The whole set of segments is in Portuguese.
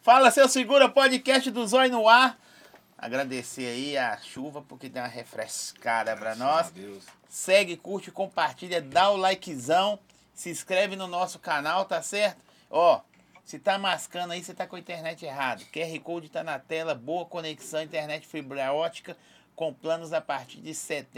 Fala, seu segura, podcast do Zóio no ar. Agradecer aí a chuva, porque deu uma refrescada pra nós. Segue, curte, compartilha, dá o likezão. Se inscreve no nosso canal, tá certo? Ó, se tá mascando aí, você tá com a internet errada. QR Code tá na tela, boa conexão, internet fibra ótica, com planos a partir de R$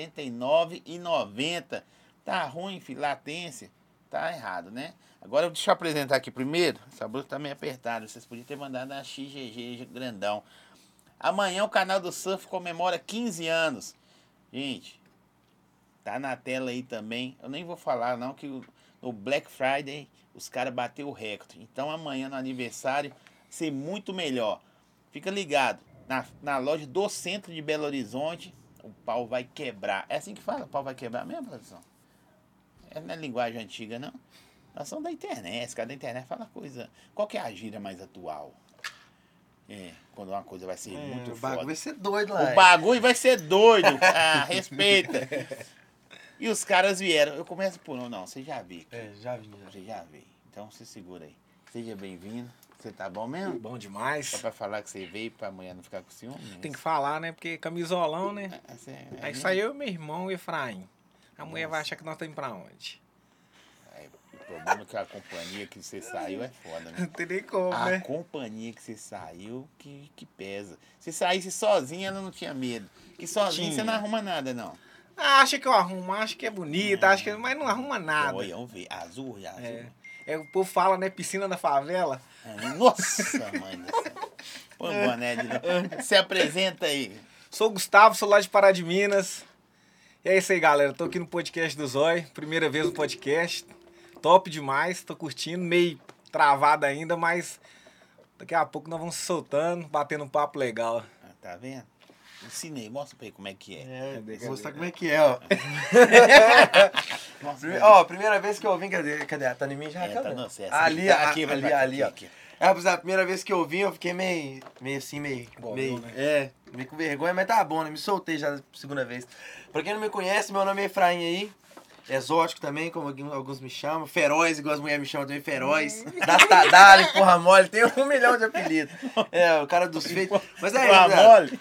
79,90. Tá ruim, filho, latência. Tá errado, né? Agora deixa eu apresentar aqui primeiro. Essa blusa tá meio apertada. Vocês podiam ter mandado a XGG grandão. Amanhã o canal do Surf comemora 15 anos. Gente, tá na tela aí também. Eu nem vou falar não que no Black Friday os caras bateu o recorde. Então amanhã no aniversário vai ser muito melhor. Fica ligado. Na loja do centro de Belo Horizonte, o pau vai quebrar. É assim que fala? O pau vai quebrar mesmo, produção? Não é linguagem antiga, não? Nós somos da internet. Cada internet fala coisa. Qual que é a gíria mais atual? Quando uma coisa vai ser muito foda. O bagulho vai ser doido lá. O bagulho vai ser doido. Ah, respeita. E os caras vieram. Eu começo por um. Não, você já viu. Já vi. Você já viu. Então você segura aí. Seja bem-vindo. Você tá bom mesmo? Bom demais. Só pra falar que você veio pra amanhã não ficar com ciúme? Tem que falar, né? Porque camisolão, né? Aí saiu eu e meu irmão, o Efraim. A mulher vai achar que nós estamos pra onde? O problema é que a companhia que você saiu é foda, né? Não tem nem como, né? A companhia que você saiu que pesa. Se saísse sozinha, ela não tinha medo. Que sozinho você não arruma nada, não. Acha que eu arrumo, acha que é bonita, acha que... mas não arruma nada. Olha, vamos ver. Azul. O povo fala, né? Piscina da favela. Nossa, mãe do céu. Põe o boné de novo. Se apresenta aí. Sou o Gustavo, sou lá de Pará de Minas. E é isso aí, galera. Tô aqui no podcast do Zóio. Primeira vez no podcast. Top demais. Tô curtindo. Meio travado ainda, mas daqui a pouco nós vamos se soltando, batendo um papo legal. Tá vendo? Ensinei. Mostra pra ele como é que é. Vou mostrar como é que é, ó. Primeira vez que eu vim... Cadê? Tá em mim já? Tá no acesso. Ali, aqui, ó. A primeira vez que eu vim, eu fiquei meio assim, meio com vergonha, mas tá bom, né? Me soltei já a segunda vez. Pra quem não me conhece, meu nome é Efraim aí. Exótico também, como alguns me chamam. Feroz, igual as mulheres me chamam também, Feroz. Dastadalho, porra mole, tem 1 milhão de apelidos. O cara dos feitos. Mas é porra mole?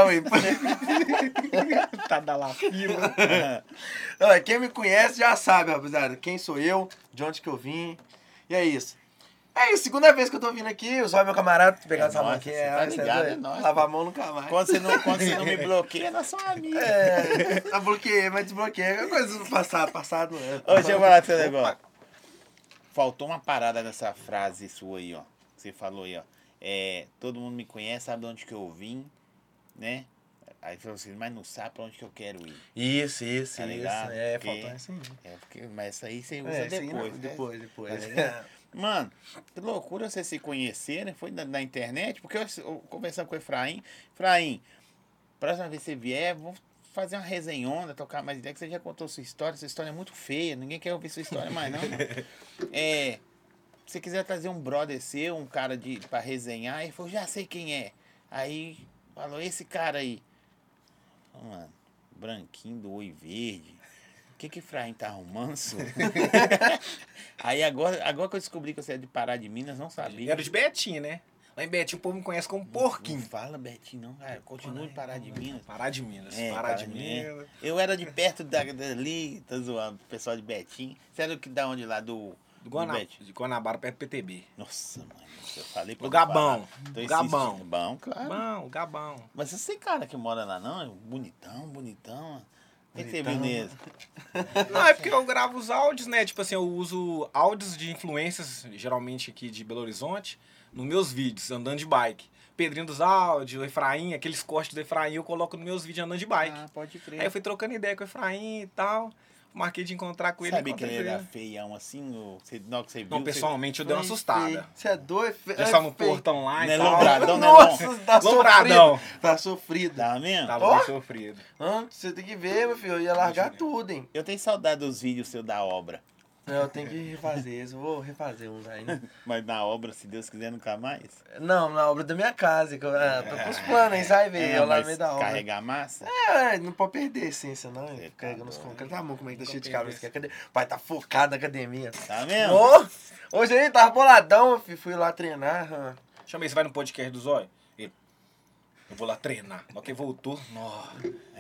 Tadalafila. Quem me conhece já sabe, rapaziada. Quem sou eu, de onde que eu vim. E é isso. Segunda vez que eu tô vindo aqui, o Zóio, meu camarada, pegar essa mão aqui. Tá ligado, é nóis. Lavar a mão nunca mais. Quando você não me bloqueia, nós somos amigos. Eu bloqueei, mas desbloqueei. É coisa do passado. Deixa eu falar do seu negócio. Faltou uma parada nessa frase sua aí, ó. Você falou aí, ó. Todo mundo me conhece, sabe de onde que eu vim, né? Aí falou assim, mas não sabe pra onde que eu quero ir. Isso. Tá ligado? Faltou assim. Mas isso aí você usa depois. Depois. Tá. Mano, que loucura vocês se conhecerem, foi na internet, porque eu conversando com o Efraim, próxima vez que você vier, vamos fazer uma resenhona, tocar mais ideia, que você já contou sua história é muito feia, ninguém quer ouvir sua história mais não, mano. Se você quiser trazer um brother seu, um cara pra resenhar, ele falou, já sei quem é. Aí, falou, esse cara aí. Mano, branquinho do olho verde. O que Efraim tá arrumando, senhor? Aí agora que eu descobri que você é de Pará de Minas, não sabia. Era de Betim, né? Lá em Betim o povo me conhece como Porquinho. Não fala Betim não, cara. Continua de Pará de Minas. Pará de Minas. Minas. Eu era de perto dali, tá zoando, o pessoal de Betim. Você era da onde lá? Do Guanabara, perto do PTB. Nossa, mano. Eu falei pra do Gabão. Do Gabão. Bom, claro. Gabão. Mas você tem cara que mora lá, não? É bonitão. O que você viu nele? Não, é porque eu gravo os áudios, né? Tipo assim, eu uso áudios de influências, geralmente aqui de Belo Horizonte, nos meus vídeos, andando de bike. Pedrinho dos áudios, o Efraim, aqueles cortes do Efraim, eu coloco nos meus vídeos andando de bike. Pode crer. Aí eu fui trocando ideia com o Efraim e tal. Marquei de encontrar com ele. Sabe que ele era feião assim? Não, que você viu? Não, pessoalmente eu dei uma assustada. Você é doido? Pessoal no portão lá e tal. Lombradão, Nossa, tá sofrido. Tá mesmo? Tava bem sofrido. Você tem que ver, meu filho. Eu ia largar tudo, hein? Eu tenho saudade dos vídeos seus da obra. Eu tenho que refazer isso. Vou refazer uns ainda. Mas na obra, se Deus quiser, nunca mais? Não, na obra da minha casa. Tô com os planos, hein? Sai, velho. Eu lá no meio da obra. Carregar massa? Não pode perder a essência, não. Carregando os concretos. Tá bom, como é que tá cheio de cabeça aqui? O pai tá focado na academia. Tá mesmo? Hoje aí, tava boladão, filho. Fui lá treinar. Chamei, você vai no podcast do Zóio? Ele, eu vou lá treinar. Na hora que voltou, nossa.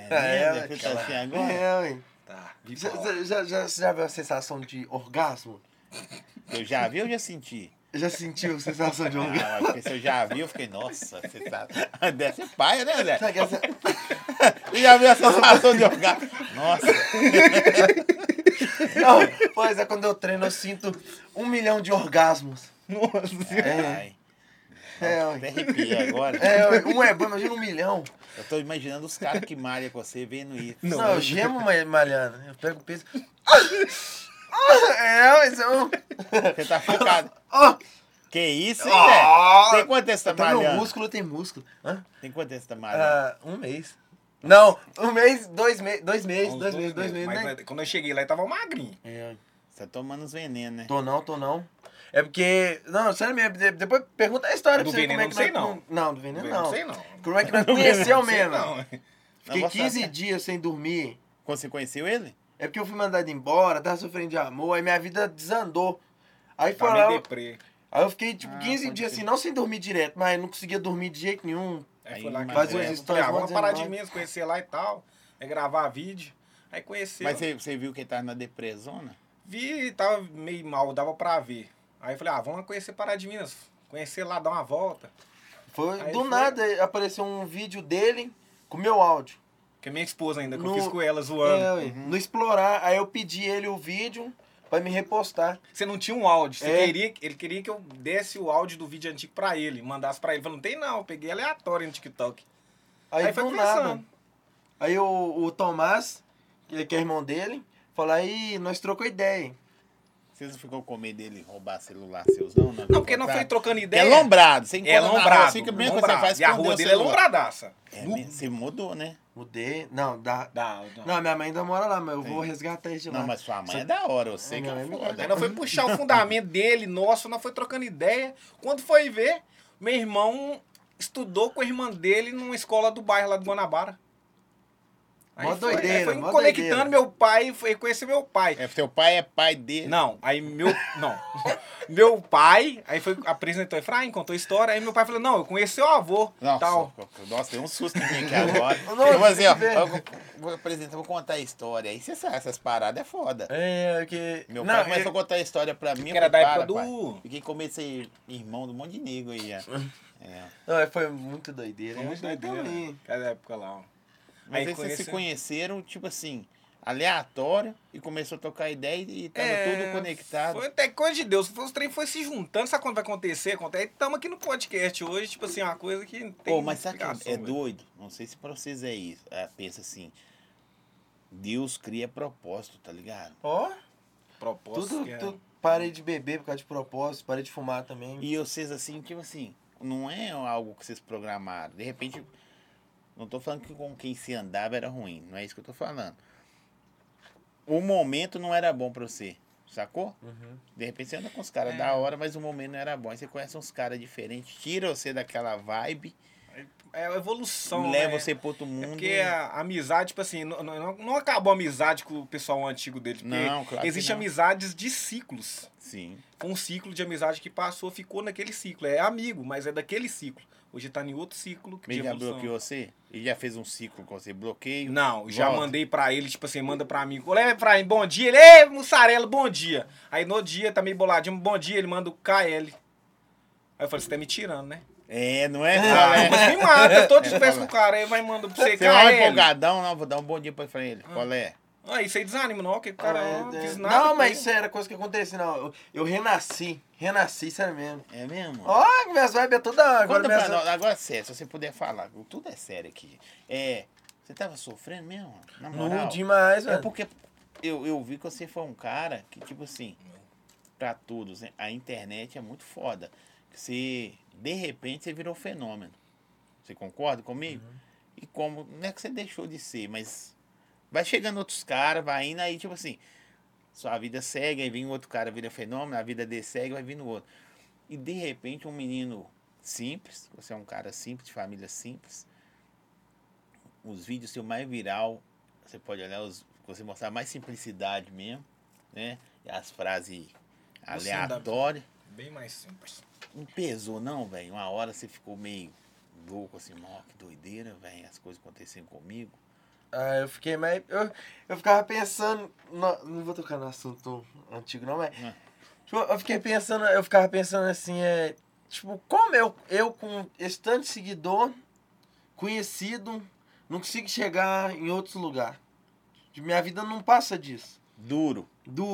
Tá. Você já viu a sensação de orgasmo? Eu já vi ou já senti? Já sentiu a sensação de orgasmo? Não, porque se eu já vi, eu fiquei, nossa, você sabe. Deve ser paia, né, Zé? Você já viu a sensação de orgasmo? Nossa. Não, pois é, quando eu treino, eu sinto 1 milhão de orgasmos. Nossa. Até arrepia agora. Um é bom, imagina 1 milhão. Eu tô imaginando os caras que malham com você vendo isso. Não, eu gemo malhando. Eu pego o peso. Mas eu... Você tá focado. Que isso, hein, Zé? Tem quanto tempo você tá malhando? Meu músculo tem músculo. Hã? Tem quanto tempo você tá malhando? 1 mês. Não, 1 mês, 2 meses, 2 meses, mas, né? quando eu cheguei lá, ele tava magrinho. Você tá tomando os venenos, né? Tô não. É porque... Não, sério mesmo, depois pergunta a história Do pra você. veneno Como é que não nós... sei, não. Não, do veneno não. Não sei, não. Como é que nós conheceu mesmo? Não. Fiquei 15 dias sem dormir. Quando você conheceu ele? É porque eu fui mandado embora, tava sofrendo de amor, aí minha vida desandou. Aí foi Tá lá... meio deprê. Aí eu fiquei, tipo, 15 pode dias ser. assim, não sem dormir direto, mas não conseguia dormir de jeito nenhum. Aí foi lá que fazia eu umas falei, histórias, vamos mó parar de 19. menos, conhecer lá e tal. É gravar vídeo. Aí conheceu. Mas você viu que ele tava na depressona? Vi, tava meio mal, dava pra ver. Aí eu falei, vamos lá conhecer Pará de Minas. Conhecer lá, dar uma volta. Aí Do foi. nada apareceu um vídeo dele com meu áudio. Que é minha esposa ainda, que eu No- fiz com ela zoando. No Explorar, aí eu pedi ele o vídeo pra me repostar. Você não tinha um áudio, você É. ele queria que eu desse o áudio do vídeo antigo pra ele, mandasse pra ele. Eu falei, não tem não, eu peguei aleatório no TikTok. Aí, foi do começando. nada. Aí o Tomás, que é irmão dele, falou, aí nós trocou ideia. Vocês não ficou com medo dele roubar celular seus, não? Não, porque não foi trocando É ideia. lombrado. Você encontra É na rua, lombrado. assim, que a primeira coisa que você faz E a esconder rua o dele é celular. lombradaça. É mesmo? Você mudou, né? Mudei. Não, dá. Dá. Não, minha mãe ainda mora lá, mas eu Sim. vou resgatar ele de lá. Não, mas sua mãe é da hora, eu sei que minha é mãe me foda. Aí nós foi puxar o fundamento dele, nosso, nós foi trocando ideia. Quando foi ver, meu irmão estudou com a irmã dele numa escola do bairro lá do Guanabara. Aí Mó doideira, aí foi mó conectando doideira. meu pai, foi conhecer meu pai. É, seu pai é pai dele. Não, aí não. Meu pai, aí foi, apresentou, Efraim, contou a história, aí meu pai falou, não, eu conheci seu avô, Nossa, tal. nossa, deu um susto em mim aqui agora. Não, Eu vou assim, ó, velho. eu vou apresentar, vou contar a história. Aí você sabe, essas paradas é foda. É, que... Meu não, pai começou a contar a história pra mim. Que era eu da falei, época para, do- pai. Fiquei com medo de ser irmão do monte de nego aí, já. É. Não, foi muito doideira. Foi muito Eu doideira, também. né? Cada época lá, ó. Mas aí vocês conheceu- se conheceram, tipo assim, aleatório, e começou a trocar ideia e tava tudo conectado. Foi até coisa de Deus. Os trem foi se juntando, sabe quando vai acontecer? Acontece. Estamos aqui no podcast hoje, tipo assim, uma coisa que não tem Pô, mas sabe que explicação, é velho. doido? Não sei se pra vocês é isso. Pensa assim, Deus cria propósito, tá ligado? Ó, Propósito. que é- tudo parei de beber por causa de propósito, parei de fumar também. E vocês assim, tipo assim, não é algo que vocês programaram. De repente, não tô falando que com quem se andava era ruim, não é isso que eu tô falando. O momento não era bom pra você, sacou? Uhum. De repente você anda com os caras da hora, mas o momento não era bom. Aí você conhece uns caras diferentes, tira você daquela vibe, É a evolução, leva né? você pro outro mundo. É porque a amizade, tipo assim, não acabou a amizade com o pessoal antigo dele. Porque Não, claro que existem não. amizades de ciclos. Sim. Foi um ciclo de amizade que passou, ficou naquele ciclo. É amigo, mas é daquele ciclo. Hoje tá em outro ciclo de Ele já evolução. bloqueou você? Ele já fez um ciclo com você, bloqueio? Não, já volta. mandei pra ele, tipo assim, manda pra mim. Olha, Efraim, bom dia. Ele, ei, mussarela, bom dia. Aí no dia, tá meio boladinho, bom dia, ele manda o KL. Aí eu falei, você tá me tirando, né? É, não é? Mas me mata, todo É, conversa fala. com o cara, aí vai mandando pra você, Você vai KL. empolgadão, não, vou dar um bom dia pra ele. Qual é? Aí você desanima, não, que o cara não fiz nada. Não, com mas ele. isso era coisa que aconteceu, não. Eu renasci, sério mesmo. É mesmo? Ó, minhas vibes é toda... Agora Conta pra minhas... nós, agora sério, se você puder falar, tudo é sério aqui. Você tava sofrendo mesmo? Na moral? Não, demais, É velho. porque eu vi que você foi um cara que, tipo assim, pra todos, né, a internet é muito foda. Que você, de repente, você virou fenômeno. Você concorda comigo? E como, não é que você deixou de ser, mas vai chegando outros caras, vai indo aí, tipo assim, sua vida segue, aí vem outro cara, vira fenômeno, a vida dele segue, vai vindo outro. E de repente um menino simples, você é um cara simples, de família simples, os vídeos seu mais viral, você pode olhar, você mostrar mais simplicidade mesmo, né? E as frases aleatórias. Bem mais simples. Não pesou, não, velho? Uma hora você ficou meio louco, assim, ó, que doideira, velho, as coisas acontecendo comigo. Ah, eu fiquei mais... Eu ficava pensando... Não vou tocar no assunto antigo, não, mas... Tipo, eu ficava pensando assim, tipo, como eu com esse tanto de seguidor, conhecido, não consigo chegar em outros lugares. Minha vida não passa disso. Duro.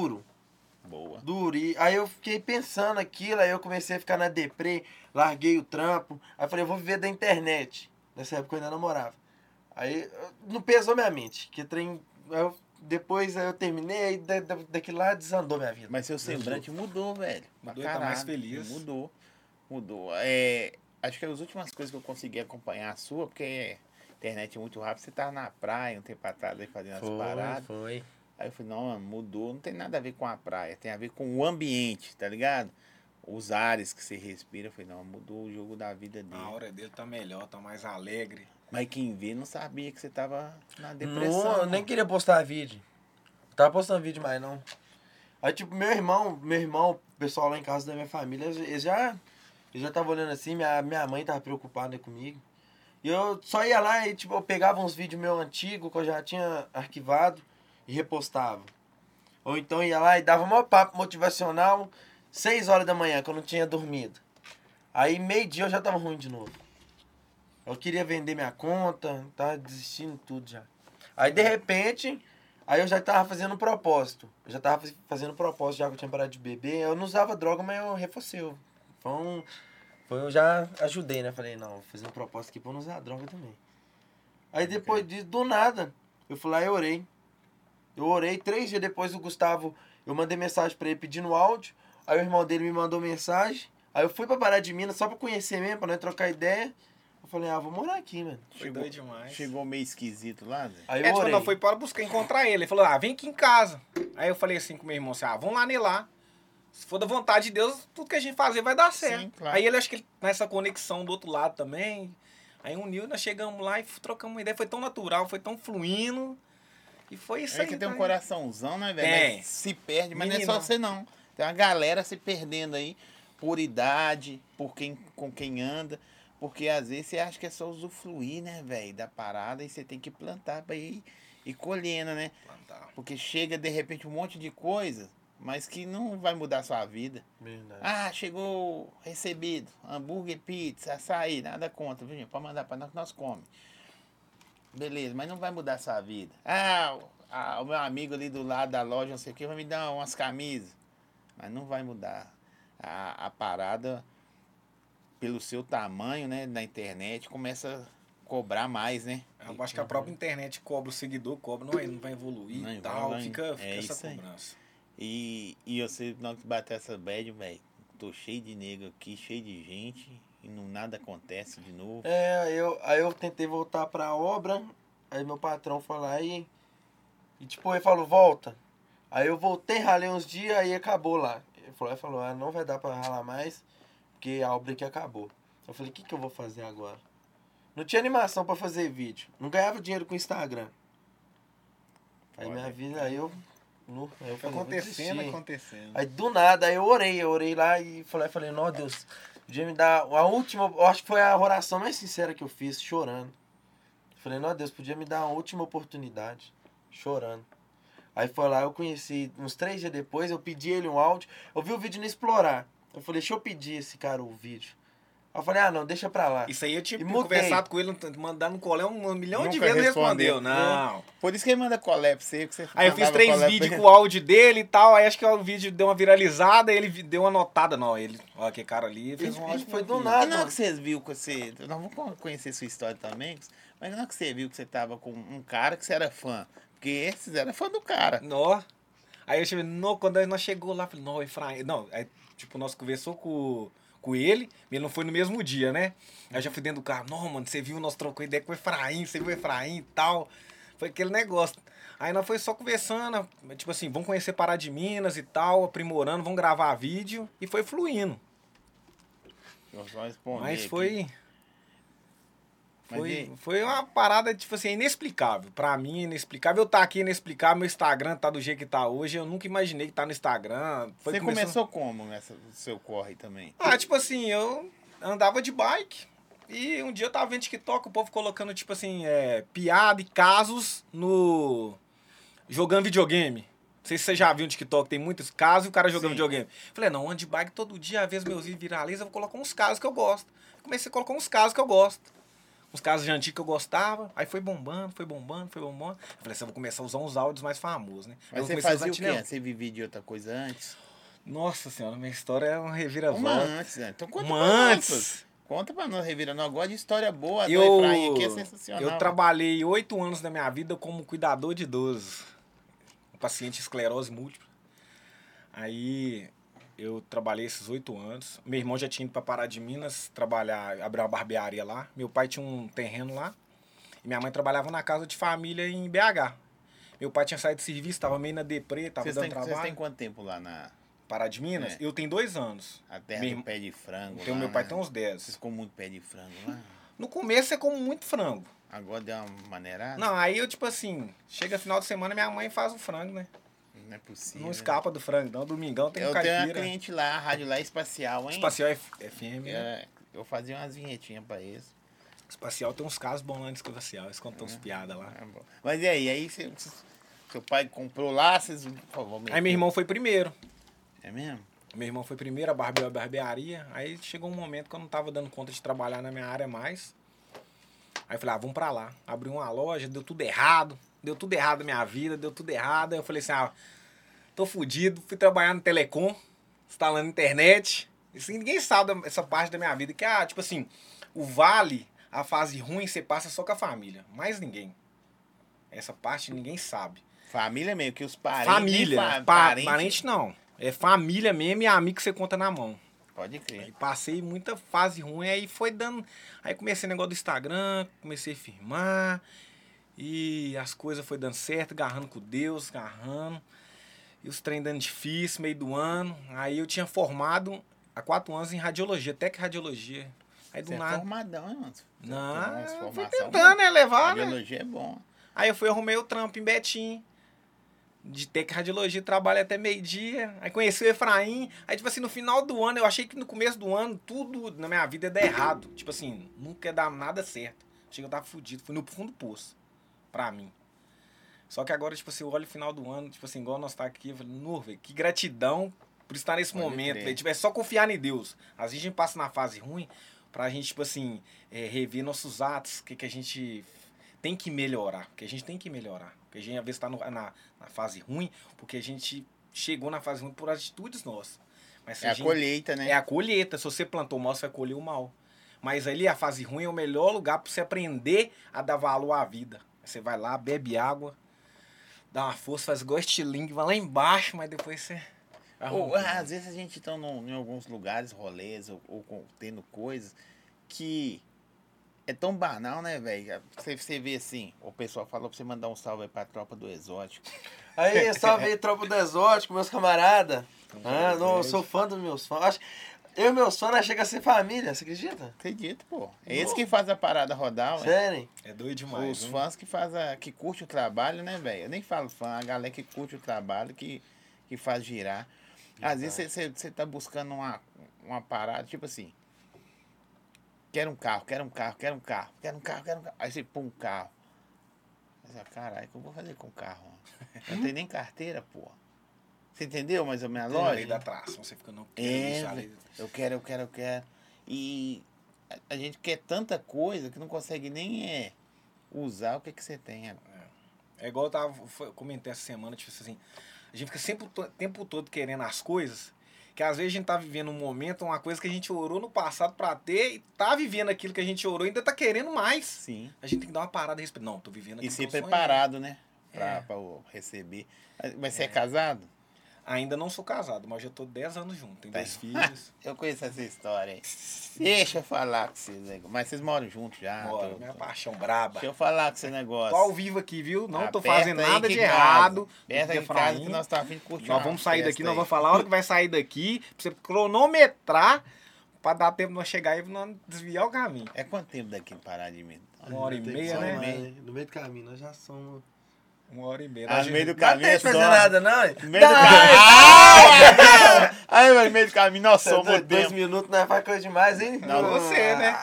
Boa. Duro. E aí eu fiquei pensando aquilo, aí eu comecei a ficar na deprê, larguei o trampo. Aí falei, eu vou viver da internet. Nessa época eu ainda namorava. Aí não pesou minha mente. Que trem. Depois eu terminei, e daquilo lá desandou minha vida. Mas seu semblante mudou, velho. Mudou, tá mais feliz. Mudou. Acho que as últimas coisas que eu consegui acompanhar a sua, porque a internet é muito rápida, você tava na praia um tempo atrás aí fazendo as paradas. Foi. Aí eu falei, não, mudou, não tem nada a ver com a praia, tem a ver com o ambiente, tá ligado? Os ares que você respira. Eu falei, não, mudou o jogo da vida dele. A hora dele tá melhor, tá mais alegre. Mas quem vê não sabia que você tava na depressão. Não, eu nem queria postar vídeo. Não tava postando vídeo mais, não. Aí, tipo, meu irmão, o pessoal lá em casa da minha família, eles já estavam olhando assim, minha mãe tava preocupada comigo. E eu só ia lá e, tipo, eu pegava uns vídeos meus antigos que eu já tinha arquivado e repostava. Ou então ia lá e dava um papo motivacional 6 horas da manhã, que eu não tinha dormido. Aí, meio-dia, eu já tava ruim de novo. Eu queria vender minha conta, tava desistindo de tudo já. Aí, de repente, aí eu já tava fazendo um propósito. Já que eu tinha parado de beber. Eu não usava droga, mas eu reforcei. Eu já ajudei, né? Falei, não, vou fazer um propósito aqui pra não usar droga também. Aí, depois disso, do nada, eu fui lá e orei. Eu orei, 3 dias depois o Gustavo, eu mandei mensagem pra ele pedindo áudio. Aí o irmão dele me mandou mensagem. Aí eu fui pra Pará de Minas só pra conhecer mesmo, pra nós trocar ideia. Eu falei, vou morar aqui, mano. Foi doido demais. Chegou meio esquisito lá, Zé? Aí eu orei. Tipo, foi para encontrar ele. Ele falou, vem aqui em casa. Aí eu falei assim com meu irmão, assim, vamos lá nele lá. Se for da vontade de Deus, tudo que a gente fazer vai dar certo. Sim, claro. Aí ele, acho que nessa conexão do outro lado também. Aí uniu, nós chegamos lá e trocamos uma ideia. Foi tão natural, foi tão fluindo. E foi isso aí. Que tem um coraçãozão, né, velho? Tem. Se perde, mas Menino. não é só você, não. Tem uma galera se perdendo aí por idade, com quem anda. Porque às vezes você acha que é só usufruir, né, velho, da parada. E você tem que plantar pra ir colhendo, né? Plantar. Porque chega, de repente, um monte de coisa, mas que não vai mudar a sua vida. Verdade. Chegou recebido. Hambúrguer, pizza, açaí, nada contra, viu, gente? Pode mandar pra nós que nós comemos. Beleza, mas não vai mudar a sua vida. O meu amigo ali do lado da loja, não sei o que, vai me dar umas camisas. Mas não vai mudar a parada pelo seu tamanho, né, na internet, começa a cobrar mais, né? Eu acho que a própria internet cobra o seguidor, ele não vai evoluir e tal, fica essa cobrança. E você, na hora que bater essa bad, velho, tô cheio de nego aqui, cheio de gente, e nada acontece de novo. Aí eu tentei voltar pra obra, aí meu patrão foi lá e tipo, ele falou, volta. Aí eu voltei, ralei uns dias, aí acabou lá. Ele falou, não vai dar pra ralar mais, porque a obra aqui acabou. Eu falei, o que eu vou fazer agora? Não tinha animação pra fazer vídeo. Não ganhava dinheiro com o Instagram. Aí minha vida, aí eu falei, acontecendo. Aí do nada, aí eu orei lá e falei, não, Deus, podia me dar a última, eu acho que foi a oração mais sincera que eu fiz, chorando. Falei, não, Deus, podia me dar uma última oportunidade, chorando. Aí foi lá, eu conheci, uns 3 dias depois, eu pedi ele um áudio, eu vi o vídeo no Explorar. Eu falei, deixa eu pedir esse cara o vídeo. Aí eu falei, não, deixa pra lá. Isso aí eu tinha conversado com ele, mandando no colé 1 milhão de vezes, não respondeu. Não. Por isso que ele manda colé pra você. Que você aí eu fiz 3 vídeos com o áudio dele e tal, aí acho que o vídeo deu uma viralizada, ele deu uma notada. Não, ó, que cara ali fez um áudio. Foi do nada. E não é que vocês viram que você... Nós vamos conhecer sua história também, mas não é que você viu que você tava com um cara que você era fã. Porque esses eram fã do cara. Nó. Aí eu cheguei, quando nós chegou lá, falei, não, Efraim. Não, aí tipo, nós conversou com ele não foi no mesmo dia, né? Aí eu já fui dentro do carro, não, mano, você viu, nós trocou ideia com o Efraim, você viu o Efraim e tal. Foi aquele negócio. Aí nós foi só conversando, tipo assim, vamos conhecer Pará de Minas e tal, aprimorando, vamos gravar vídeo, e foi fluindo. Eu só respondi mas aqui. Foi uma parada, tipo assim, inexplicável. Pra mim, inexplicável. Eu tá aqui inexplicável, meu Instagram tá do jeito que tá hoje. Eu nunca imaginei que tá no Instagram. Você começou como nessa seu corre também? Tipo assim, eu andava de bike e um dia eu tava vendo TikTok, o povo colocando, tipo assim, piada e casos no... jogando videogame. Não sei se você já viu no TikTok, tem muitos casos e o cara jogando videogame. Falei, não, ando de bike todo dia, às vezes meus vídeos viralizam, eu vou colocar uns casos que eu gosto. Comecei a colocar uns casos que eu gosto. Uns casos de antigo que eu gostava, aí foi bombando. Eu falei assim, eu vou começar a usar uns áudios mais famosos, né? Mas você fazia o quê? Você vivia de outra coisa antes? Nossa senhora, minha história é uma reviravolta. Uma antes, né? Então conta uma pra antes. nós. Conta pra nós, Revirando. Eu gosto de história boa, a eu, Efraim aqui é sensacional. Eu trabalhei 8 anos da minha vida como cuidador de idosos. Um paciente de esclerose múltipla. Aí... eu trabalhei esses 8 anos. Meu irmão já tinha ido para Pará de Minas trabalhar, abrir uma barbearia lá. Meu pai tinha um terreno lá. E minha mãe trabalhava na casa de família em BH. Meu pai tinha saído de serviço, estava meio na deprê, tava dando trabalho. Vocês têm quanto tempo lá na... Pará de Minas? Eu tenho 2 anos. A terra do pé de frango então, lá, meu pai né? tem uns 10. Vocês comem muito pé de frango lá? No começo, você come muito frango. Agora deu uma maneirada? Não, aí eu, tipo assim, chega final de semana, minha mãe faz o frango, né? Não é possível. Não escapa do frango, não. Domingão tem um caipira. Eu tenho tenho uma cliente lá, a rádio lá é Espacial, hein? Espacial FM, né? Eu fazia umas vinhetinhas pra eles. Espacial tem uns casos bons lá no Espacial, eles contam uns piadas lá. Mas e aí seu pai comprou lá, vocês... Aí meu irmão foi primeiro. É mesmo? Meu irmão foi primeiro, a barbearia. Aí chegou um momento que eu não tava dando conta de trabalhar na minha área mais. Aí eu falei, vamos pra lá. Abri uma loja, deu tudo errado. Deu tudo errado na minha vida, deu tudo errado. Aí eu falei assim, tô fudido. Fui trabalhar no Telecom, instalando internet. Assim, ninguém sabe essa parte da minha vida. Que tipo assim, o vale, a fase ruim, você passa só com a família. Mais ninguém. Essa parte ninguém sabe. Família mesmo, que os parentes... Família, parente não. É família mesmo e amigo que você conta na mão. Pode crer. Aí passei muita fase ruim, aí foi dando... Aí comecei o negócio do Instagram, comecei a firmar. E as coisas foi dando certo, agarrando com Deus, agarrando. E os trem dando difícil, meio do ano. Aí eu tinha formado há 4 anos em radiologia, tecradiologia. Aí do nada... é formadão, hein, mano? Não, fui tentando, né, levar, radiologia é bom. Aí eu arrumei o trampo em Betim. De tecradiologia, trabalho até meio-dia. Aí conheci o Efraim. Aí, tipo assim, no final do ano, eu achei que no começo do ano, tudo na minha vida ia dar errado. Tipo assim, nunca ia dar nada certo. Achei que eu tava fudido. Fui no fundo do poço. Pra mim. Só que agora, tipo assim, eu olho o final do ano, tipo assim, igual nós tá aqui, eu falei, velho, que gratidão por estar nesse momento, velho. Tipo, é só confiar em Deus. Às vezes a gente passa na fase ruim pra gente, tipo assim, rever nossos atos, o que a gente tem que melhorar. Porque a gente tem que melhorar. Porque a gente, às vezes, tá na fase ruim, porque a gente chegou na fase ruim por atitudes nossas. Mas a colheita, né? É a colheita. Se você plantou o mal, você vai colher o mal. Mas ali, a fase ruim é o melhor lugar pra você aprender a dar valor à vida. Você vai lá, bebe água, dá uma força, faz igual estilingue, vai lá embaixo, mas depois você... às vezes a gente tá em alguns lugares, rolês, ou tendo coisas que... É tão banal, né, velho? Você vê assim, o pessoal falou pra você mandar um salve aí pra Tropa do Exótico. Aí, salve aí, Tropa do Exótico, meus camaradas. Não, eu sou fã dos meus fãs. Eu e meus fãs, chega a ser família, você acredita? Acredito, pô. É esse que faz a parada rodar, ué. Sério? É doido demais. Os fãs que curte o trabalho, né, velho? Eu nem falo fã, a galera que curte o trabalho, que faz girar. Às vezes você tá buscando uma parada, tipo assim... Quero um carro. Aí você põe um carro. Mas, caralho, o que eu vou fazer com o carro? Eu não tenho nem carteira, pô. Você entendeu mais ou menos a lógica? Lei da tração, você fica, não eu quero. E a gente quer tanta coisa que não consegue nem usar o que você tem. É igual eu comentei essa semana, tipo assim, a gente fica sempre o tempo todo querendo as coisas, que às vezes a gente tá vivendo um momento, uma coisa que a gente orou no passado pra ter, e tá vivendo aquilo que a gente orou e ainda tá querendo mais. Sim. A gente tem que dar uma parada e respeitar. Não, tô vivendo aquilo. E ser preparado, né? Pra receber. Mas você é casado? Ainda não sou casado, mas já tô 10 anos junto, tenho 2 filhos. Eu conheço essa história aí. Deixa eu falar com vocês, negócio. Mas vocês moram juntos já? Bora, minha paixão braba. Deixa eu falar com esse negócio. Tô ao vivo aqui, viu? Não tô fazendo nada de errado. Aperta aí em casa que nós tá vindo curtir. Nós vamos sair daqui, nós vamos falar a hora que vai sair daqui, pra você cronometrar, pra dar tempo de nós chegar aí e não desviar o caminho. É quanto tempo daqui em Paradiminas? 1h30, né? No meio do caminho, nós já somos... 1h30. Ah, no meio do Não caminho tem é que fazer só. nada, não. No meio do caminho. Aí, no meio do caminho nós somos o 2 tempo. minutos não é faz coisa demais, hein? Não, você, né?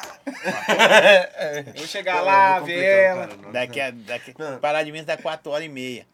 Eu vou chegar Não, lá, vou complicar, ver ela. cara, não. Daqui Não. Paradiminas dá 4h30.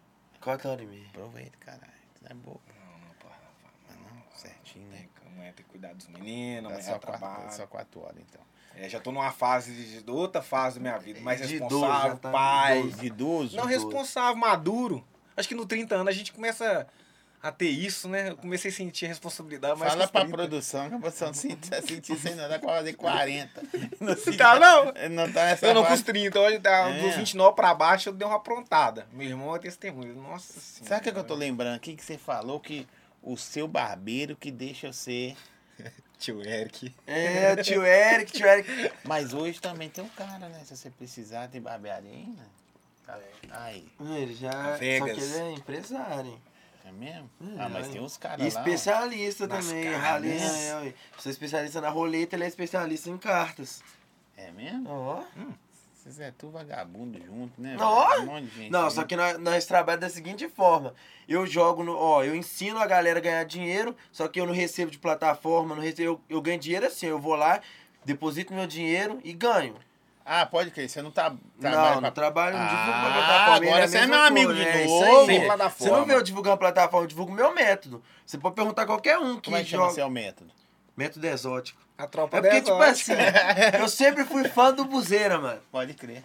4h30. Aproveita, caralho. Isso não é bobo. Não pode. Não, certinho, né? Amanhã tem que cuidar dos meninos, Dá amanhã só é trabalho. só 4 horas, então. Já tô numa fase, outra fase da minha vida, mais De responsável, idoso, já tá pai. idoso. De idoso? Não, responsável, maduro. Acho que no 30 anos a gente começa a ter isso, né? Eu comecei a sentir a responsabilidade, mas Fala com os pra 30. produção que a produção não sentir isso aí, não dá pra fazer 40. Não, Tá, não. Não tá nessa Eu não com fase. os 30, hoje tá, É. dos 29 pra baixo eu dei uma aprontada. Meu irmão é testemunho. Nossa senhora. Sabe o que eu tô lembrando aqui? Que você falou que o seu barbeiro que deixa você... Tio Eric. É, tio Eric. Mas hoje também tem um cara, né? Se você precisar, tem barbearia aí, né? Tá. Aí, Ele já... Vegas. Só que ele é empresário, hein? é mesmo? É, Mas tem uns caras E lá... ó. especialista Nas também. carnes. Rali, eu sou especialista na roleta, ele é especialista em cartas. É mesmo? Ó. Vocês é tudo vagabundo junto, né? Ó. velho? Um monte de gente. Não, aí. só que nós trabalhamos da seguinte forma. Eu jogo no. Ó, eu ensino a galera a ganhar dinheiro, só que eu não recebo de plataforma, não recebo, eu ganho dinheiro assim, eu vou lá, deposito meu dinheiro e ganho. Ah, pode crer, você não tá... Não trabalho, não divulgo Ah, pra plataforma. agora ele a você é mesma meu amigo coisa, de é novo. isso aí. Sem plataforma. Você não vê eu divulgando plataforma, eu divulgo o meu método. Você pode perguntar a qualquer um que Como é que chama joga. seu método? Método exótico. A tropa É porque, dela, tipo assim, eu sempre fui fã do Buzeira, mano. Pode crer.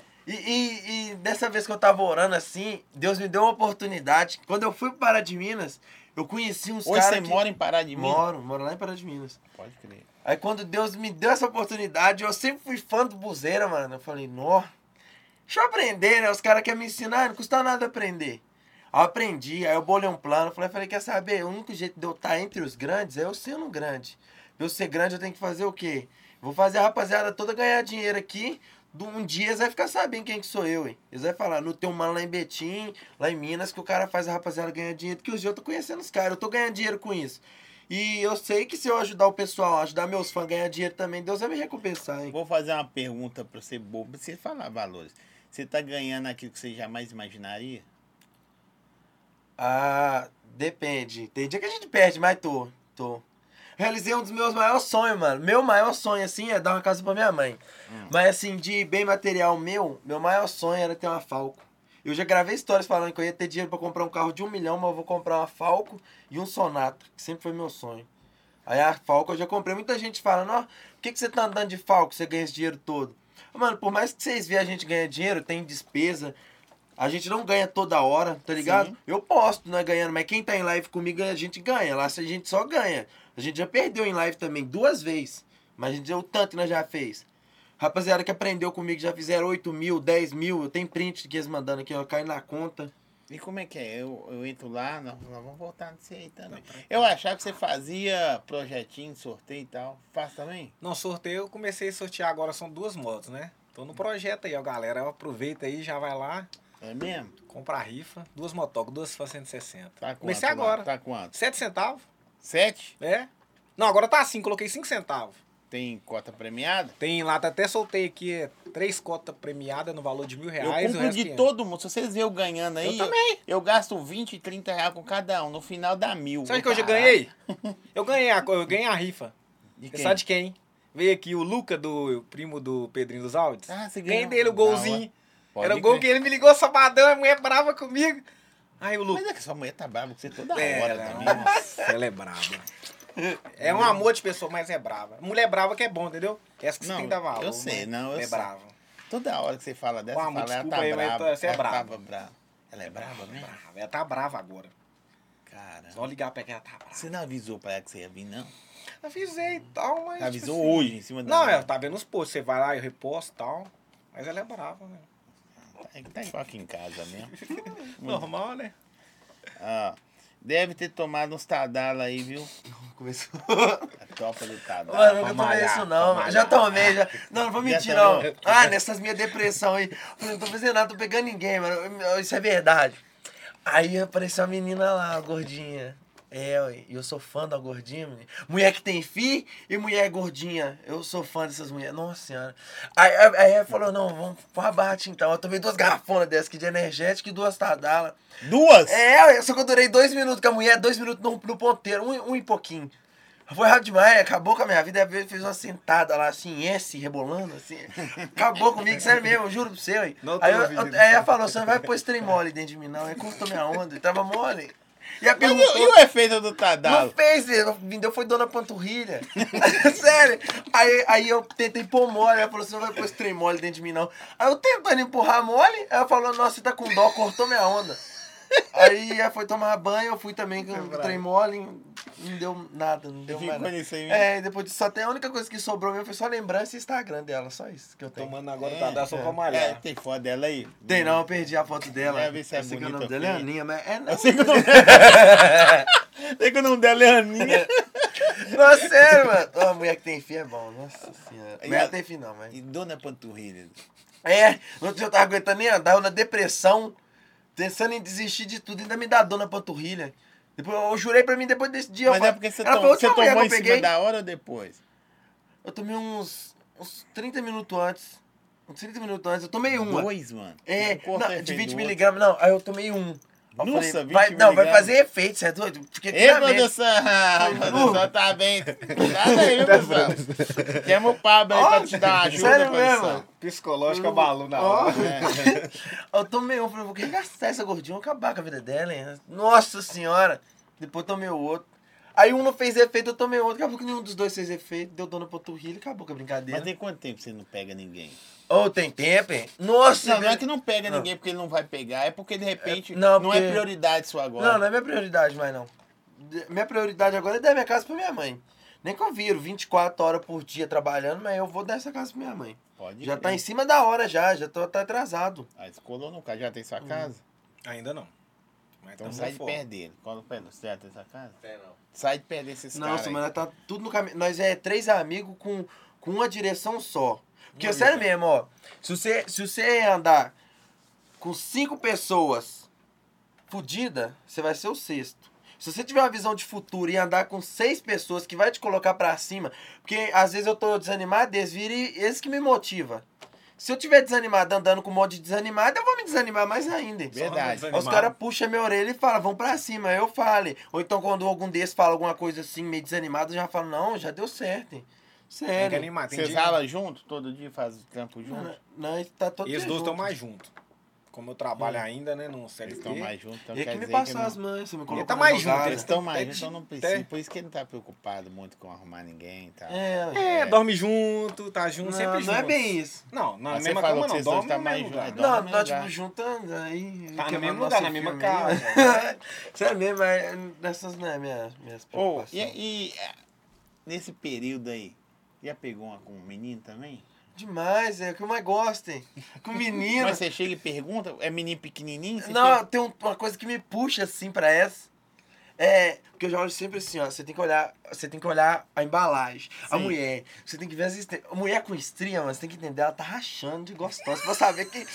E dessa vez que eu tava orando assim, Deus me deu uma oportunidade. Quando eu fui para Pará de Minas, eu conheci uns Hoje caras você mora em Pará de Minas? Moro lá em Pará de Minas. Pode crer. Aí quando Deus me deu essa oportunidade, eu sempre fui fã do Buzeira, mano. Eu falei, nó, deixa eu aprender, né? Os caras querem me ensinar, não custa nada aprender. Aí eu aprendi, aí eu bolei um plano, falei, quer saber? O único jeito de eu estar entre os grandes é eu sendo grande. Pra eu ser grande, eu tenho que fazer o quê? Vou fazer a rapaziada toda ganhar dinheiro aqui. Um dia eles vão ficar sabendo quem que sou eu, hein? Eles vão falar, não tem um mano lá em Betim, lá em Minas, que o cara faz a rapaziada ganhar dinheiro, porque hoje eu tô conhecendo os caras, eu tô ganhando dinheiro com isso. E eu sei que se eu ajudar o pessoal, ajudar meus fãs a ganhar dinheiro também, Deus vai me recompensar, hein? Vou fazer uma pergunta pra você boba, pra você falar valores. Você tá ganhando aquilo que você jamais imaginaria? Ah, depende. Tem dia que a gente perde, mas tô. Realizei um dos meus maiores sonhos, mano. Meu maior sonho, assim, é dar uma casa pra minha mãe. Mas, assim, de bem material meu maior sonho era ter uma Falco. Eu já gravei histórias falando que eu ia ter dinheiro pra comprar um carro de 1 milhão, mas eu vou comprar uma Falco e um Sonata, que sempre foi meu sonho. Aí a Falco eu já comprei. Muita gente falando, ó, por que você tá andando de Falco, você ganha esse dinheiro todo? Mano, por mais que vocês vejam a gente ganhar dinheiro, tem despesa. A gente não ganha toda hora, tá ligado? Sim. Eu posto, não é ganhando, mas quem tá em live comigo, a gente ganha. Lá a gente só ganha. A gente já perdeu em live também 2 vezes. Mas a gente deu o tanto que nós já fez. Rapaziada que aprendeu comigo já fizeram 8 mil, 10 mil. Eu tenho print que eles mandando aqui, ó, cai na conta. E como é que é? Eu entro lá, nós vamos voltar nisso aí também. Eu achava que você fazia projetinho, sorteio e tal. Faz também? Não, sorteio, eu comecei a sortear agora, são 2 motos, né? Tô no projeto aí, ó, galera. Aproveita aí, já vai lá, É mesmo? compra a rifa. 2 motocas, 2 Fan 160. Tá quanto Comecei lá? agora. Tá quanto? 7 centavos, 7? é? Não, agora tá assim, coloquei 5 centavos. Tem cota premiada? Tem lá, até soltei aqui 3 cotas premiadas no valor de R$1.000. Eu o compro resto de 500. todo mundo. Se vocês verem eu ganhando aí, Eu também. eu gasto 20, 30 reais com cada um. No final dá 1.000. Sabe que eu já Caralho. ganhei? Eu ganhei a rifa. De Você quem? sabe de quem? Veio aqui o Luca, do primo do Pedrinho dos Áudios. Ah, você Ganhei ganhou. dele o Da golzinho. Pode Era o gol crer. que ele me ligou sabadão, a mulher brava comigo. Aí o Luca. Mas é que sua mulher tá brava com você toda É, hora não, também. Né? nossa, ela é brava. É um amor de pessoa, mas é brava. Mulher brava que é bom, entendeu? Essa que você Não, tem que dar valor. eu sei, mas não, eu é sei. brava. Toda hora que você fala dessa, Ô, você amor, fala, ela desculpa tá aí, mas brava. você é ela brava. tava brava. Ela é brava mesmo? Brava. Ela tá brava agora. Cara, Só ligar pra ela, ela tá brava. você não avisou pra ela que você ia vir, não? Avisei e tal, mas. Avisou tipo assim, hoje, em cima da... Não, ela tá vendo os posts. Você vai lá e reposta e tal. Mas ela é brava, né? Tá igual aqui em casa mesmo. Normal, né? Ah, deve ter tomado uns Tadala aí, viu? Começou. A topa do Tadala. Mano, nunca pra tomei malhar, isso não. pra Já malhar. tomei, já. Não vou mentir Já não. tomou? Ah, nessas minhas depressão aí. Falei, não tô fazendo nada, tô pegando ninguém, mano. Isso é verdade. Aí apareceu uma menina lá, gordinha. E eu sou fã da gordinha, menino. Mulher que tem filho e mulher gordinha. Eu sou fã dessas mulheres. Nossa senhora. Aí ela falou, não, vamos abate então. Eu tomei 2 garrafonas dessas aqui de energético e 2 Tadala. 2? Só que eu durei 2 minutos com a mulher, 2 minutos no ponteiro, um e pouquinho. Foi rápido demais, acabou com a minha vida, fez uma sentada lá, assim, rebolando, assim. Acabou comigo, sério mesmo, eu juro pra você, ué. Aí ela falou, você não vai pôr esse trem mole dentro de mim, não. Aí cortou minha onda, ele tava mole. E o efeito do Tadalo? Não fez, me deu foi dona panturrilha. Sério. Aí eu tentei pôr mole, ela falou, você não vai pôr esse trem mole dentro de mim, não. Aí eu tentando empurrar mole, ela falou, nossa, você tá com dó, cortou minha onda. Aí ela foi tomar banho, eu fui também com o trem mole, não deu nada, não deu mais nada. Isso aí Depois disso, só tem a única coisa que sobrou mesmo foi só lembrança e Instagram dela, só isso que eu tenho. Tomando agora o Tadá só pra malhar. Tem foto dela aí? Tem não, eu perdi a foto dela. Deve ver se é bonita. Que o nome dela é Aninha, mas Eu sei que o nome sei que o nome dela é Aninha. Nossa, sério, mano. A mulher que tem filho é bom, nossa senhora. Mulher tem filho não, mas... E dona panturrilha? No outro dia eu tava aguentando nem andar, eu na depressão, pensando em desistir de tudo, ainda me dá dor na panturrilha. Depois, eu jurei pra mim depois desse dia. Mas é porque você tomou em cima da hora ou depois? Eu tomei uns 30 minutos antes. Uns 30 minutos antes. Eu tomei uma. 2, mano? Não, de 20 miligramas. Não, aí eu tomei um. Nossa, falei, 20 miligramas. Vai fazer efeito, você é doido? Porque produção, tá bem. Nada aí, produção. Chama o Pablo aí pra te dar uma ajuda, sério mesmo? Psicológica abalou na hora. Eu tomei um, falei, vou gastar essa gordinha, vou acabar com a vida dela, hein? Nossa senhora. Depois eu tomei o outro. Aí um não fez efeito, eu tomei outro. Acabou que nenhum dos dois fez efeito, deu dor na panturrilha, acabou com a brincadeira. Mas tem quanto tempo você não pega ninguém? Tem tempo, hein? Nossa! Não é que não pega ninguém porque ele não vai pegar, é porque de repente não é prioridade sua agora. Não é minha prioridade mais não. Minha prioridade agora é dar minha casa pra minha mãe. Nem que eu viro 24 horas por dia trabalhando, mas eu vou dar essa casa pra minha mãe. Já tá em cima da hora já tá atrasado. Aí você colou no carro, já tem sua casa? Ainda não. Mas então sai de perto dele. Cola o pé, você já tem sua casa? Tem não. Sai de perto desses caras. Nossa, mas tá tudo no caminho. Nós 3 amigos com uma direção só. Porque, sério mesmo, ó. Se você andar com 5 pessoas fodidas, você vai ser o 6º. Se você tiver uma visão de futuro e andar com 6 pessoas que vai te colocar pra cima, porque às vezes eu tô desanimado, eles viram eles que me motivam. Se eu tiver desanimado andando com um monte de desanimado, eu vou me desanimar mais ainda. Verdade. Os caras puxam minha orelha e falam, vamos pra cima, eu falo. Ou então quando algum desses fala alguma coisa assim, meio desanimado, eu já falo, não, já deu certo. Sério. Tem que animar. Vocês ralam junto? Todo dia faz trampo junto? Não, tá todo dia E os dois estão mais juntos. Como eu trabalho ainda, né, no CLT. Eles estão mais juntos. Então ele que me passou as mães, você me colocou. Ele tá mais junto. Eles estão mais juntos, então não precisa. Por isso que ele não tá preocupado muito com arrumar ninguém e tal. Dorme junto, tá junto, sempre junto. Não é bem isso. Não, na mesma cama não, dorme tá no mais mesmo lugar. Não, nós tipo juntando aí... Tá no mesmo lugar, na mesma casa. Sério mesmo, nessas não é minhas preocupações. E nesse período aí, já pegou uma com um menino também? Demais, é o que eu mais gosto, hein? Com menino. Mas você chega e pergunta, é menino pequenininho? Não, tem uma coisa que me puxa assim pra essa. Porque eu já olho sempre assim, ó. Você tem que olhar a embalagem. Sim. A mulher. Você tem que ver as estrelas. A mulher com estria, mas você tem que entender, ela tá rachando de gostosa. Pra saber que.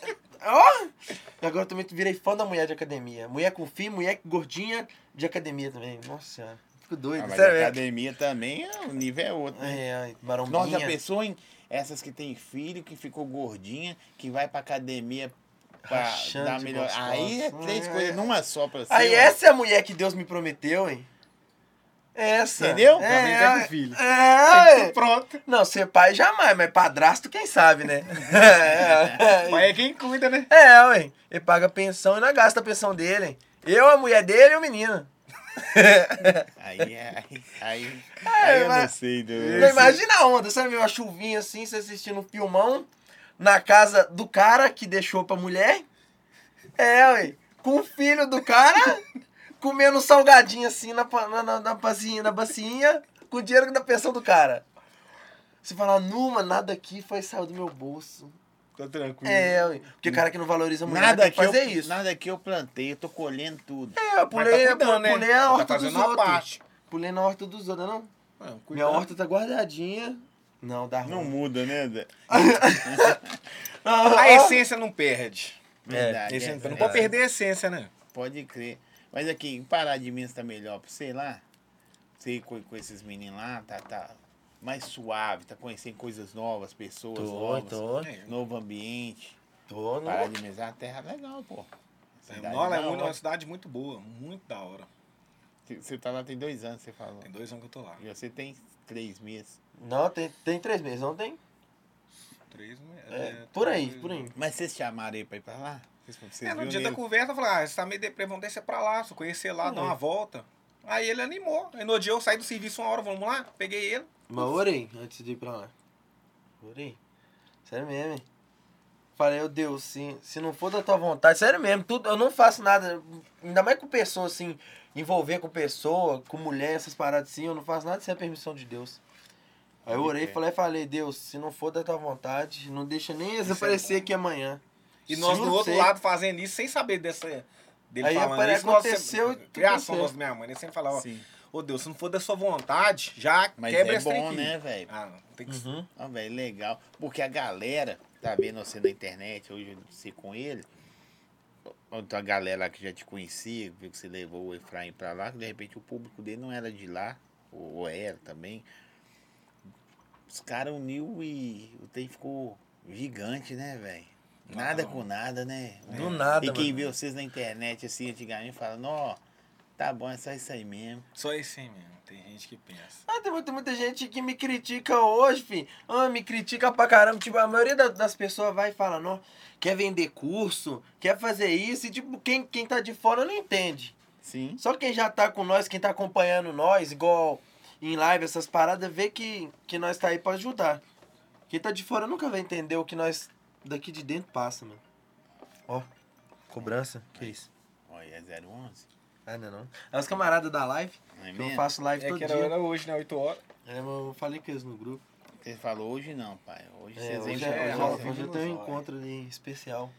E agora eu também virei fã da mulher de academia. Mulher com filho, mulher gordinha de academia também. Nossa senhora. Fico doido. Mas a academia também, o nível é outro. Né? Marombinha. Nossa, a pessoa essas que tem filho, que ficou gordinha, que vai pra academia pra dar melhor. Aí é 3 coisas numa só pra você. Aí essa é a mulher que Deus me prometeu, hein? Essa. Entendeu? Tá com filho. Pronto. Não, ser pai jamais, mas padrasto quem sabe, né? Pai é quem cuida, né? Ué. Ele paga pensão e não gasta a pensão dele, hein? Eu, a mulher dele e o menino. Aí eu não sei. Imagina a onda, sabe? Uma chuvinha assim, você assistindo um filmão na casa do cara que deixou pra mulher. Ué. Com o filho do cara, comendo um salgadinho assim na bacinha, com o dinheiro da pensão do cara. Você fala, Numa, nada aqui saiu do meu bolso. Tô tranquilo. Ué. Porque o cara que não valoriza a mulher tem que fazer isso. Nada que eu plantei, eu tô colhendo tudo. Eu pulei a horta tá dos outros. Pulei na horta dos outros, não? Minha horta tá guardadinha. Não, dá ruim. Não muda, né? A essência não perde. Verdade. Não pode perder a essência, né? Pode crer. Mas aqui, em Pará de Minas tá melhor pra você lá? Você ir com esses meninos lá, tá mais suave, tá conhecendo coisas novas, pessoas novas, novo ambiente. Pará de Minas é uma terra legal, pô. Nola é uma cidade muito boa, muito da hora. Você tá lá tem 2 anos, você falou. Tem 2 anos que eu tô lá. E você tem 3 meses. Não, tem 3 meses, não tem? 3 meses. Por aí. Mas vocês chamaram ele pra ir pra lá? No dia da conversa, eu falei, você tá meio deprê, vamos descer pra lá, só conhecer lá, dar uma volta. Aí ele animou. Aí no dia eu saí do serviço 1 hora, vamos lá, peguei ele. Mas orei antes de ir pra lá. Orei. Sério mesmo, hein? Falei, meu Deus, se não for da tua vontade, sério mesmo, tudo, eu não faço nada, ainda mais com pessoa, assim, envolver com pessoa, com mulher, essas paradas assim, eu não faço nada sem a permissão de Deus. Aí eu orei e falei, Deus, se não for da tua vontade, não deixa nem eles aparecer aqui amanhã. E nós do outro lado fazendo isso, sem saber dele aí falando isso. Aconteceu criação da minha mãe, ele sempre falava, ô Deus, se não for da sua vontade, já mas quebra esse trem bom, aqui. né, velho? Ah, não, tem que... velho, legal. Porque a galera tá vendo você na internet, hoje você com ele, outra galera lá que já te conhecia, viu que você levou o Efraim pra lá, que de repente o público dele não era de lá, ou era também. Os caras uniu e o trem ficou gigante, né, velho? Nada com nada, né? Do nada, E quem vê vocês na internet, assim, antigamente, fala, não, tá bom, é só isso aí mesmo. Só isso aí mesmo, tem gente que pensa. Tem muita gente que me critica hoje, filho. Me critica pra caramba. Tipo, a maioria das pessoas vai e fala, não, quer vender curso, quer fazer isso. E, tipo, quem tá de fora não entende. Sim. Só quem já tá com nós, quem tá acompanhando nós, igual em live, essas paradas, vê que nós tá aí pra ajudar. Quem tá de fora nunca vai entender o que nós daqui de dentro passa, mano. Ó, cobrança, que isso? Olha, é 011. Não. É os camaradas da live, que eu faço live todo dia. Era hoje, né, 8 horas. Eu falei com eles no grupo. Você falou hoje não, pai. Hoje vocês hoje eu tenho um encontro ali especial.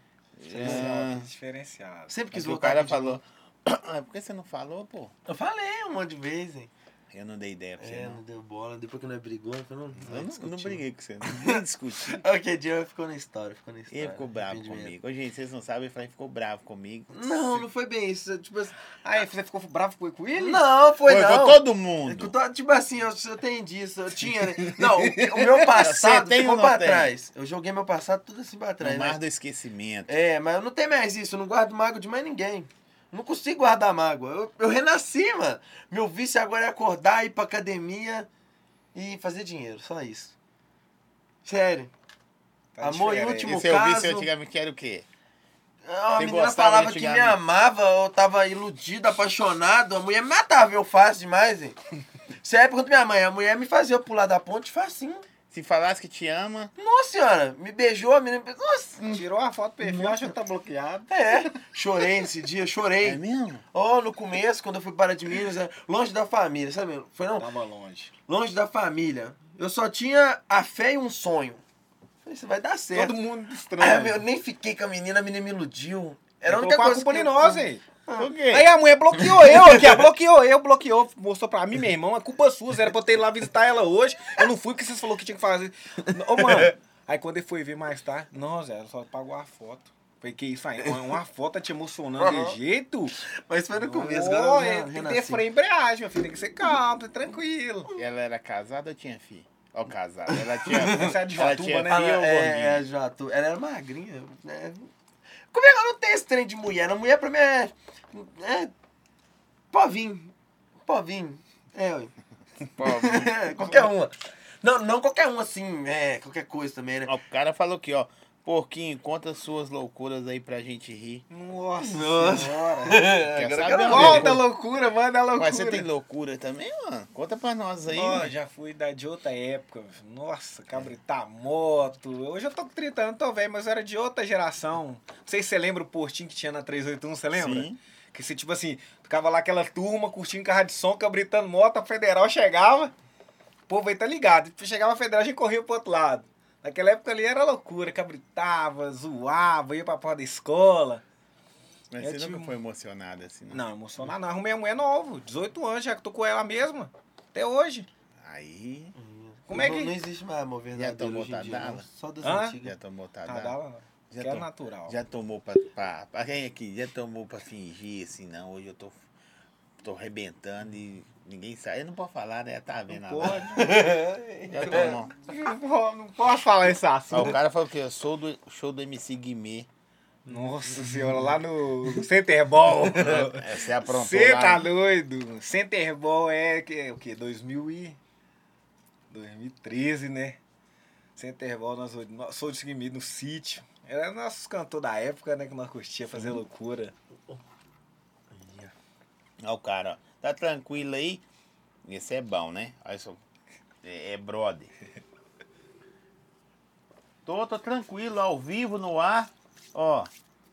Diferenciado. Sempre quis o voltar. O cara falou, por que você não falou, pô? Eu falei um monte de vezes, hein. Eu não dei ideia pra você, não deu bola. Depois que nós brigou, eu falei, não briguei com você, nem discuti. Ok, dia ficou na história. Ele ficou bravo comigo. Ô, gente, vocês não sabem, ele ficou bravo comigo. Não foi bem isso. Tipo assim... Aí você ficou bravo com ele? Não, foi não. Foi todo mundo. Tipo assim, eu tenho disso, eu tinha, né? Não, o meu passado ficou pra trás. Eu joguei meu passado tudo assim pra trás. No mar do esquecimento. Mas eu não tenho mais isso, eu não guardo mágoa de mais ninguém. Não consigo guardar mágoa. Eu renasci, mano. Meu vício agora é acordar, ir pra academia e fazer dinheiro. Só isso. Sério. Tá amor em último caso... caso... E seu vício antigamente era o quê? A menina falava que me amava, eu tava iludido, apaixonado. A mulher me matava, eu faço demais, hein? Sério, pergunta minha mãe. A mulher me fazia eu pular da ponte facinho. Se falasse que te ama... Nossa senhora, me beijou, a menina... Nossa. Tirou a foto do perfil, acho que tá bloqueado. Chorei nesse dia, chorei. É mesmo? No começo, quando eu fui para de Minas, longe da família, sabe? Foi não? Tava longe. Longe da família. Eu só tinha a fé e um sonho. Falei, isso vai dar certo. Todo mundo estranho. Eu nem fiquei com a menina me iludiu. Era a única coisa culpa de nós, hein? Por quê? Aí a mulher bloqueou eu aqui, bloqueou, mostrou pra mim, meu irmão, é culpa sua, era pra eu ter ido lá visitar ela hoje, eu não fui porque vocês falaram que tinha que fazer. Ô, mano, aí quando ele foi ver mais tarde, nossa, ela só pagou a foto. Falei, que isso aí, uma foto te emocionando de jeito? Mas foi no começo, tem que ter freio e embreagem, meu filho, tem que ser calmo, tranquilo. Ela era casada ou tinha filho? Ó, casada, ela tinha... Essa é de Jatuba, né? É, Jatuba. Ela era magrinha, né? Como é que eu não tenho esse trem de mulher? A mulher pra mim é povinho. Povinho. Ué. Qualquer uma. Não qualquer uma, assim, qualquer coisa também, né? Ó, o cara falou aqui, ó. Porquinho, conta suas loucuras aí pra gente rir. Nossa senhora. Conta loucura, manda loucura. Mas você tem loucura também, mano? Conta pra nós aí, mano. Já fui de outra época. Nossa, cabritar moto. Hoje eu tô com 30 anos, tô velho, mas eu era de outra geração. Não sei se você lembra o postinho que tinha na 381, você lembra? Sim. Que você, tipo assim, ficava lá aquela turma, curtindo carro de som, cabritando moto, a Federal chegava, o povo aí tá ligado. Chegava a Federal, a gente corria pro outro lado. Naquela época ali era loucura, cabritava, zoava, ia pra porta da escola. Mas você nunca foi emocionado assim, né? Não, emocionado não. Arrumei a mulher novo, 18 anos, já que tô com ela mesma, até hoje. Aí... Como é que... Não existe mais amor verdadeiro já tomou hoje em dia, Tadala? Só das antigas. Já tomou Tadala? que é natural. Já tomou pra quem aqui? Já tomou pra fingir assim, não? Hoje eu tô arrebentando e ninguém sabe. Eu não posso falar, né? Tá vendo? Não pode. Já tomou. Não posso falar esse assunto. O cara falou que eu sou do show do MC Guimê. Nossa senhora, lá no Centerball. Você aprontou Você lá. tá doido? Centerball é o quê? 2013, né? Centerball, nós sou de Guimê no sítio. Era nossos cantores da época, né? Que nós curtia fazer loucura. Olha o cara, ó. Tá tranquilo aí? Esse é bom, né? Olha só. É brother. Tô tranquilo, ao vivo, no ar. Ó.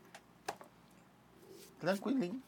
Tranquilinho.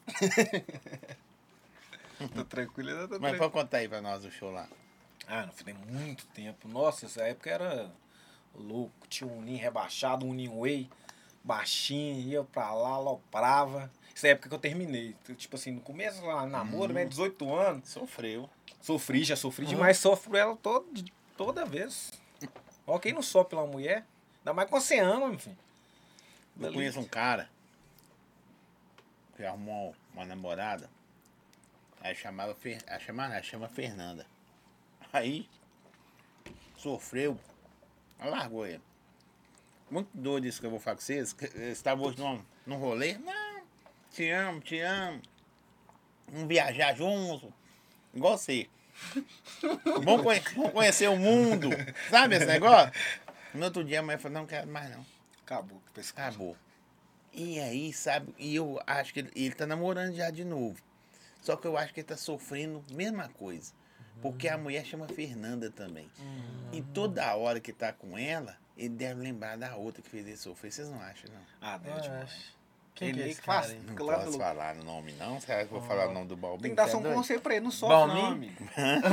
Tô tranquilo, tô tranquilo. Mas pode contar aí pra nós o show lá. Ah, não tem muito tempo. Nossa, essa época era louco. Tinha um ninho rebaixado, um ninho whey, baixinho, ia pra lá, aloprava. Essa época que eu terminei. Tipo assim, no começo lá, namoro, né? 18 anos. Sofreu. Já sofri demais. Sofro ela toda vez. Ó, quem não sofre pela mulher? Ainda mais quando você ama, enfim. Eu conheço um cara que arrumou uma namorada. Aí chama Fernanda. Aí sofreu. Ela largou ele. Muito doido isso que eu vou falar com vocês. Eles estavam hoje num rolê. Não, te amo. Vamos viajar juntos. Igual você. Vamos conhecer o mundo. Sabe esse negócio? No outro dia a mãe falou, não quero mais não. Acabou. Acabou. E aí, sabe, e eu acho que ele tá namorando já de novo. Só que eu acho que ele tá sofrendo a mesma coisa. Porque a mulher chama Fernanda também. E toda hora que tá com ela, ele deve lembrar da outra que fez ele sofrer. Vocês não acham, não? Ah, deve demais. Quem que é Ele esse cara faz. aí? Não Claro, posso falar o nome, não. Será que eu vou falar o nome do Balbinho? tem que dar Você só é um doido? conselho pra ele, não sofre Balbinho? não, amigo.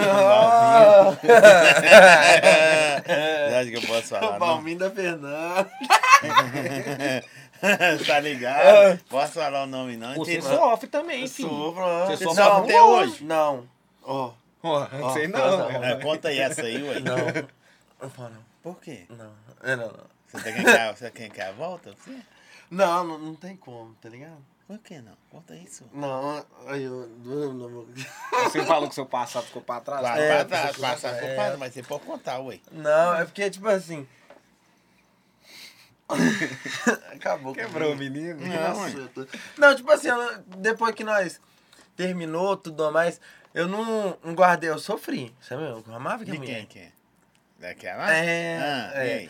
Você acha que eu posso falar, O não? Balminho da Fernanda. Tá ligado? Posso falar o nome, não? Você Entendeu? sofre também, filho. Sofro. Você sofre Não, algum até hoje. Não. Ó. Não sei não. não. Conta aí essa aí, ué. Não. Não fala não. Por quê? Não. Não. Você quer que a volta? Você? Não tem como, tá ligado? Por que não? Conta isso. Não, aí eu... Você falou que seu passado ficou pra trás? Passar culpado, mas você pode contar, ué. Não, é porque, tipo assim... Acabou. Quebrou o menino? Não, tipo assim, depois que nós terminou tudo mais, eu não guardei, eu sofri. Sabe? Eu amava que a De mulher. quem? Daquela? É. E aí?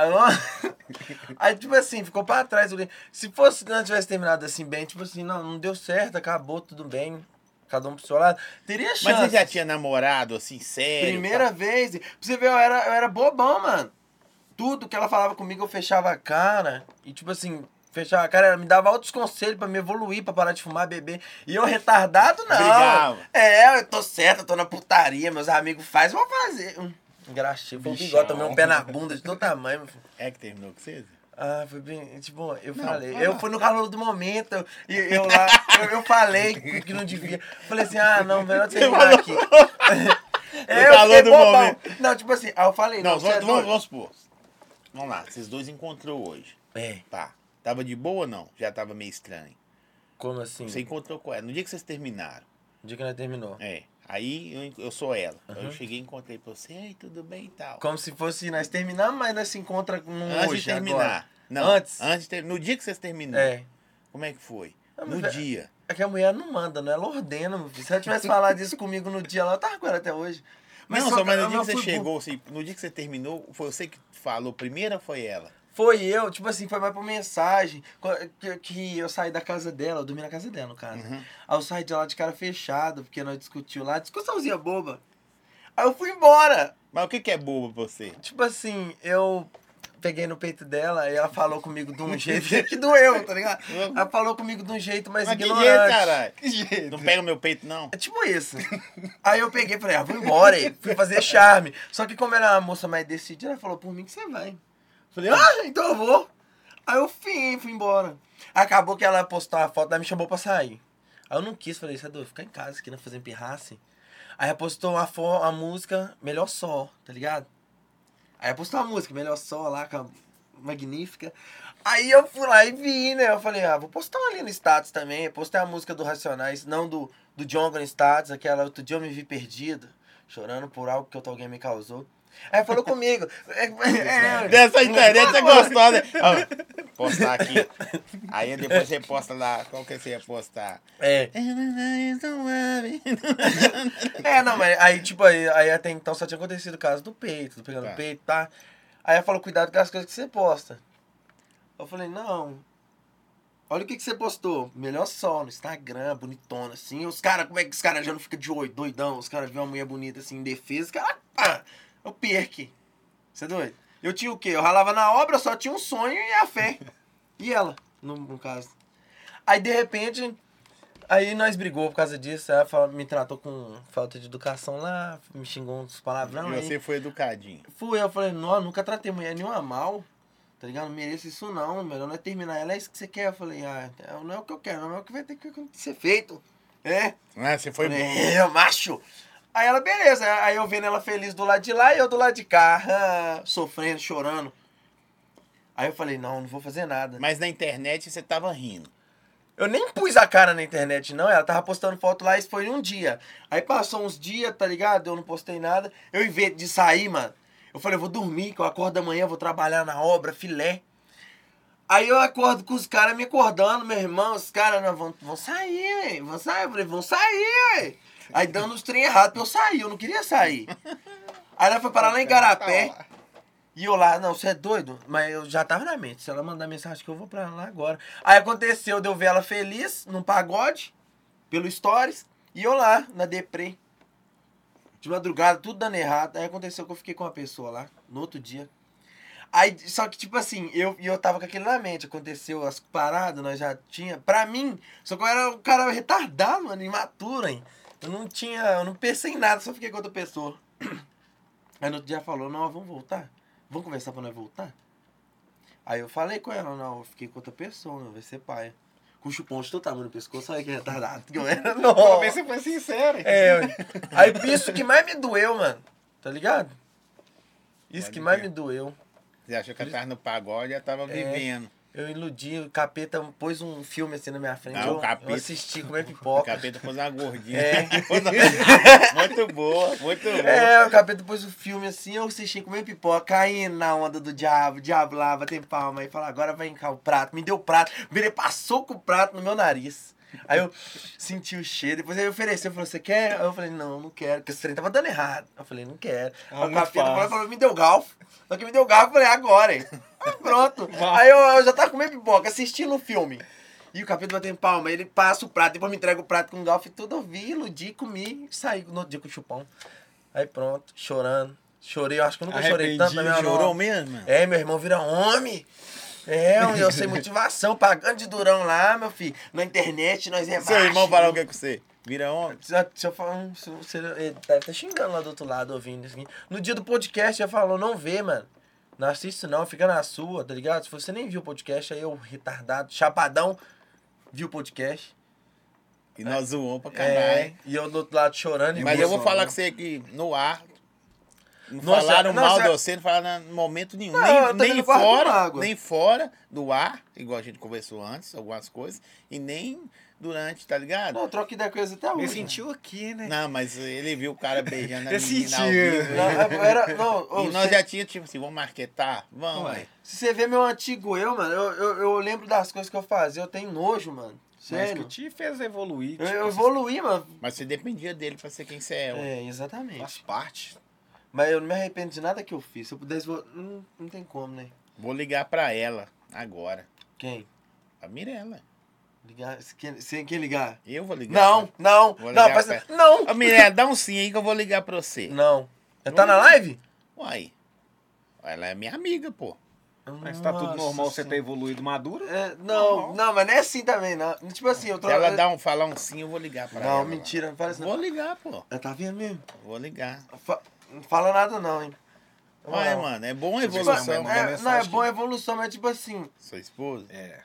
Aí, tipo assim, ficou pra trás. Se fosse, não tivesse terminado assim bem, tipo assim, não deu certo, acabou, tudo bem. Cada um pro seu lado. Teria chance. Mas você já tinha namorado, assim, sério? Primeira vez. Pra você ver, eu era bobão, mano. Tudo que ela falava comigo, eu fechava a cara. E, tipo assim, fechava a cara, ela me dava outros conselhos pra me evoluir, pra parar de fumar, beber. E eu, retardado, não. Brigava. Eu tô certo, eu tô na putaria, meus amigos fazem, vou fazer. Engraxei, foi um bigode, tomei um pé na bunda de todo tamanho, meu filho. É que terminou com você? Ah, foi bem, tipo, eu Não, falei, fala. eu fui no calor do momento, eu falei que não devia. Falei assim, não, melhor terminar aqui. No calor do momento. Não, tipo assim, aí eu falei, Não, você é doido. vamos supor. Vamos lá, vocês dois encontrou hoje. Pá. Tava de boa ou não? Já tava meio estranho. Como assim? Você encontrou com ela. No dia que vocês terminaram. O dia que nós terminou. Aí eu sou ela. Eu cheguei e encontrei pra você. Ei, tudo bem e tal. Como se fosse, nós terminamos, mas nós se encontra Antes hoje, de terminar. agora. Não, Antes? no dia que vocês terminaram. Como é que foi? No mas dia. É que a mulher não manda, não, ela ordena, meu filho. Se ela tivesse falado isso comigo no dia lá, eu tava com ela até hoje. Mas só no dia eu que você fui chegou, assim, no dia que você terminou, foi você que falou primeiro ou foi ela? Foi eu, tipo assim, foi mais por mensagem. Que eu saí da casa dela, eu dormi na casa dela, no caso. Aí eu saí de lá de cara fechada, porque nós discutiu lá, discussãozinha boba. Aí eu fui embora. Mas o que é bobo pra você? Tipo assim, eu peguei no peito dela e ela falou comigo de um jeito que doeu, tá ligado? Ela falou comigo de um jeito mais Mas que ignorante. jeito, caralho? Que jeito? Não pega o meu peito, não? É tipo isso. Aí eu peguei e falei, vou embora. E fui fazer charme. Só que como ela é uma moça mais decidida, ela falou, por mim que você vai. Falei, então eu vou. Aí eu fui embora. Acabou que ela postou uma foto, ela me chamou pra sair. Aí eu não quis, falei, você é doido, ficar em casa aqui, né, fazendo pirraça. Aí ela postou a música Melhor Só, tá ligado? Aí ela postou a música Melhor Só lá, magnífica. Aí eu fui lá e vi, né? Eu falei, vou postar ali no status também. Eu postei a música do Racionais, não do Djonga no status, aquela outro dia eu me vi perdido, chorando por algo que alguém me causou. Aí falou comigo. Dessa internet é gostosa. Postar aqui. Aí depois você posta lá. Qual que você ia postar? Não, mas aí tipo, aí até então só tinha acontecido o caso do peito, pegando o peito, tá? Aí ela falou, cuidado com as coisas que você posta. Eu falei, não. Olha o que você postou. Melhor só no Instagram, bonitona, assim. Os caras, como é que os caras já não ficam de olho, doidão? Os caras veem uma mulher bonita, assim, em defesa. Os caras, eu perco. Você é doido? Eu tinha o quê? Eu ralava na obra, só tinha um sonho e a fé. E ela, no caso. Aí, de repente, aí nós brigou por causa disso. Ela me tratou com falta de educação lá, me xingou uns palavrão. E você foi educadinho? Fui, eu falei, não, nunca tratei mulher nenhuma mal. Tá ligado? Não mereço isso não, melhor não é terminar. Ela é isso que você quer? Eu falei, não é o que eu quero, não é o que vai ter que ser feito. Você foi bom. Macho. Aí ela, beleza. Aí eu vendo ela feliz do lado de lá e eu do lado de cá, sofrendo, chorando. Aí eu falei, não vou fazer nada. Mas na internet você tava rindo. Eu nem pus a cara na internet, não. Ela tava postando foto lá, isso foi um dia. Aí passou uns dias, tá ligado? Eu não postei nada. Eu, em vez de sair, mano, eu falei, eu vou dormir, que eu acordo amanhã, vou trabalhar na obra, filé. Aí eu acordo com os caras me acordando, meu irmão, os caras vão sair, ué, vão sair. Eu falei, vão sair, ué. Aí dando os trem errados pra eu sair, eu não queria sair. Aí ela foi parar lá em Igarapé. E eu lá, não, você é doido? Mas eu já tava na mente, se ela mandar mensagem que eu vou pra lá agora. Aí aconteceu de eu ver ela feliz, num pagode, pelo Stories, e eu lá, na deprê. De madrugada, tudo dando errado. Aí aconteceu que eu fiquei com uma pessoa lá, no outro dia. Aí, só que tipo assim, eu tava com aquilo na mente. Aconteceu as paradas, nós já tinha. Pra mim, só que eu era um cara retardado, mano, imaturo, hein. Eu não pensei em nada, só fiquei com outra pessoa. Aí no outro dia falou, não, vamos voltar? Vamos conversar pra nós voltar? Aí eu falei com ela, não, eu fiquei com outra pessoa, não vai ser pai. Com o chupão de todo tamanho no pescoço, olha que retardado que eu era, não. Pelo menos você foi sincero. Aí isso que mais me doeu, mano, tá ligado? Isso que mais me doeu. Você achou que eu tava no pagode e eu tava vivendo. Eu iludi, o capeta pôs um filme assim na minha frente, o capeta, eu assisti comer pipoca. O capeta pôs uma gordinha. Muito boa. O capeta pôs um filme assim, eu assisti comer pipoca, caí na onda do diabo, o diabo lá, bateu palma, aí falou, agora vai encar o prato, me deu o prato, ele passou com o prato no meu nariz. Aí eu senti o cheiro, depois ele ofereceu, falou, você quer? Aí eu falei, não quero, porque esse trem tava dando errado. Eu falei, não quero. Aí o capeta falou, me deu garfo. Só que me deu garfo, eu falei, agora, hein. Aí pronto. Aí eu já tava comendo pipoca, assistindo o filme. E o capeta batendo palma, ele passa o prato, depois me entrega o prato com garfo e tudo, eu vi, iludi, comi, saí no outro dia com o chupão. Aí pronto, chorando. Chorei, eu acho que eu nunca chorei tanto na minha vida. Chorou mesmo? Meu irmão vira homem. Eu sem motivação, pagando de durão lá, meu filho. Na internet, nós é Seu irmão falou o que é com você? Vira homem? Se eu falar, ele deve estar xingando lá do outro lado, ouvindo assim. No dia do podcast, ele falou, não vê, mano. Não assiste não, fica na sua, tá ligado? Se você nem viu o podcast, aí eu, retardado, chapadão, viu o podcast. E nós zoamos pra caralho. E eu do outro lado chorando. Mas eu vou falar com você aqui, no ar. Não falaram mal de você, não falaram em momento nenhum. Não, nem fora do ar, igual a gente conversou antes, algumas coisas, e nem durante, tá ligado? Não, eu troco ideia com eles até hoje. Ele sentiu aqui, né? Não, mas ele viu o cara beijando a menina ao vivo. E nós já tínhamos, tipo assim, vamos marketar? Vamos, ué. Se você ver meu antigo mano, eu lembro das coisas que eu fazia, eu tenho nojo, mano. Sério? Mas que te fez evoluir. Eu evoluí, mano. Mas você dependia dele pra ser quem você é, ué. Exatamente. Faz parte. Mas eu não me arrependo de nada que eu fiz. Se eu pudesse, não tem como, né? Vou ligar pra ela agora. Quem? A Mirella. Ligar? Quem ligar? Eu vou ligar. Não. Ô, Mirella, dá um sim aí que eu vou ligar pra você. Não. Ela tá na live? Uai. Ela é minha amiga, pô. Mas tá tudo normal, você ter evoluído maduro? Não, mas não é assim também, não. Tipo assim, eu tô... Se ela falar um sim, eu vou ligar pra ela. Não, mentira, não parece não. Vou ligar, pô. Ela tá vendo mesmo? Vou ligar. Não fala nada não, hein. Ué, mano, é bom a evolução. Não, é boa a evolução, mas tipo assim... Sua esposa?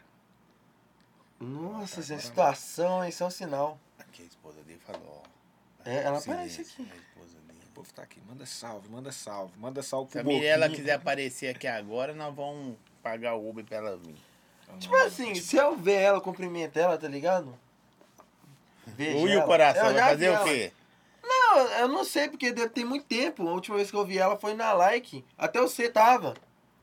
Nossa, essa situação, isso é um sinal. Aqui a esposa dele falou, ó. Ela aparece aqui. A esposa dele. O povo tá aqui, manda salve. Manda salve Se a Mirella quiser aparecer aqui agora, nós vamos pagar o Uber pra ela vir. Tipo assim, se eu ver ela, cumprimento ela, tá ligado? Vejo E o ela. coração, Eu vai já fazer vi o ela. quê? Não, eu não sei, porque deve ter muito tempo. A última vez que eu vi ela foi na Like. Até você tava.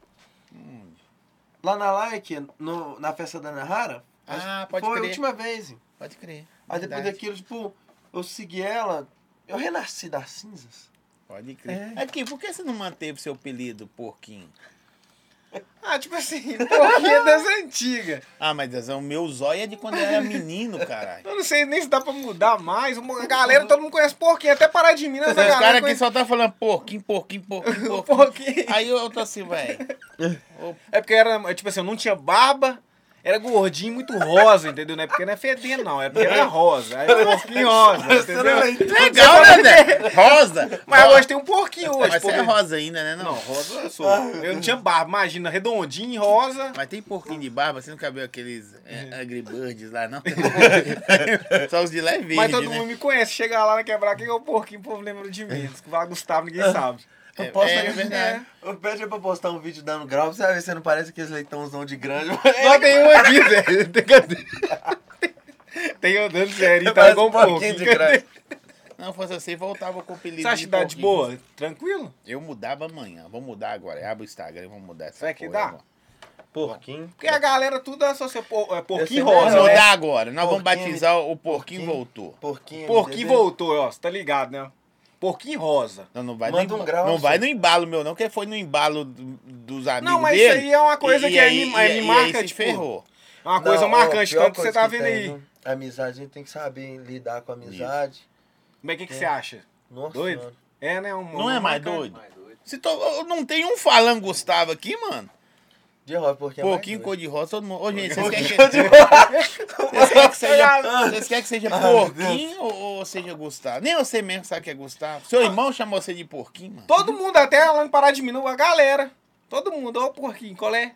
Lá na Like, na festa da Nahara. Pode foi crer. a última vez. Pode crer. Aí depois daquilo, tipo, eu segui ela. Eu renasci das cinzas. Pode crer. Aqui, por que você não manteve seu apelido, Porquinho? Tipo assim, porquinho das antigas. Mas o meu zóio é de quando eu era menino, caralho. Eu não sei nem se dá pra mudar mais. A galera, todo mundo conhece porquinho, até parar de Minas. Os caras aqui só tá falando porquinho. Porquinho. Aí eu tô assim, velho. É porque era, tipo assim, eu não tinha barba, era gordinho, muito rosa, entendeu? Não é porque não é fedendo, não. É porque era rosa. Aí porquinho rosa, entendeu? Legal, né, Zé? Rosa. Mas agora tem um porquinho hoje. Mas você é rosa ainda, né? Não, rosa eu sou. Eu não tinha barba, imagina, redondinho, rosa. Mas tem porquinho de barba, você nunca viu aqueles Angry Birds lá, não? Só os de leve verde, Mas todo né? mundo me conhece. Chega lá na quebrar, quem é o porquinho, o povo lembra de mim. Se vai Gustavo, ninguém sabe. É verdade. Eu pedi pra postar um vídeo dando grau, pra você ver se não parece aqueles leitãozão de grande. Só tem um aqui, velho. Tem um dando sério, tá igual um porquinho de grande. Não, fosse assim, voltava com o apelido Você acha que dá de boa? Tranquilo? Eu mudava amanhã. Vou mudar agora. Abre o Instagram e vamos mudar essa Vai que porra, dá? irmão. Porquinho. Porque a galera tudo associa porquinho Esse Vamos rosa, né? mudar agora. Nós vamos Porquinho, batizar o Porquinho Voltou. Porquinho voltou, ó. Você tá ligado, né? Porquinho rosa. Não vai Manda um grau, não vai senhor. no embalo meu, não, que foi no embalo dos amigos Não, mas dele. isso aí é uma coisa que me aí marca, se tipo, ferrou. É uma coisa marcante, tanto que você tá vendo aí. Amizade, a gente tem que saber lidar com a amizade. Mas o que você acha? Nossa Doido? senhora. É, né? Não é mais doido? Não tem um falando Gustavo aqui, mano. De rosa, porque é mais Porquinho doido. cor-de-rosa, todo mundo. Ô, gente, Porquinho vocês querem que seja Porquinho ou seja Gustavo? Nem você mesmo sabe que é Gustavo. Seu irmão chamou você de Porquinho, mano? Todo mundo, até lá em Pará de Minas, a galera. Todo mundo, ó o porquinho, qual é?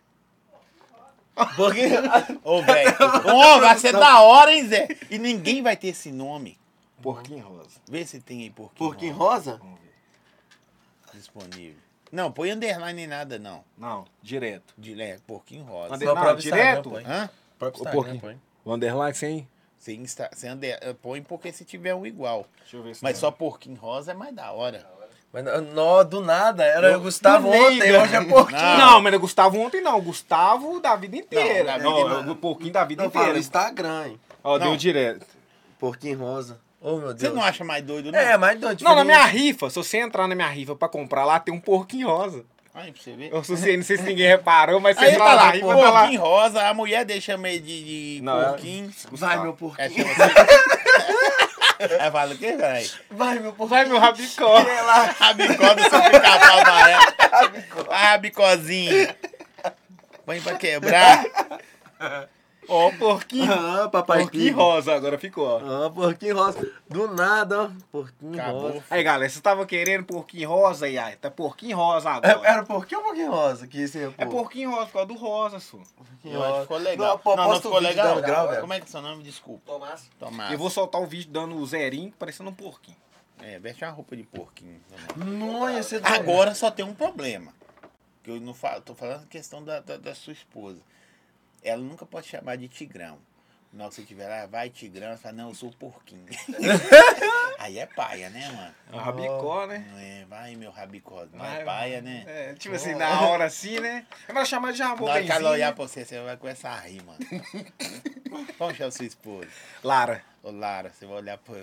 Ô, velho. Ô, vai ser da hora, hein, Zé? E ninguém vai ter esse nome. Porquinho rosa. Vê se tem aí Porquinho. Porquinho rosa? Vamos ver. Disponível. Não, põe underline nem nada, não. Não, direto. Porquinho rosa. Não, próprio direto? Instagram, Hã? Próprio O Instagram, porquinho. põe. O underline sem? Põe porque se tiver um igual. Deixa eu ver se Mas não. só Porquinho rosa é mais da hora. Mas não, do nada. Era o Gustavo do ontem, nada. hoje é Porquinho. Não, mas não é Gustavo ontem, não. Gustavo da vida inteira. Não, Não, o porquinho da vida Não, fala inteira. Instagram, hein. Ó, Não. deu direto. Porquinho rosa. Oh, meu Deus. Você não acha mais doido, não? É, mais doido. Não, na minha diferente. rifa, se você entrar na minha rifa pra comprar lá, tem um porquinho rosa. Aí, pra você ver. Eu não sei se ninguém reparou, mas você Aí entra tá lá, na rifa, tá lá. Porquinho rosa, a mulher deixa meio de Não, Porquinho. Vai, meu porquinho. É, chama assim. Aí fala o quê, velho? Vai, meu porquinho. Vai, meu rabicó. Rabicó do seu pica-pau amarelo. Vai, rabicozinho. Põe pra quebrar. Ó, porquinho. Ah, papai Porquinho Pig. rosa, agora ficou, ó. Ah, porquinho rosa. Do nada, ó. Porquinho Acabou. rosa. Aí, galera, vocês estavam querendo porquinho rosa, e aí, tá porquinho rosa agora. Era porquinho ou porquinho rosa? Que isso aí, É porquinho rosa, por causa do rosa, su. porquinho Eu acho que ficou legal. Não, pô, Não posta ficou o vídeo legal. dando grau, velho. Como é que é seu nome? Desculpa. Tomás. Tomás. Eu vou soltar o vídeo dando o zerinho, parecendo um porquinho. Veste uma roupa de porquinho. Nossa, você Agora só tem um problema. Que eu não falo, tô falando questão da sua esposa. Ela nunca pode chamar de Tigrão. Na hora que você estiver lá, vai Tigrão, você fala, não, eu sou o porquinho. Aí é paia, né, mano? É o rabicó, né? Vai, meu rabicó. Não é paia, né? É, tipo assim, na hora assim, né? É pra chamar de jambu Na hora que ela olhar benzinho. pra você, você vai começar a rir, mano. Vamos chamar sua esposa. Lara. Ô, Lara, você vai olhar pra...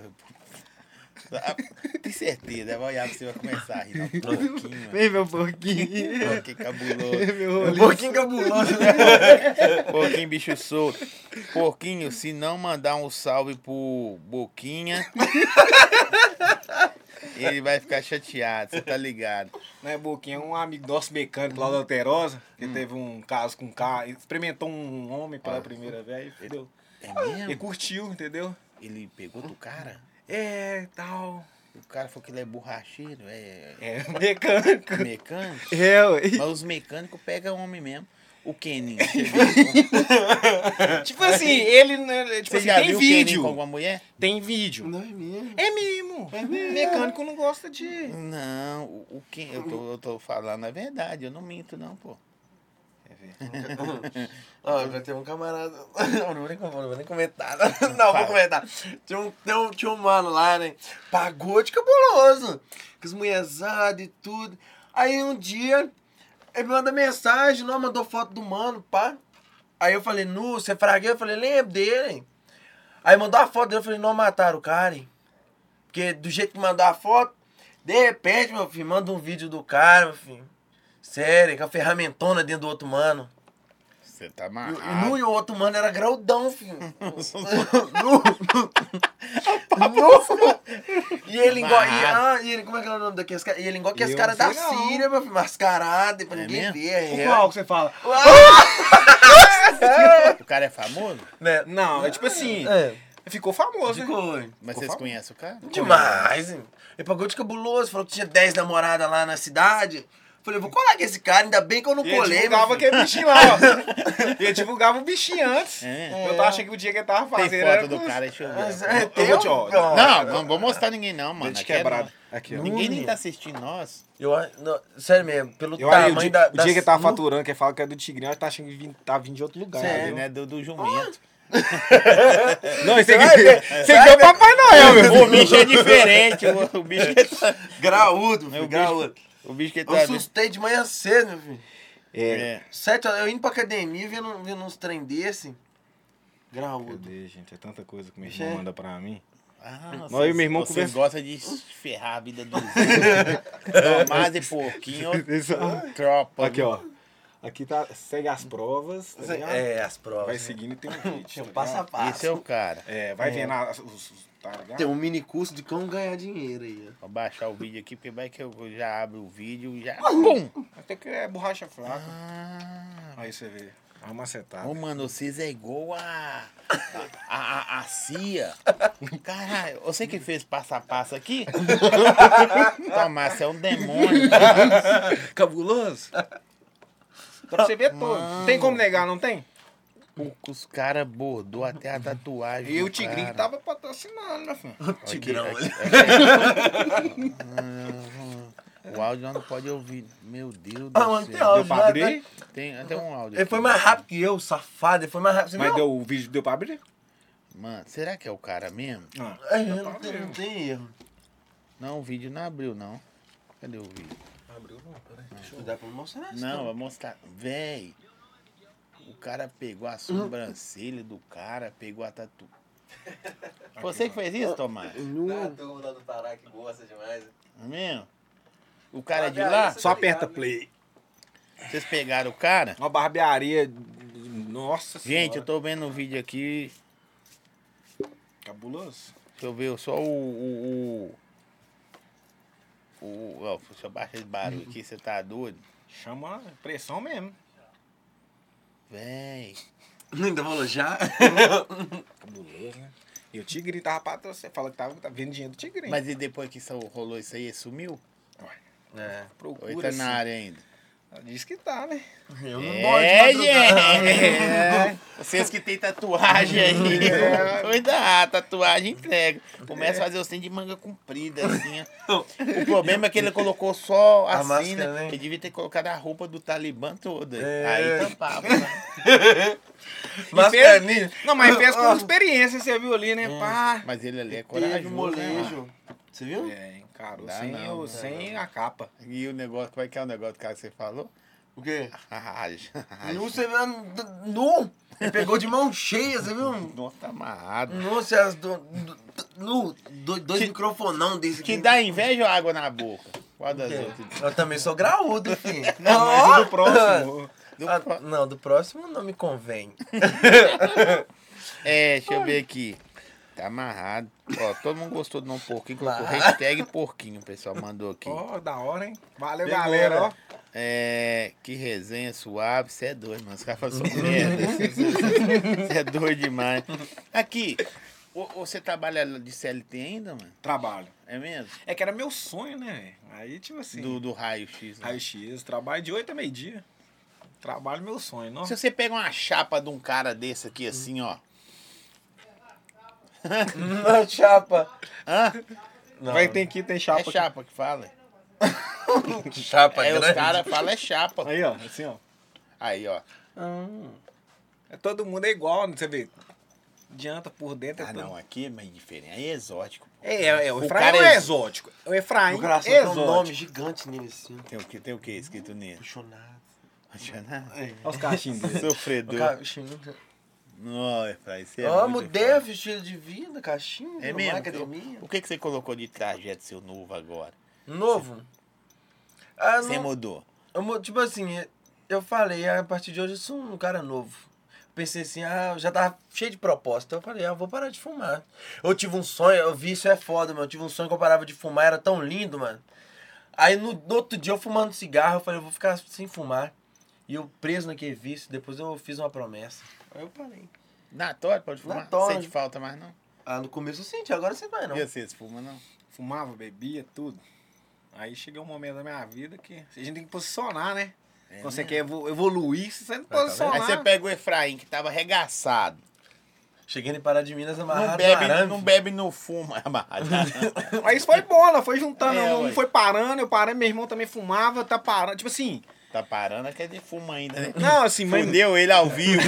Tem certeza, vai olhar pra você e vai começar a rir. Não, porquinho, mano. Vem, meu porquinho. Porquinho cabuloso. Meu Um rolinho. porquinho cabuloso, né? Porquinho bicho solto. Porquinho, se não mandar um salve pro Boquinha, ele vai ficar chateado, você tá ligado. Né, Boquinha é um amigo nosso mecânico lá da Alterosa, que teve um caso com um carro, experimentou um homem pela primeira vez, entendeu? É Ele mesmo? curtiu, entendeu? Ele pegou do cara? É, tal. O cara falou que ele é borracheiro, É, mecânico. mecânico. É, ué. Mas os mecânicos pegam homem mesmo. O Keninho, você viu? Tipo assim, ele, né, tipo Você assim, já tem viu o Keninho vídeo. com alguma mulher? Tem vídeo. Não é mesmo. É mesmo. Mecânico não gosta de... Não, o Ken, eu tô falando a verdade, eu não minto não, pô. Ó, já tem um camarada. Não vou nem comentar. Não, vou comentar. Tinha um mano lá, né? Pagode cabuloso. Com as mulherzadas e tudo. Aí um dia, ele me manda mensagem, não, mandou foto do mano, pá. Aí eu falei, você fraguei? Eu falei, lembro dele, hein? Aí mandou a foto dele, eu falei, não, mataram o cara, hein? Porque do jeito que mandou a foto, de repente, meu filho, manda um vídeo do cara, meu filho. Sério, com a ferramentona dentro do outro mano. Você tá amarrado. E o outro mano era graudão, filho. E ele igual. E ele, como é que é o nome daqueles caras? E ele igual que as caras da Síria, meu filho, mascarado, pra ninguém ver. Qual que você fala? O cara é famoso? Né? Não, é tipo assim. Ficou famoso, né? Mas vocês conhecem o cara? Demais, hein? Ele pagou de cabuloso, falou que tinha 10 namoradas lá na cidade. Falei, vou colar com esse cara, ainda bem que eu não colei. Ele divulgava aquele bichinho lá, ó. Ele divulgava o bichinho antes. Eu tava achando que o dia que ele tava fazendo. Tem foto do cara, deixa eu ver. Não vou mostrar ninguém não, mano. Dente quebrado. Aqui, ó. Ninguém nem tá assistindo nós. Sério mesmo, pelo tamanho o dia que ele tava faturando, que ele fala que é do Tigrinho, ele tá achando que tá vindo de outro lugar. Sério, né? Do jumento. Não, esse aqui é o Papai Noel, meu. O bicho é diferente. O bicho é graúdo, filho, graúdo. O bicho que tá. Eu assustei de manhã cedo, meu filho. 7 horas, eu indo pra academia, vendo uns trem desse. Graúdo. Cadê, gente? É tanta coisa que meu irmão manda pra mim. Nós e meu irmão vocês gostam de ferrar a vida dos outros. Tomás e porquinho, tropa. Aqui, ó. Aqui tá, segue as provas. Tá as provas. Vai seguindo e tem um vídeo. Passo a passo. Esse é o cara. Vai vendo tá ligado? Tem um mini curso de como ganhar dinheiro aí. Vou baixar o vídeo aqui, porque vai que eu já abro o vídeo e já. Pum! Até que é borracha fraca. Aí você vê. É uma setada. Ô, mano, vocês é igual a CIA. Caralho, você que fez passo a passo aqui? Tomás, você é um demônio. Cabuloso? Pra você ver todo. Não tem como negar, não tem? Os caras bordou até a tatuagem. E o Tigrinho que tava patrocinando, né, filho? O Tigrão. O áudio não pode ouvir. Meu Deus do céu. Tem áudio, deu pra abrir? Tem até um áudio. Ele foi mais rápido que eu, safado. Ele foi mais rápido. Mas o vídeo deu pra abrir? Mano, será que é o cara mesmo? Não tem erro. Não, o vídeo não abriu, não. Cadê o vídeo? Abriu não, peraí. Deixa eu dar pra mostrar. Não, vai mostrar. Véi, o cara pegou a sobrancelha do cara, pegou a tatu. Você que fez isso, Tomás? A turma lá do Pará que gosta demais. É mesmo? O cara é de lá? Só aperta play. Vocês pegaram o cara? Uma barbearia. Nossa Gente, senhora. eu tô vendo o vídeo aqui. Cabuloso. Deixa eu ver só ó, deixa eu baixar esse barulho aqui, você tá doido? Chama pressão mesmo. Véi. Ainda falou já? Cabuloso, né? E o Tigre tava patrocinando. Você fala que tava vendo dinheiro do Tigre. Mas e depois que rolou isso aí, ele sumiu? Procura. Ou ele tá na área ainda? Diz que tá, né? Eu não gosto de gente! Vocês que tem tatuagem aí, cuidado, tatuagem entrega. Começa a fazer os trem de manga comprida, assim, ó. O problema é que ele colocou só A assim, máscara, né? né? Ele devia ter colocado a roupa do Talibã toda. Aí tampava, né? Não, mas fez com experiência, você viu ali, né? Pá. Mas ele ali é Corajoso, corajoso, né? molejo. Você viu? Encarou Dá sem a capa. E o negócio, como é que é o negócio do cara que você falou? O quê? Nu, você viu? Nu! Ele pegou de mão cheia, você viu? Nossa, tá amarrado. Nossa, dois microfonão desse Que aqui. dá inveja ou água na boca? Qual das outras? Eu também sou graúdo, filho. Não, mas o do próximo. Não, do próximo não me convém. Deixa eu ver aqui. Tá amarrado. Ó, todo mundo gostou do não porquinho. Colocou hashtag porquinho, o pessoal mandou aqui. Da hora, hein? Valeu, galera, ó. Que resenha suave. Você é doido, mano. Os caras falam só merda. Você é doido demais. Aqui, você trabalha de CLT ainda, mano? Trabalho. É mesmo? É que era meu sonho, né, velho? Aí, tipo assim... Do raio-x, né? Raio-x. Trabalho de 8 a meio-dia. Trabalho meu sonho, não? Se você pega uma chapa de um cara desse aqui, assim, ó. Não, chapa. Hã? Não. Vai ter que tem chapa. É chapa que fala. Chapa Os grande. caras falam é chapa. Aí, ó, assim, ó. Aí, ó. Todo mundo é igual, você vê. Adianta por dentro. Não, aqui é meio diferente. Aí é exótico. O Efraim não é exótico. O Efraim é exótico. Tem um nome gigante nele, assim. Tem o que escrito nele? Apaixonado. Apaixonado? Olha os cachinhos dele. Sofredor. Não, Efraim, você é mudei o estilo de vida, caixinha. É mesmo? Academia. O que você colocou de trajeto seu novo agora? Novo? Você mudou? Tipo assim, eu falei, a partir de hoje eu sou um cara novo. Pensei assim, eu já tava cheio de propósito. Eu falei, eu vou parar de fumar. Eu tive um sonho, eu vi, isso é foda, mano. Eu tive um sonho que eu parava de fumar, era tão lindo, mano. Aí no outro dia eu fumando cigarro, eu falei, eu vou ficar sem fumar. E eu preso naquele vício, depois eu fiz uma promessa. Aí eu parei. Natório, pode fumar? Natório. Sente falta mais, não? No começo eu senti, agora você vai, não. E você fuma, não? Fumava, bebia, tudo. Aí chegou um momento da minha vida que a gente tem que posicionar, né? Quando você quer evoluir, você tem que posicionar. Aí você pega o Efraim, que tava arregaçado. Cheguei em Pará de Minas amarrado. Não bebe, não fuma, amarrado. Aí isso foi bom, ela foi juntando, não foi parando, eu parei, meu irmão também fumava, tá parando, tipo assim... Tá parando, quer dizer, fuma ainda, né? Não, assim, mas... Fudeu ele ao vivo.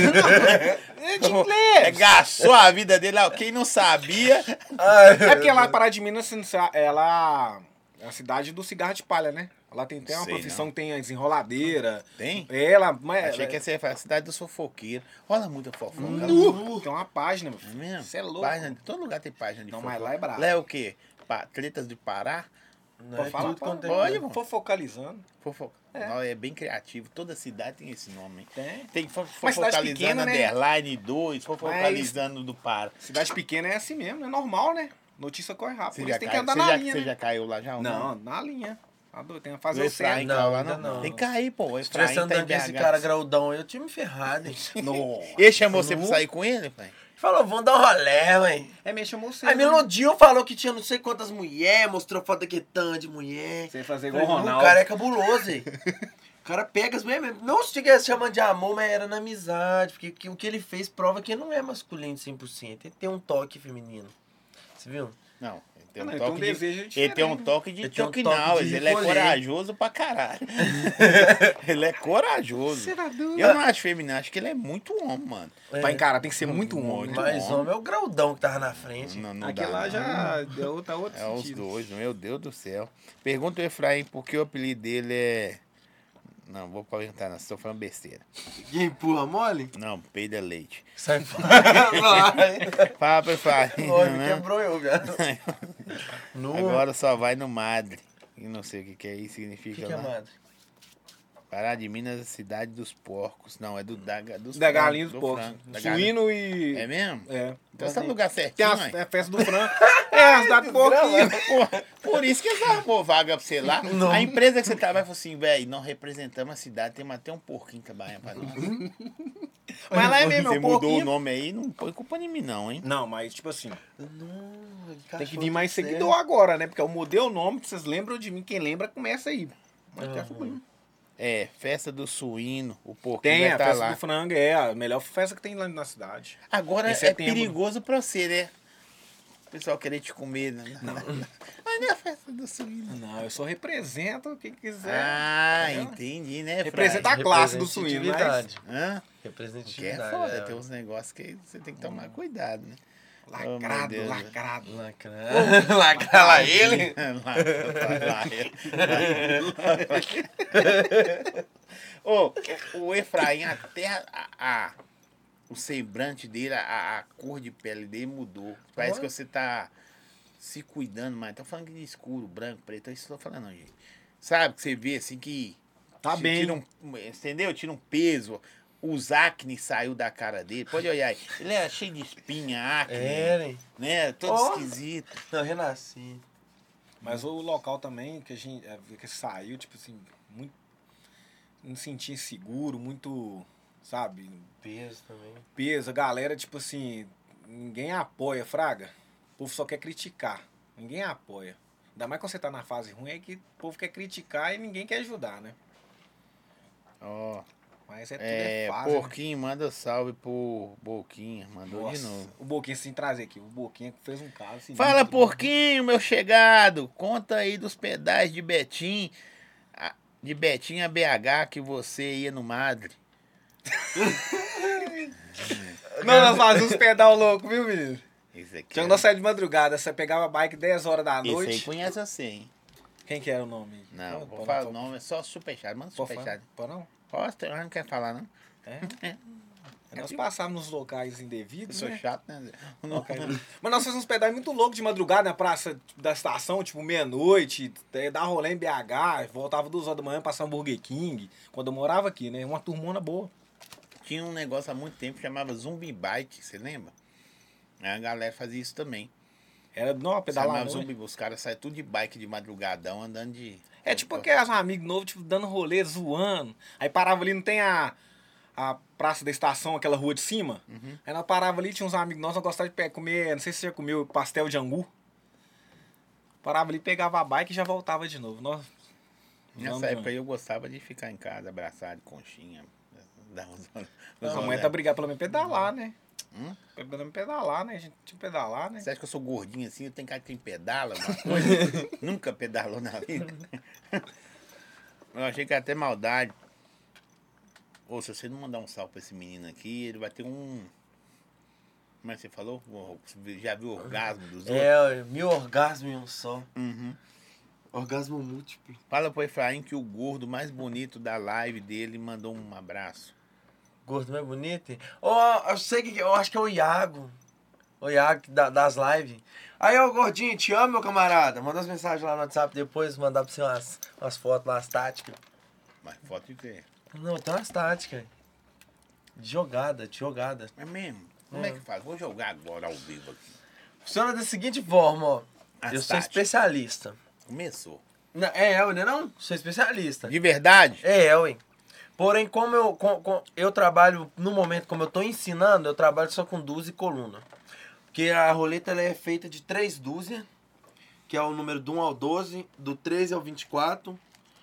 De inglês. Gastou a vida dele, quem não sabia... É porque lá em Pará de Minas, ela é a cidade do cigarro de palha, né? Lá tem uma profissão que tem a desenroladeira. Tem? Achei que essa é a cidade do fofoqueiro. Rola muita fofoca. Tem uma página, meu filho. É mesmo? Você é louco. Página, todo lugar tem página de fofoca. Mas lá é brabo. Lá é o quê? Tretas de Pará? Pode falar? Pode, mano. Fofocalizando. Não, é bem criativo. Toda cidade tem esse nome, hein? Tem cidade fofocalizando pequena, né? underline 2, fofocalizando do Pará. Cidade pequena é assim mesmo, é normal, né? Notícia corre rápido. Você por isso tem que andar na linha, Você já caiu lá já? Não, na linha. Tem que fazer o o certo. Não. Tem que cair, pô. Se tivesse andando com esse cara graudão, eu tinha me ferrado, hein? Ele chamou você pra sair com ele, pai? Falou, vamos dar um rolé, mãe. Me chamou você. Aí me iludiu, falou que tinha não sei quantas mulheres, mostrou foto daquele tanto de mulher. Você ia fazer igual o Ronaldo. O cara é cabuloso, hein? O cara pega as mulheres mesmo. Não estivesse chamando de amor, mas era na amizade. Porque o que ele fez prova que ele não é masculino 100%. Ele tem um toque feminino. Você viu? Não. Ele tem um toque de choque não, ele é corajoso pra caralho. Ele é corajoso. Eu não acho feminino, acho que ele é muito homem, mano. Pra encarar tem que ser muito homem. Mas homem é o graudão que tava na frente. Aqui lá já deu outro sentido. Os dois, meu Deus do céu. Pergunta o Efraim por que o apelido dele é... Não, vou perguntar, não, estou falando besteira. E empurra mole? Não, peida é leite. Sai fora. Fala pro Efraim. Olha, quebrou eu, viado. Agora só vai no Madre. E não sei o que é isso, significa O que é Madre? Pará de Minas, a cidade dos porcos. Não, é da galinha dos porcos. Suíno e... É mesmo? É. Então você tá no lugar certinho, tem a festa do frango. A cidade do porquinho. Por isso que eles arrumou vaga pra você lá. Não. A empresa que você trabalha falou assim, velho, nós representamos a cidade, temos até um porquinho trabalhando pra nós. Mas lá é mesmo, você mudou o nome aí, não põe culpa em mim não, hein? Não, mas tipo assim... tem que vir vir mais seguidor agora, né? Porque eu mudei o nome, vocês lembram de mim. Quem lembra, começa aí. Mas festa do suíno, o porquinho tem, vai a tá festa lá. do frango é a melhor festa que tem lá na cidade. Agora é perigoso pra você, né? O pessoal querer te comer, né? Não. Mas não é a festa do suíno. Não, eu só represento quem quiser. Entendi, né? Representa a classe do suíno, mas... Representatividade. Que é foda, tem uns negócios que você tem que tomar cuidado, né? Lacrado. Lacrar lá ele? O Efraim, até o semblante dele, a cor de pele dele mudou. Parece que você tá se cuidando mais. Tô falando de escuro, branco, preto. É isso que eu tô falando, não, gente. Sabe, que você vê assim que... Tá bem. Entendeu? Tira um peso. Os acne saiu da cara dele. Pode olhar aí. Ele era cheio de espinha, acne. Né? Todo esquisito. Não, renasci. Mas o local também que a gente que saiu, tipo assim, muito... Não sentia inseguro, muito... Sabe? Peso também. Peso. A galera, tipo assim... Ninguém apoia, fraga. O povo só quer criticar. Ninguém apoia. Ainda mais quando você tá na fase ruim, é que o povo quer criticar e ninguém quer ajudar, né? Mas tudo é fácil. Porquinho, né? Manda salve pro Boquinha. Mandou de novo. O Boquinha, sem trazer aqui. O Boquinha fez um caso assim. Fala, Porquinho, meu chegado. Conta aí dos pedais de Betim. De Betim a BH que você ia no Madre. Não, nós fazíamos uns pedal louco, viu, menino? Esse aqui. Tinha que nós sair de madrugada, você pegava a bike 10 horas da noite. Esse aí conhece você, hein? Quem que era o nome? Não, vou falar o nome, é só superchat. Manda superchat. Pode não? Posso? Eu não quero falar, não. É? Nós passávamos nos locais indevidos, Eu sou né? chato, né? Mas nós fazíamos uns pedais muito loucos de madrugada na praça da estação, tipo meia-noite, dar rolê em BH, voltava 2 horas da manhã, passava um Burger King, quando eu morava aqui, né? Uma turmona boa. Tinha um negócio há muito tempo que chamava Zumbi Bike, você lembra? A galera fazia isso também. Era, não, pedalar Chamava não, né? Zumbi, os caras saem tudo de bike de madrugadão, andando de... É tipo aqueles amigos novos, tipo, dando rolê, zoando. Aí parava ali, não tem a praça da estação, aquela rua de cima? Uhum. Aí nós parava ali, tinha uns amigos nossos, nós gostávamos de comer, não sei se você já comeu pastel de angu. Parava ali, pegava a bike e já voltava de novo. Nessa época aí eu gostava de ficar em casa, abraçado, de conchinha. Dar uns... A mãe tá brigando pelo menos pedalar, né? Pelo menos pedalar, né? A gente tinha que pedalar, né? Você acha que eu sou gordinho assim? Eu tenho cara de quem pedala, uma coisa? Nunca pedalou na vida. Eu achei que era até maldade. Ou se você não mandar um salve pra esse menino aqui, ele vai ter um... Como é que você falou? Você já viu o orgasmo dos outros? É, 1000 orgasmos em um só. Uhum. Orgasmo múltiplo. Fala pro Efraim que o gordo mais bonito da live dele mandou um abraço. Gordo mais bonito? Eu sei que eu acho que é o Iago. O Iago das lives. Aí, ô gordinho, te amo, meu camarada. Manda as mensagens lá no WhatsApp depois, mandar pra você umas fotos lá, as táticas. Mas foto de quê? Não, tem umas táticas. De jogada. É mesmo? Como é que faz? Vou jogar agora ao vivo aqui. Funciona da seguinte forma, ó. As Eu sou táticas. especialista. Começou. Não, ué, não? Sou especialista. De verdade? Ué. Porém, como eu trabalho, no momento, como eu tô ensinando, eu trabalho só com dúzia e coluna. Porque a roleta ela é feita de 3 dúzias, que é o número do 1 ao 12, do 13 ao 24,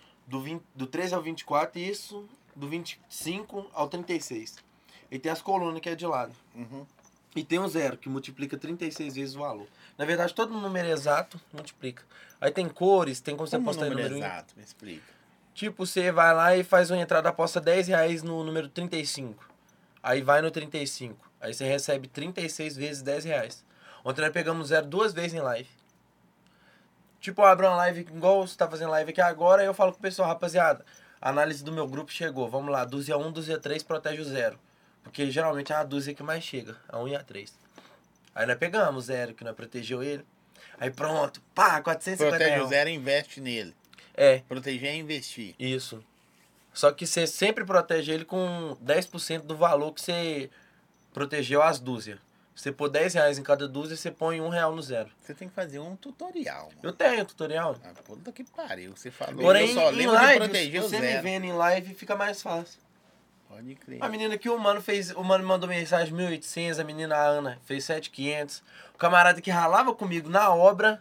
do 13 ao 24, e isso, do 25 ao 36. E tem as colunas que é de lado. Uhum. E tem um 0, que multiplica 36 vezes o valor. Na verdade, todo número exato multiplica. Aí tem cores, tem como você Como o postar número número exato? Me explica. Tipo, você vai lá e faz uma entrada, aposta R$10 no número 35. Aí vai no 35. Aí você recebe 36 vezes R$10. Ontem nós pegamos 0 2 vezes em live. Tipo, eu abro uma live igual você tá fazendo live aqui agora, e eu falo pro pessoal, rapaziada, a análise do meu grupo chegou. Vamos lá, dúzia 1, dúzia 3 protege o 0. Porque geralmente é a dúzia que mais chega, a 1 e a 3. Aí nós pegamos 0, que nós protegeu ele. Aí pronto, pá, 450 Protege reais. o zero e investe nele. É. Proteger é investir. Isso. Só que você sempre protege ele com 10% do valor que você protegeu as dúzias. Se você pôr R$10 em cada dúzia, você põe R$1 no 0. Você tem que fazer um tutorial, mano. Eu tenho tutorial. Ah, puta que pariu. Você falou. Porém, eu só em lembro de live, proteger o você me zero. vendo em live, fica mais fácil. Pode crer. A menina que o mano fez, o mano mandou mensagem 1.800, a menina Ana fez 7.500. O camarada que ralava comigo na obra,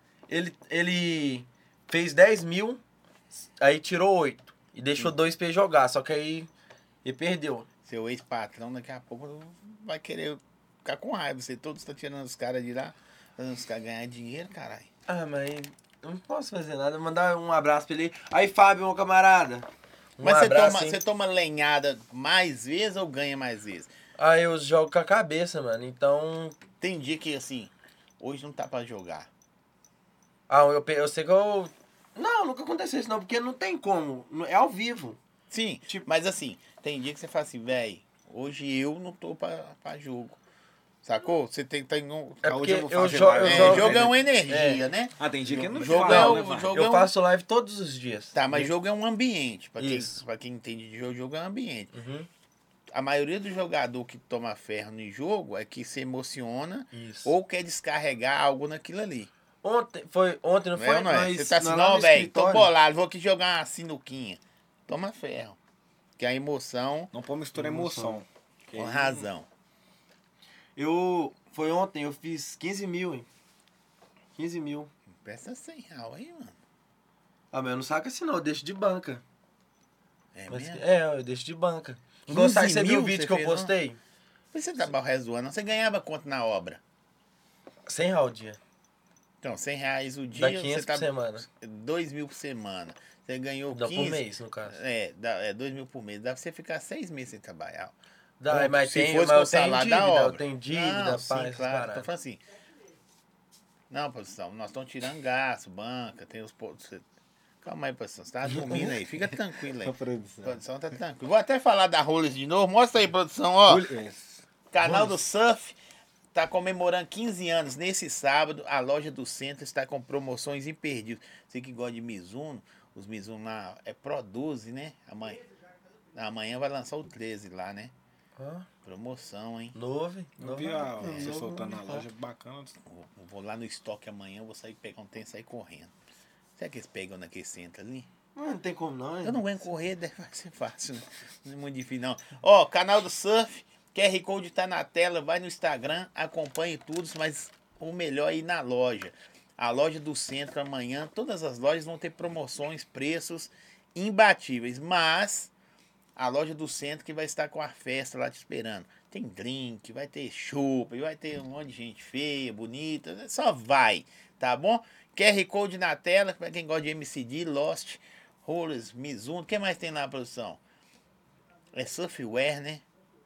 ele fez 10 mil, aí tirou 8 e deixou 2 pra ele jogar, só que aí ele perdeu. Seu ex-patrão daqui a pouco vai querer ficar com raiva. Você todos estão tirando os caras de lá, fazendo os caras ganhar dinheiro, caralho. Ah, mas eu não posso fazer nada, mandar um abraço pra ele. Aí, Fábio, meu camarada. Mas abraço, você toma lenhada mais vezes ou ganha mais vezes? Aí eu jogo com a cabeça, mano, então... Tem dia que, assim, hoje não tá pra jogar. Ah, eu sei que eu... Não, nunca aconteceu isso não, porque não tem como, é ao vivo. Sim, mas assim, tem dia que você fala assim, velho, hoje eu não tô pra jogo. Sacou? Você tem um... É hoje porque eu vou eu fazer jogo- live. eu jogo- Jogo é uma energia, né? Ah, tem dia que não Jogo fala, é o- né, vai? jogo- Eu faço live todos os dias. Tá, mas jogo é um ambiente. Isso. Pra quem entende de jogo, jogo é um ambiente. Uhum. A maioria do jogador que toma ferro no jogo é que se emociona Isso. ou quer descarregar algo naquilo ali. Ontem, não Não foi? é ou não é? Nós- Você tá assim, nós lá não, no velho, tô escritório. bolado, vou aqui jogar uma sinuquinha. Toma ferro. Que a emoção, Não pode misturar emoção. com razão. Foi ontem, eu fiz 15 mil, hein? 15 mil. Presta R$100 aí, mano. Ah, mas eu não saco assim não, eu deixo de banca. É Mas, mesmo? eu deixo de banca. 15 Gostar, você viu mil o vídeo você que eu fez, não? postei? Por que você tá rezoando? Você ganhava quanto na obra? R$100 ao dia. Então, R$100 o dia, Dá você 500 tá... por semana. 2 mil por semana. Você ganhou Dá 15. por mês, no caso. É 2.000 por mês. Dá pra você ficar 6 meses sem trabalhar. Dá, mas se tem, fosse mas com eu o salário da eu obra. tenho dívida, Não, pá, sim, essas claro. Tô paradas. falando assim. Não, produção, nós estamos tirando gasto, banca, tem os... Calma aí, produção. Você tá dormindo aí. Fica tranquilo aí. Produção tá tranquilo. Vou até falar da Rollers de novo. Mostra aí, produção, ó. Canal do Surf tá comemorando 15 anos. Nesse sábado, a loja do centro está com promoções imperdíveis. Você que gosta de Mizuno, os Mizuno lá produzem, né? Amanhã vai lançar o 13 lá, né? Promoção, hein? Novo. Eu vi você soltando na loja, bacana. Vou lá no estoque amanhã, vou sair pegar um tempo e sair correndo. Será que eles pegam naquele centro ali? Não tem como não, hein? Eu não aguento correr, vai ser fácil, né? Não é muito difícil, não. Ó, canal do Surf, QR Code tá na tela, vai no Instagram, acompanhe tudo, mas o melhor é ir na loja. A loja do centro amanhã, todas as lojas vão ter promoções, preços imbatíveis, mas a loja do centro que vai estar com a festa lá te esperando. Tem drink, vai ter chopp, vai ter um monte de gente feia, bonita, só vai, tá bom? QR Code na tela, pra quem gosta de MCD, Lost, Rollers, Mizuno, o que mais tem lá, produção? É Surfwear, né?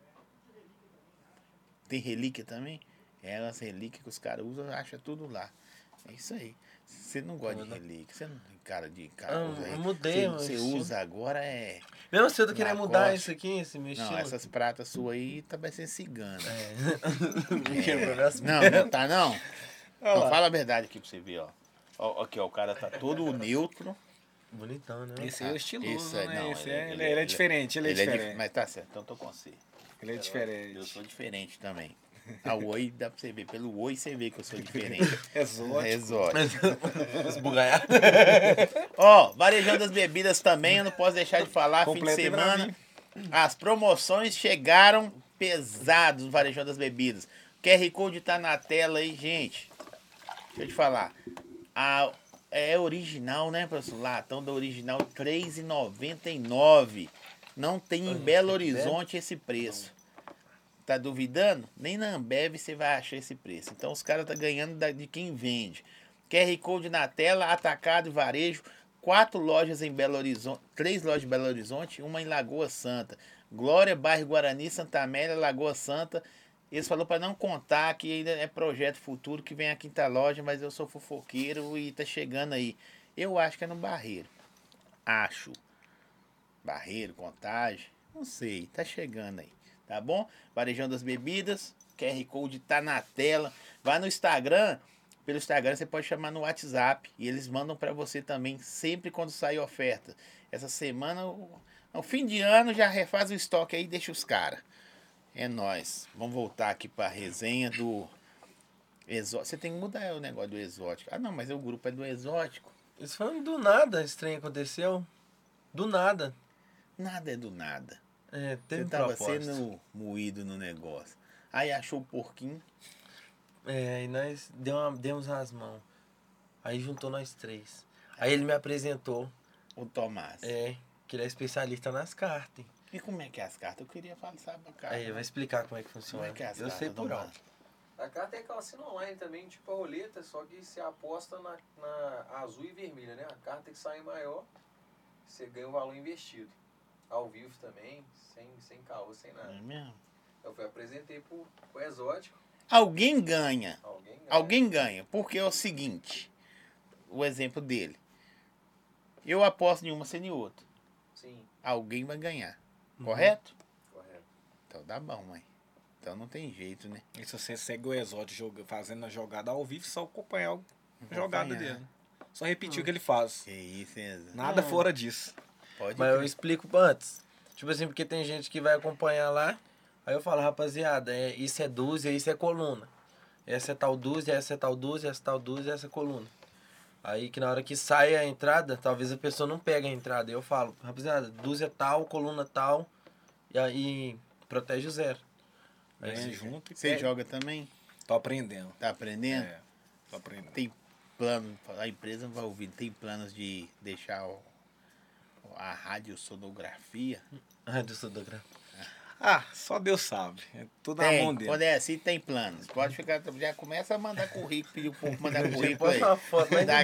Tem relíquia também? É, as relíquias que os caras usam, acha tudo lá. É isso aí. Você não gosta de relíquia, você não tem cara de carro. Eu mudei, Você usa agora Mesmo se eu querer mudar isso aqui, esse meu não, estilo. essas pratas suas aí tá parecendo cigana. Quebrou minhas Não tá não? Não, fala a verdade aqui pra você ver, ó. Aqui, ó, o cara tá todo neutro. Bonitão, né? Esse é o estiloso, né? Não, ele é diferente, ele é diferente. Mas tá certo, então tô com você. Ele é diferente. Eu sou diferente também. A Oi dá pra você ver. Pelo Oi você vê que eu sou diferente. Exótico. Esbugalhado. Ó, Varejão das Bebidas também, eu não posso deixar de falar. Fim de semana, as promoções chegaram pesados no Varejão das Bebidas. QR Code tá na tela aí, gente. Deixa eu te falar. É original, né, professor? Latão da original, R$ 3,99. Não tem em Belo Horizonte esse preço. Tá duvidando? Nem na Ambev você vai achar esse preço. Então os caras tá ganhando de quem vende. QR Code na tela, atacado e varejo. 4 lojas em Belo Horizonte, 3 lojas em Belo Horizonte, uma em Lagoa Santa. Glória, bairro Guarani, Santa Amélia, Lagoa Santa. Eles falaram para não contar que ainda é projeto futuro que vem a quinta loja, mas eu sou fofoqueiro e tá chegando aí. Eu acho que é no Barreiro. Acho. Barreiro, Contagem, não sei, tá chegando aí. Tá bom? Varejão das Bebidas, QR Code tá na tela. Vai no Instagram, pelo Instagram você pode chamar no WhatsApp e eles mandam para você também sempre quando sair oferta. Essa semana, no fim de ano, já refaz o estoque aí e deixa os caras. É nóis. Vamos voltar aqui para a resenha do exótico. Você tem que mudar o negócio do exótico. Ah, não, mas o grupo é do exótico. Isso foi do nada, esse trem aconteceu. Do nada. Nada é do nada. É, teve Você tava propósito. sendo moído no negócio. Aí achou o porquinho. É, e nós demos as mãos. Aí juntou nós 3. Aí ele me apresentou. O Tomás. Que ele é especialista nas cartas. E como é que é as cartas? Eu queria falar, sabe, a carta. Aí, vai explicar como é que funciona. Como é que é as Eu cartas, sei por Tomás? alto. A carta é aquela assina online também, tipo a roleta, só que você aposta na azul e vermelha, né? A carta que sai maior, você ganha o valor investido. Ao vivo também, sem caô, sem nada. É mesmo? Eu apresentei pro exótico. Alguém ganha. Alguém ganha. Alguém ganha. Porque é o seguinte. O exemplo dele. Eu aposto em uma sem em outra. Sim, Alguém vai ganhar. Correto? correto. Então dá bom, mãe. Então não tem jeito, né? E se você segue o exótico fazendo a jogada ao vivo, só acompanhar a jogada dele. Só repetir o que ele faz. Que isso, hein? Nada fora disso. Pode Mas eu crer. explico antes. Tipo assim, porque tem gente que vai acompanhar lá. Aí eu falo, rapaziada, isso é dúzia, isso é coluna. Essa é tal dúzia, essa é tal dúzia, essa é tal dúzia, essa é coluna. Aí que na hora que sai a entrada, talvez a pessoa não pegue a entrada. Eu falo, rapaziada, dúzia tal, coluna tal. E aí protege o zero. Vem junto e Você joga também? Tô aprendendo. Tá aprendendo? Tô aprendendo. Tem plano, a empresa não vai ouvir, tem planos de deixar a radiosonografia? Radiosonografia. Ah, só Deus sabe. É tudo na mão dele. Quando é assim, tem planos. Pode ficar, já começa a mandar currículo, pedir o povo mandar currículo Pode aí. uma foto, mas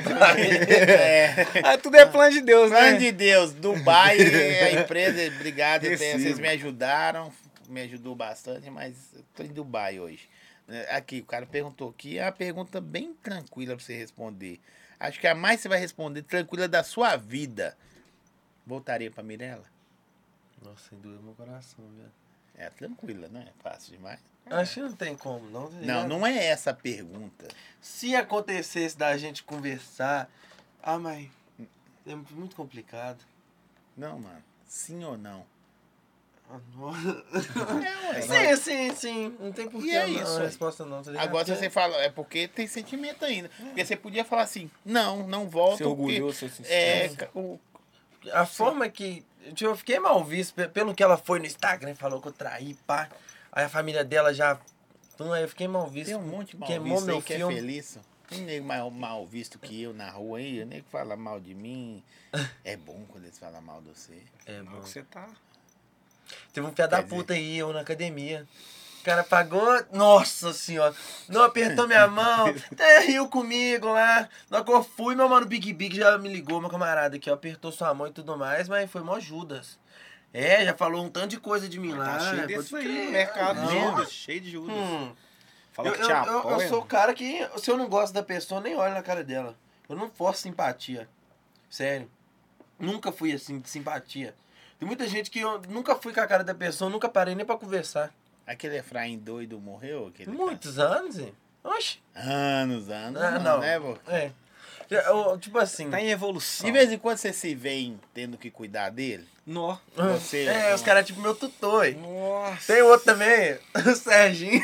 Tudo é plano de Deus, né? Plano de Deus, Dubai, a empresa, obrigado, Recebo. vocês me ajudaram, me ajudou bastante, mas eu tô em Dubai hoje. Aqui, o cara perguntou aqui, é uma pergunta bem tranquila pra você responder. Acho que a mais você vai responder tranquila da sua vida. Voltaria pra Mirella? Nossa, sem dúvida, meu coração, velho. É tranquila, não é fácil demais. Acho que não tem como, não. Tá ligado? Não é essa a pergunta. Se acontecesse da gente conversar... Ah, mas... É muito complicado. Não, mano. Sim ou não? Ah, nossa. Ué. Sim. Não tem porquê E é não, isso, a aí. resposta não, tá ligado? Agora se você fala, é porque tem sentimento ainda. Porque você podia falar assim, não volto. Ser orgulhoso, ser sincero. A forma que... Eu fiquei mal visto pelo que ela foi no Instagram, falou que eu traí, pá. Aí a família dela já... Então, aí eu fiquei mal visto. Tem um monte de mal queimou visto meu aí que filme. é feliz. Tem nego mal visto que eu na rua aí, o nego fala mal de mim. É bom quando eles falam mal de você. É, Não, mano. que você tá... Teve um filho da puta aí, eu na academia. O cara pagou, nossa senhora, não apertou minha mão, até riu comigo lá. Na hora que eu fui, meu mano Big já me ligou, meu camarada aqui, ó, apertou sua mão e tudo mais, mas foi mó Judas. É, já falou um tanto de coisa de mim lá. Tá cheio pode desse aí crer. no mercado, Não. Judas, cheio de Judas. Fala que te Eu apoia. sou o cara que, se eu não gosto da pessoa, nem olho na cara dela. Eu não forço simpatia. Sério. Nunca fui assim, de simpatia. Tem muita gente que eu nunca fui com a cara da pessoa, nunca parei nem pra conversar. Aquele Efraim doido morreu? Aquele Muitos anos, hein? Oxi. Anos, Não. né, vô? É. Tipo assim. Tá em evolução. De vez em quando você se vê tendo que cuidar dele? Nó. Você, Os caras tipo meu tutor, hein? Nossa. Tem outro também, o Serginho.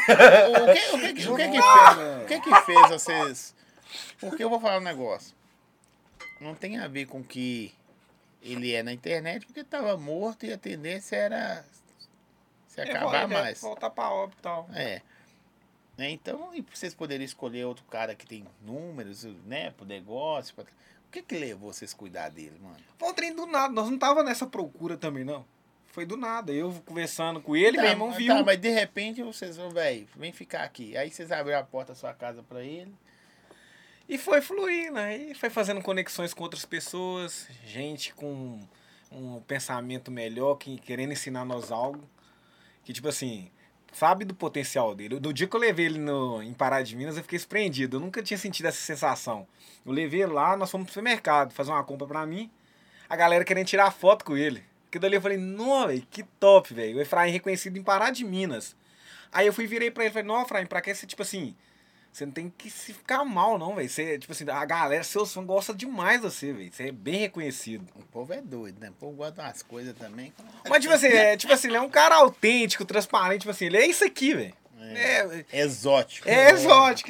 O que fez vocês... Porque eu vou falar um negócio. Não tem a ver com que ele é na internet, porque tava morto e a tendência era se acabar mais. Voltar pra óbito e tal. É. Né? Então, e vocês poderiam escolher outro cara que tem números, né, pro negócio. O que levou vocês a cuidar dele, mano? Foi um trem do nada. Nós não tava nessa procura também, não. Foi do nada. Eu conversando com ele, meu irmão viu. Tá, mas de repente vocês vão, velho, vem ficar aqui. Aí vocês abriram a porta da sua casa pra ele. E foi fluindo, aí foi fazendo conexões com outras pessoas, gente com um pensamento melhor, que querendo ensinar nós algo, que tipo assim, sabe do potencial dele. No dia que eu levei ele em Pará de Minas, eu fiquei surpreendido, eu nunca tinha sentido essa sensação. Eu levei ele lá, nós fomos pro supermercado fazer uma compra pra mim, a galera querendo tirar foto com ele. Porque dali eu falei, não, velho, que top, velho, o Efraim reconhecido em Pará de Minas. Aí eu virei pra ele, falei, não, Efraim, pra que você, tipo assim... Você não tem que se ficar mal, não, velho. Você, tipo assim, a galera, seus fãs gostam demais de você, velho. Você é bem reconhecido. O povo é doido, né? O povo gosta de umas coisas também. Mas, tipo assim, ele é um cara autêntico, transparente, tipo assim, ele é isso aqui, velho. Exótico. É exótico.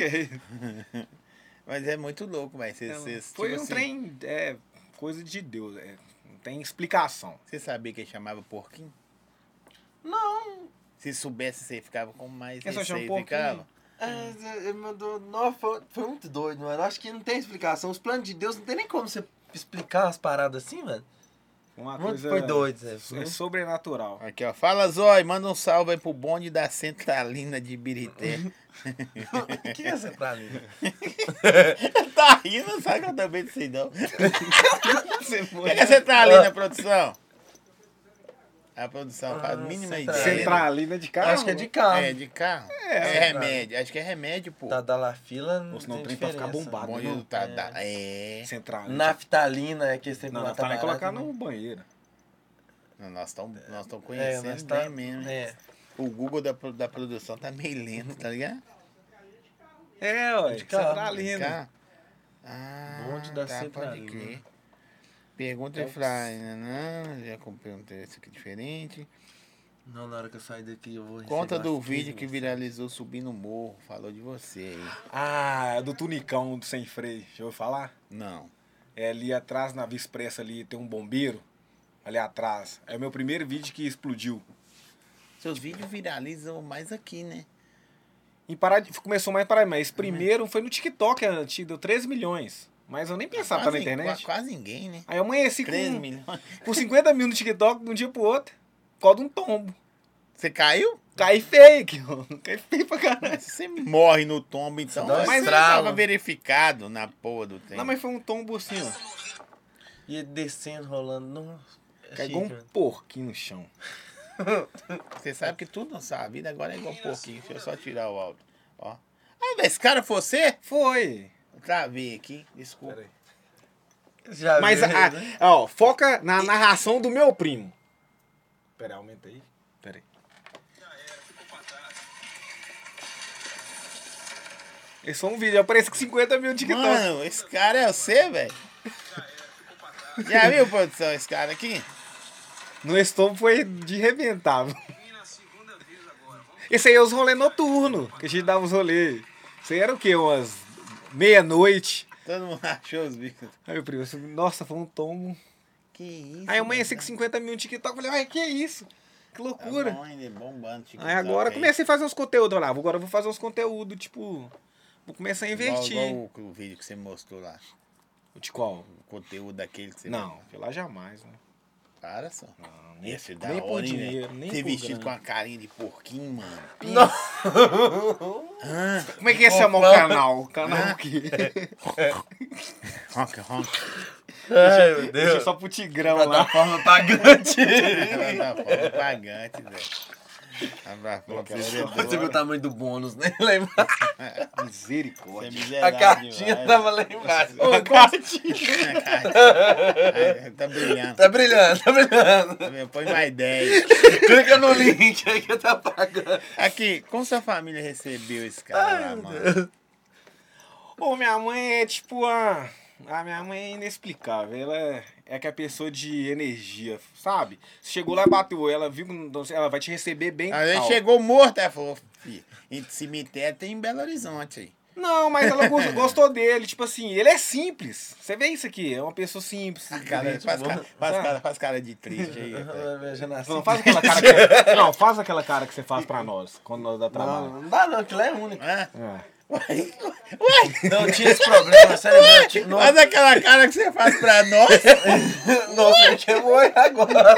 Mas é muito louco, velho. Foi tipo um assim, trem, coisa de Deus, não tem explicação. Você sabia que ele chamava porquinho? Não. Se soubesse, você ficava com mais Eu só chamo receio, porquinho. ficava? Ele mandou. Nossa, foi muito doido, mano. Acho que não tem explicação. Os planos de Deus não tem nem como você explicar as paradas assim, mano. Uma Muito coisa foi doido, Zé. é sobrenatural. Aqui, ó. Fala, Zói. Manda um salve aí pro bonde da Centralina de Ibirité. O que é essa pra mim? Tá rindo, sabe que eu também não sei, não. O que é Centralina, produção? A produção faz a mínima ideia. Centralina de carro? Acho que é de carro. É, de carro? É remédio. Acho que é remédio, pô. Tá da fila, não Ou senão tem o trem pra ficar diferença. bombado. Bonde do Tadá. É. Centralina. Naftalina é que sempre Não, mata tá nem barato, colocar né? no banheiro. Nós estamos conhecendo nós bem mesmo. É. O Google da produção tá meio lento, tá ligado? Ué, De carro. Centralina. Cá. Ah, Bonde da tá, pode Centralina. crer. Pergunta é Flávia, não, já comprei um esse aqui diferente. Não, na hora que eu sair daqui eu vou receber Conta do umas vídeo 15 que viralizou subindo o morro, falou de você aí. Ah, do tunicão do sem freio. Já ouviu falar? Não. É ali atrás, na Via Expressa ali, tem um bombeiro. Ali atrás. É o meu primeiro vídeo que explodiu. Seus vídeos viralizam mais aqui, né? Em começou mais em Pará, mas esse primeiro foi no TikTok, deu 13 milhões. Mas eu nem pensava que tá na internet. Quase ninguém, né? Aí eu amanheci 13 milhões. com 50 mil no TikTok de um dia pro outro. Por causa de um tombo. Você caiu? Caí feio, que caí feio pra caralho. Você morre no tombo, então. Mas tava verificado na porra do tempo. Não, mas foi um tombo assim, ó. E descendo, rolando. Nossa. Caiu igual um porquinho no chão. Você sabe que tudo na sua vida agora é igual um porquinho. Deixa eu só tirar o áudio. Ó. Ah, esse cara foi você? Foi. Travei aqui, desculpa. Já mas, ó, foca na narração do meu primo. Pera aí, aumenta aí. Pera aí. Esse foi um vídeo, aparece com 50 mil TikTok. Mano, esse cara é você, velho? Já viu, produção, esse cara aqui? No estômago foi de rebentar. Esse aí é os rolês noturnos, que a gente dava os rolês. Isso aí era o quê? Umas meia-noite. Todo mundo achou os bicos. Aí o primo, nossa, foi um tombo. Que isso? Aí eu amanheci com 50 mil TikTok, falei, ai, que isso? Que loucura. Tá bom, ainda é bombando, TikTok. Aí agora comecei a fazer uns conteúdos lá. Agora eu vou fazer uns conteúdos, tipo... Vou começar a investir. Igual o vídeo que você mostrou lá. De qual? O conteúdo daquele que você... Não, de lá jamais, né? Para só. Não, Esse é da nem hora, por hein, dinheiro, velho? nem Você por vestido grana. com a carinha de porquinho, mano. Não. Como é que é chamar o canal? O canal o quê? Ronca, ronca. Ai, meu Deixa Deus. só pro Tigrão lá. Plataforma pagante. Plataforma pagante, velho. Você viu o tamanho do bônus, né? Lembra? Misericórdia. A cartinha tava lá embaixo. Ô, A cartinha. Tá brilhando. Tá brilhando, tá brilhando. Põe mais 10. Clica no link aí que tá pagando. Aqui, como sua família recebeu esse cara lá, mano? Ô, minha mãe é tipo a minha mãe é inexplicável. Ela é que a pessoa de energia, sabe? Você chegou lá e bateu, ela viu que ela vai te receber bem. Aí ele tal. chegou morto, ela falou, filho, cemitério tem em Belo Horizonte aí. Não, mas ela gostou dele. Tipo assim, ele é simples. Você vê isso aqui, é uma pessoa simples. Faz cara de triste aí. Não, faz aquela cara que, não, faz aquela cara que você faz pra nós, quando nós dá trabalho. Não dá não, aquilo é único. É? É. Uai, Não tinha esse problema, sério. faz aquela cara que você faz pra nós. Nossa, a gente ia morrer agora.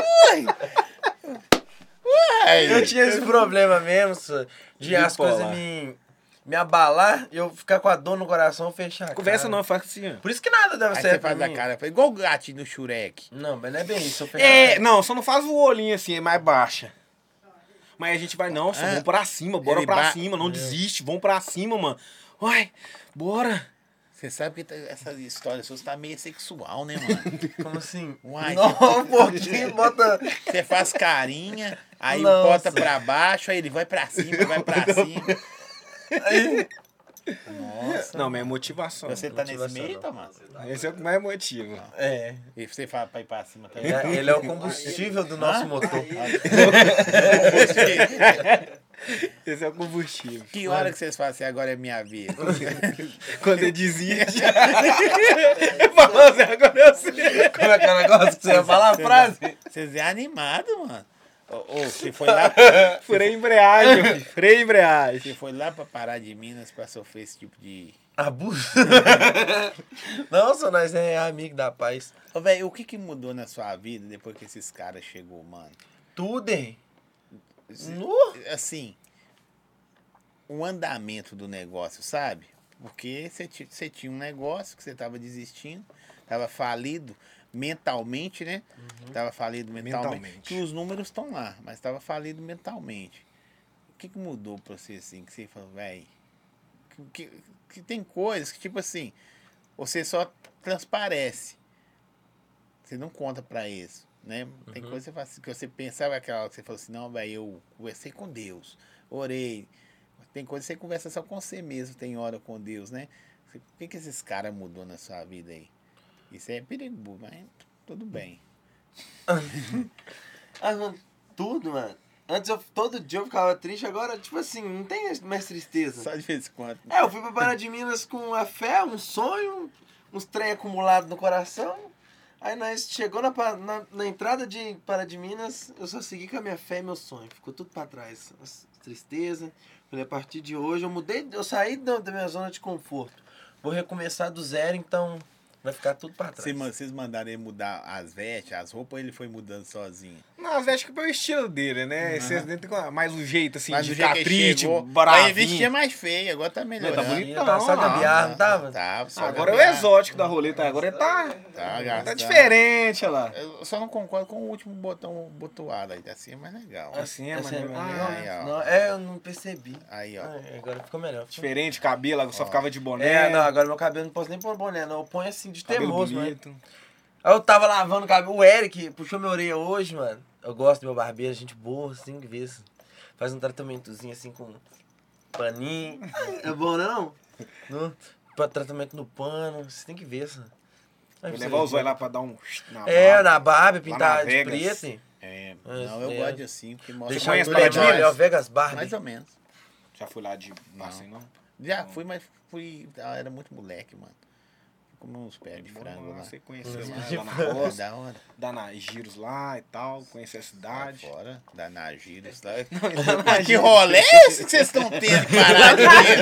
Uai. Eu tinha esse problema mesmo, de as Bipolar. coisas me abalar e eu ficar com a dor no coração fechar a Conversa cara. não, faz assim, ó. Por isso que nada dava Aí certo você faz pra a mim. cara, foi igual o gatinho do Shurek. Não, mas não é bem isso. Eu fechar a É, cara. não, só não faz o olhinho assim, é mais baixa. Mas a gente vai, não, só vamos pra cima, bora Ele pra cima, não desiste, vamos pra cima, mano. Uai, bora. Você sabe que essa história sua tá meio sexual, né, mano? Como assim? Uai, Não, um pouquinho, bota... Você faz carinha, aí Nossa. bota pra baixo, aí ele vai pra cima, vai pra cima. Aí, Nossa. Não, mas é motivação. Você tá nesse motivação, meio, não. Tomás? Esse é o que mais motiva. é. E você fala pra ir pra cima também? Ele é o combustível do nosso motor. Esse é o combustível. Que hora que vocês falam assim, agora é minha vez? Quando ele desiste. Fala assim, agora eu sei. Como é que é o negócio que você ia falar a frase? Vocês é animado, mano. Ô, você foi lá, Freio e embreagem, filho. Freio e embreagem. você foi lá pra Pará de Minas pra sofrer esse tipo de... Abuso? Nossa, nós é amigo da paz. Ô, velho, o que mudou na sua vida depois que esses caras chegou, mano? Tudo, hein? Assim, o andamento do negócio, sabe? Porque você tinha um negócio que você tava desistindo, tava falido mentalmente, né? Tava falido mentalmente. Que os números estão lá, mas tava falido mentalmente. O que mudou pra você, assim, que você falou, velho? Que tem coisas que, tipo assim, você só transparece. Você não conta pra isso, né? Tem coisa que você faz assim, que você pensava aquela hora que você falou assim, não, velho, eu conversei com Deus, orei. Tem coisa que você conversa só com você mesmo, tem hora com Deus, né? O que esses caras mudou na sua vida aí? Isso é perigoso, mas tudo bem. Tudo, mano. Antes, todo dia eu ficava triste, agora, tipo assim, não tem mais tristeza. Só de vez em quando. É, eu fui pra Pará de Minas com a fé, um sonho, uns trem acumulados no coração. Aí nós chegou na entrada de Pará de Minas, eu só segui com a minha fé e meu sonho. Ficou tudo pra trás. Tristeza. Falei, a partir de hoje eu saí da minha zona de conforto. Vou recomeçar do zero, então Vai ficar tudo pra trás. Vocês mandaram ele mudar as vestes, as roupas, ou ele foi mudando sozinho? Não, as vestes que foi o estilo dele, né? Vocês tem mais um jeito, assim, Mas de do jeito que ele catrite, chegou, bravinho. aí ele vestia mais feio, agora tá melhorando. Tá bonito. Tá só gambiarra, não tava? Tá, só Agora é o gambiarra. exótico da roleta, agora ele tá gastando. diferente, olha lá. Eu só não concordo com o último botão botoado aí, assim é mais legal. Assim é, Essa é mano. melhor. Aí, ó. Não, eu não percebi. Aí, ó. Agora ficou melhor. Diferente, cabelo, só ficava de boné. Não, agora meu cabelo não posso nem pôr boné, não. Eu ponho assim de cabelo teimoso, mano. bonito. Aí eu tava lavando o cabelo. O Eric puxou minha orelha hoje, mano. Eu gosto do meu barbeiro, gente boa, assim, que vê. Faz um tratamentozinho assim com paninho. É bom, não? Tratamento no pano, você tem que ver, sabe? Vou levar os olhos lá pra dar um... na barba, pintar de Vegas. preto. Não, eu gosto de assim, porque mostra... Você conhece cultura Paradinhas? de- Olha, o Vegas Barbie. Mais ou menos. Já fui lá de... Assim, não? Já fui, mas fui... era muito moleque, mano. Fui comer uns pés de frango lá. Você conheceu lá na roça, Da hora. dar na giros lá e tal, conhecer a cidade. Fora, da Nagiros. Tá? Nagiros. Que rolê é esse que vocês estão tendo, caralho?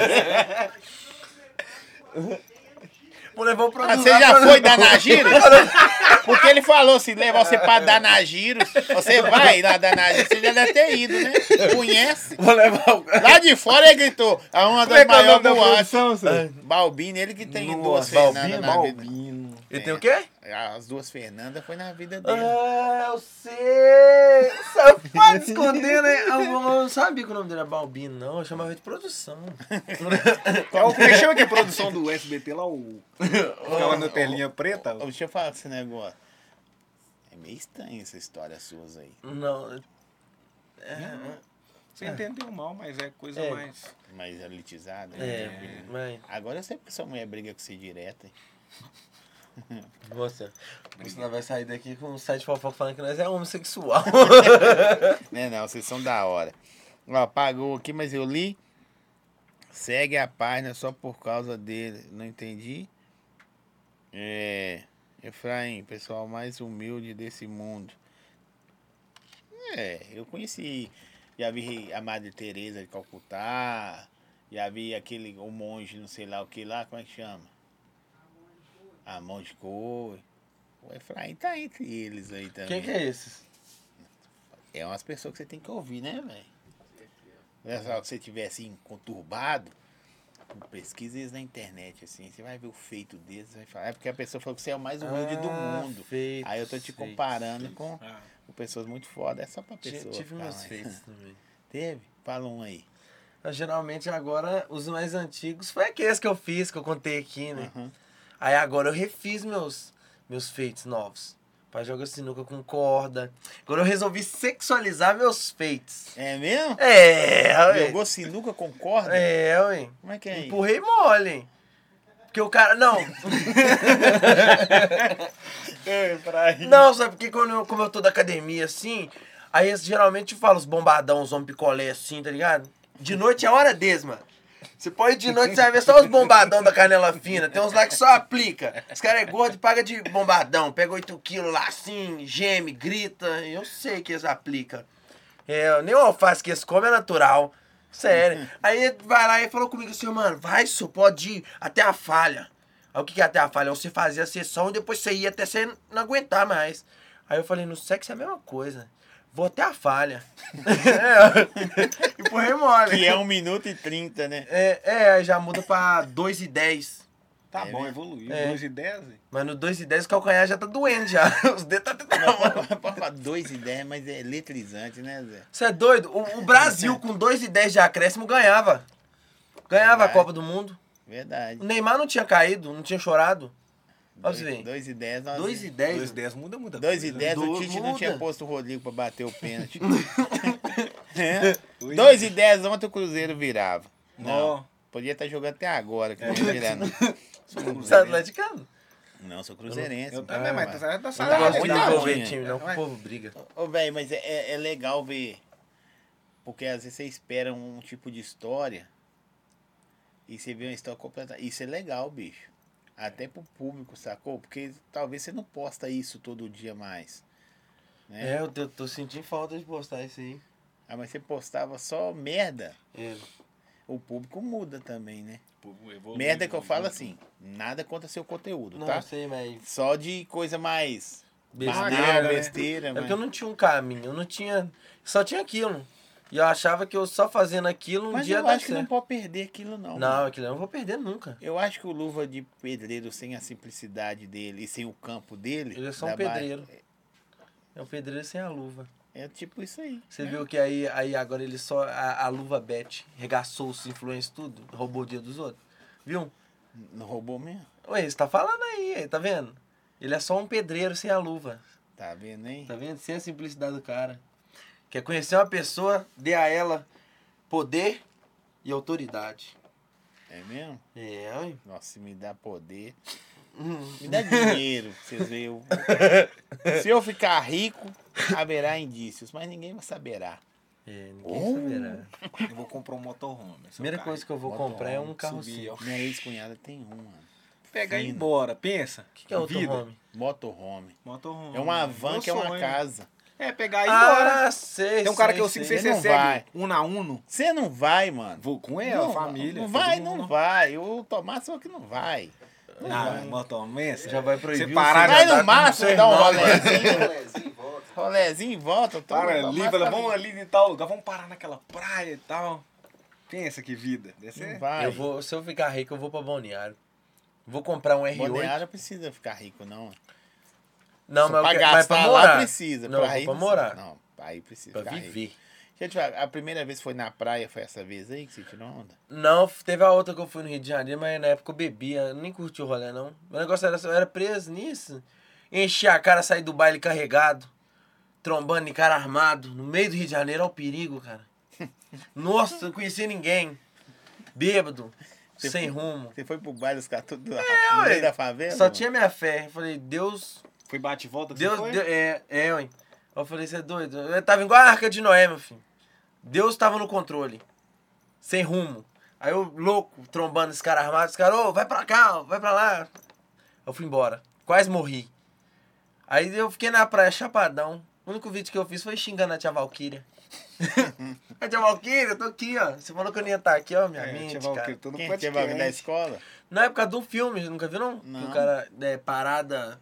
Vou levar o produto. Você já foi da Nagiros? Porque ele falou, se levar você pra Danagiros, você vai lá da Nagiros, você já deve ter ido, né? Conhece? Vou levar o... Lá de fora ele gritou, é uma das maiores boates. senhor? Balbino, ele que tem Nossa, duas Fernandas na vida. Balbino. Ele tem o quê? As duas Fernandas foi na vida dele. Eu sei! Safado escondendo, né? Eu não sabia que o nome dele era Balbino, não. Eu chamava de produção. Como é que chama que é a produção do SBT lá? Ficava na telinha preta? Deixa eu falar esse negócio. É meio estranho essa história suas aí. Não. Você entendeu mal, mas é coisa mais... Mais elitizada. Mas... Agora eu sei porque sua mulher briga com você direto. Hein? Nossa, isso nós vai sair daqui com um site fofoca falando que nós é homossexual. Né, não, vocês são da hora. Ó, pagou aqui, mas eu li. Segue a página só por causa dele. Não entendi. Efraim, pessoal mais humilde desse mundo. Eu conheci. Já vi a Madre Teresa de Calcutá. Já vi o monge, não sei lá o que lá, como é que chama? A mão de cor. O Efraim tá entre eles aí também. Quem que é esse? É umas pessoas que você tem que ouvir, né, velho? Se você estiver assim, conturbado, pesquisa eles na internet, assim. Você vai ver o feito deles, vai falar. É porque a pessoa falou que você é o mais humilde do mundo. Feito, Aí eu tô te comparando com pessoas muito fodas. É só pra pessoa. Tive ficar meus mais. feitos também. Teve? Fala um aí. Geralmente agora, os mais antigos foi aqueles que eu fiz, que eu contei aqui, né? Uhum. Aí agora eu refiz meus feitos novos. Pra jogar sinuca com corda. Agora eu resolvi sexualizar meus feitos. É mesmo? Ué. Jogou sinuca com corda? Ué. Como é que é isso? Empurrei mole, hein? Porque o cara... Não. Não, sabe porque como eu tô da academia assim, aí eu geralmente falo os bombadão, os homens picolé assim, tá ligado? De noite é hora deles, mano. Você pode ir de noite, você vai ver só os bombadão da canela fina. Tem uns lá que só aplica. Os caras é gordo e paga de bombadão. Pega 8 quilos lá assim, geme, grita. Eu sei que eles aplicam. Nem o alface que eles comem é natural. Sério. Aí ele vai lá e falou comigo assim, mano, vai, só pode ir até a falha. Aí o que é até a falha? Você fazia a sessão e depois você ia até você não aguentar mais. Aí eu falei, no sexo é a mesma coisa. Vou até a falha. Empurrei mole. Que é 1 minuto e 30, né? Aí já muda pra 2:10. Tá bom, evoluiu. 2:10? Mas no 2:10 o calcanhar já tá doendo já. Os dedos tá tentando. Pode falar 2:10, mas é eletrizante, né, Zé? Você é doido? O Brasil com 2:10 de acréscimo ganhava. Ganhava a Copa do Mundo. Verdade. O Neymar não tinha caído, não tinha chorado. Olha você ver. 2:10. 2:10. 2:10 muda. 2:10 o Tite não muda. tinha posto o Rodrigo pra bater o pênalti. 2:10 ontem o Cruzeiro virava. Não. Podia estar jogando até agora, que não ia virar, não. Você é atleticano? Não, sou cruzeirense. Eu também, mas tá Eu não saindo. gosto de muita envolver gente. time, não, que o povo briga. Ô, velho, mas é legal ver. Porque às vezes você espera um tipo de história e você vê uma história completa. Isso é legal, bicho. Até pro público, sacou? Porque talvez você não posta isso todo dia mais. Né? Eu tô sentindo falta de postar isso aí. Ah, mas você postava só merda. o público muda também, né? Evolui, Merda que eu falo assim, nada contra seu conteúdo, Não, tá? eu sei, mas... Só de coisa mais Besteira, banal, né? besteira, É mas... porque eu não tinha um caminho, eu não tinha... Só tinha aquilo. E eu achava que eu só fazendo aquilo Mas dia eu dar acho que não certo. pode perder aquilo não, Não, mano. aquilo eu não vou perder nunca. Eu acho que o Luva de Pedreiro, sem a simplicidade dele e sem o campo dele... Ele é só um da Bahia, pedreiro. É um pedreiro sem a luva. É tipo isso aí. Você né? viu que aí agora ele só... A luva bet regaçou os influencers tudo, roubou o dia dos outros. Viu? Não roubou mesmo? Ué, você tá falando aí, tá vendo? Ele é só um pedreiro sem a luva. Tá vendo, hein? Tá vendo? Sem a simplicidade do cara. Quer conhecer uma pessoa, dê a ela poder e autoridade. É mesmo? É, ué. Nossa, se me dá poder... Me dá dinheiro, pra vocês verem. Se eu ficar rico, haverá indícios, mas ninguém saberá. É, ninguém saberá. Eu vou comprar um motorhome. Primeira coisa que eu vou comprar é um carro subir, ó. assim. Minha ex-cunhada tem um, mano. Pegar e ir Fino. embora, pensa. O que é motorhome? Motorhome. Motorhome. É uma van Meu que é uma sonho. casa. É, pegar e ir embora. Ah, sei. Tem um cara que eu sei, sigo, sei. você Não segue vai. Uno a Uno. Você não vai, mano. Vou com ela, Não, família. Não todo vai, mundo. não vai. O Tomás falou que não vai. Não, motorhome. Já vai proibir Você o parar seu- Vai de no andar com máximo seu dar um irmão, rolezinho. Rolezinho, volta. Rolezinho e volta. Para Tomás ali, fala, tá- vamos ali em tal lugar, vamos parar naquela praia e tal. Pensa que vida. Deve Não ser. vai. Se eu ficar rico, eu vou pra Balneário. Vou comprar um R8. Balneário precisa ficar rico, não. Não, Só mas pra eu quero- mas gastar pra lá morar. precisa. Não, pra pra ir não morar. precisa. Não, aí precisa Pra ficar rico. viver. Deixa eu te falar, a primeira vez foi na praia, foi essa vez aí que você tirou onda? Não, teve a outra que eu fui no Rio de Janeiro, mas na época eu bebia, eu nem curti o rolê, não. O negócio era, eu era preso nisso. Enchi a cara, saí do baile carregado, trombando em cara armado, no meio do Rio de Janeiro, olha o perigo, cara. Nossa, não conhecia ninguém. Bêbado, Você sem foi- rumo. Você foi pro baile, os caras tudo no ué. meio da favela? Só mano? tinha minha fé. Eu falei, Deus, Foi bate e volta que Deus, você foi? Deus ué. Eu falei, você é doido? Eu tava igual a Arca de Noé, meu filho. Deus tava no controle. Sem rumo. Aí eu, louco, trombando esse cara armado, esse cara, ô, vai pra cá, ó, vai pra lá. Eu fui embora. Quase morri. Aí eu fiquei na praia, chapadão. O único vídeo que eu fiz foi xingando a tia Valkyria. A tia Valkyria, eu tô aqui, ó. Você falou que eu não ia estar aqui, ó, minha mente, Tia Valquíria, cara. tô no Quem podcast. tinha bagulho da escola? Na época de um filme, nunca viu, não? Não. Que o cara, parada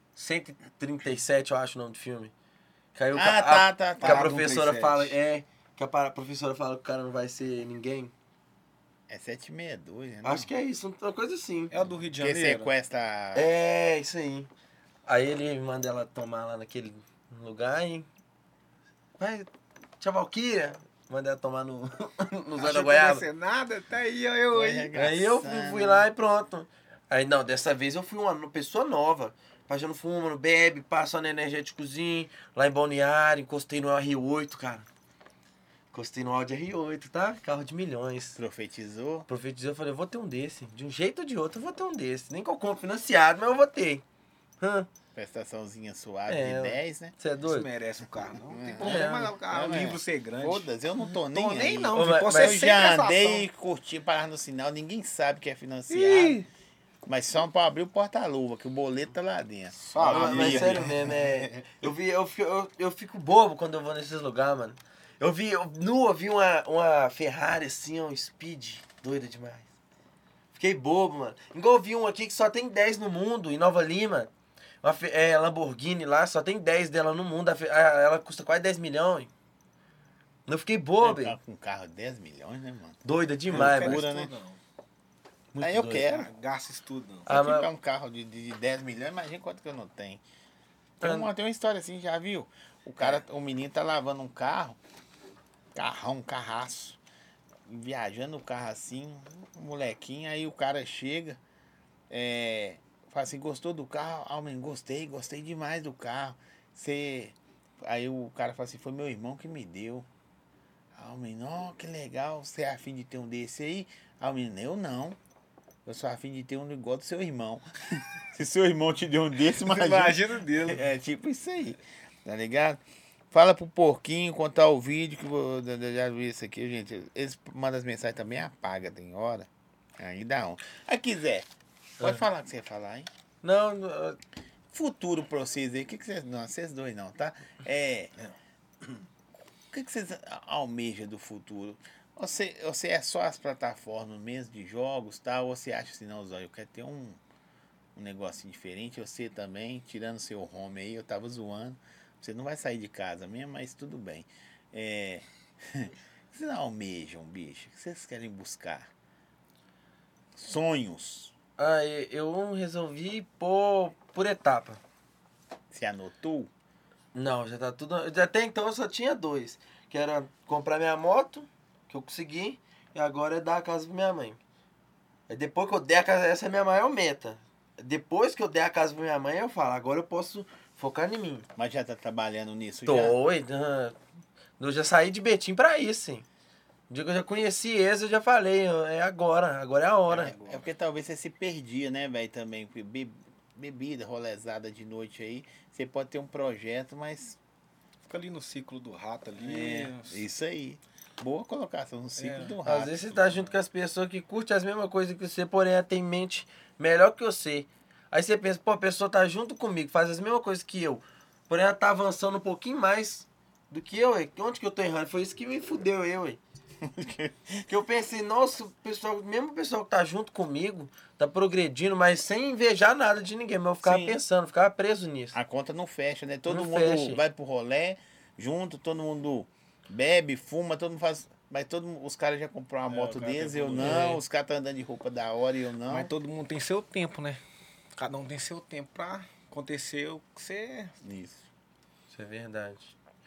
137, eu acho o nome do filme. Que aí o Ah, tá. Que a Parada professora 137. fala, que a professora fala que o cara não vai ser ninguém. É 762, né? Acho que é isso, uma coisa assim. É o do Rio de Que Janeiro? sequestra... É, isso aí. Aí ele manda ela tomar lá naquele lugar e... Vai, tia Valkyria. Manda ela tomar no Achou Zé da que não ia Goiaba. ser nada, tá aí, ó, eu aí. Aí eu fui lá e pronto. Aí não, dessa vez eu fui uma pessoa nova. Mas já não fuma, não bebe, passa no energéticozinho, lá em Balneário, encostei no R8, cara. Encostei no Audi R8, tá? Carro de milhões. Profetizou. Profetizei, eu falei, eu vou ter um desse. De um jeito ou de outro, eu vou ter um desse. Nem que eu compre financiado, mas eu vou ter. Prestaçãozinha suave É, de 10, né? Você é Isso doido? merece um carro, não. Tem É. problema, o carro, o É. livro ser grande. Foda-se, eu não tô nem Tô aí. nem não, Ô, filho, mas- posso mas ser Eu sem já prestação. andei, curti, parar no sinal, ninguém sabe que é financiado. Ih, Mas só pra abrir o porta-luva, que o boleto tá lá dentro. Fala, Mas amigo. sério mesmo, eu fico bobo quando eu vou nesses lugares, mano. Eu vi uma Ferrari assim, um Speed, doida demais. Fiquei bobo, mano. Igual eu vi um aqui que só tem 10 no mundo, em Nova Lima. Uma Lamborghini lá, só tem 10 dela no mundo. Ela custa quase 10 milhões. Eu fiquei bobo, Tá com um carro de 10 milhões, né, mano? doida demais, Loucura, mano. né? Muito Aí eu doido. quero. Gasta isso tudo, não. Se Ah, eu mas- tiver um carro de 10 milhões, imagina quanto que eu não tenho. Tem uma história assim, já viu? O menino tá lavando um carro, um carraço, viajando o carro assim, um molequinho, aí o cara chega, fala assim, gostou do carro? Ah, menino, gostei demais do carro. Aí o cara fala assim, foi meu irmão que me deu. Ah, o menino, ó, que legal, você é afim de ter um desse aí? Ah, o menino, eu não. Eu sou afim de ter um igual do seu irmão. Se seu irmão te deu um desse, Imagina o dele. É tipo isso aí, tá ligado? Fala pro Porquinho contar o vídeo que eu já vi isso aqui, gente. Eles mandam as mensagens também, apaga, tem hora. Aí dá um. Aqui, Zé, pode falar o que você ia falar, hein? Não, Futuro pra vocês aí, o que vocês. Não, vocês dois não, tá? O que vocês almejam do futuro? Você é só as plataformas mesmo de jogos, tal? Ou você acha assim, não, Zóio, eu quero ter um negocinho diferente? Você também, tirando seu home aí, eu tava zoando. Você não vai sair de casa mesmo, mas tudo bem. Vocês não almejam, bicho? O que vocês querem buscar? Sonhos. Eu resolvi por etapa. Você anotou? Não, já tá tudo... Até então eu só tinha 2. Que era comprar minha moto, que eu consegui, e agora é dar a casa pra minha mãe. Depois que eu der a casa, essa é a minha maior meta. Depois que eu der a casa pra minha mãe, eu falo, agora eu posso focar em mim. Mas já tá trabalhando nisso já? Eu já saí de Betim pra isso, sim. O dia que eu já conheci esse, eu já falei, é agora é a hora. É porque talvez você se perdia, né, velho, também. Bebida, rolezada de noite aí. Você pode ter um projeto, mas... Fica ali no ciclo do rato ali. Isso aí. Boa colocação, no ciclo do rato. Às vezes você tá junto com as pessoas que curtem as mesmas coisas que você, porém ela tem mente melhor que você. Aí você pensa, pô, a pessoa tá junto comigo, faz as mesmas coisas que eu, porém ela tá avançando um pouquinho mais do que eu, ué. Onde que eu tô errando? Foi isso que me fudeu, ué. Que eu pensei, nossa, mesmo o pessoal que tá junto comigo, tá progredindo, mas sem invejar nada de ninguém. Mas eu ficava pensando, ficava preso nisso. A conta não fecha, né? Todo mundo vai pro rolê junto, todo mundo bebe, fuma, todo mundo faz... Mas os caras já compraram uma moto deles, eu não. Os caras estão andando de roupa da hora e eu não. Mas todo mundo tem seu tempo, né? Cada um tem seu tempo pra acontecer o que você... Isso é verdade.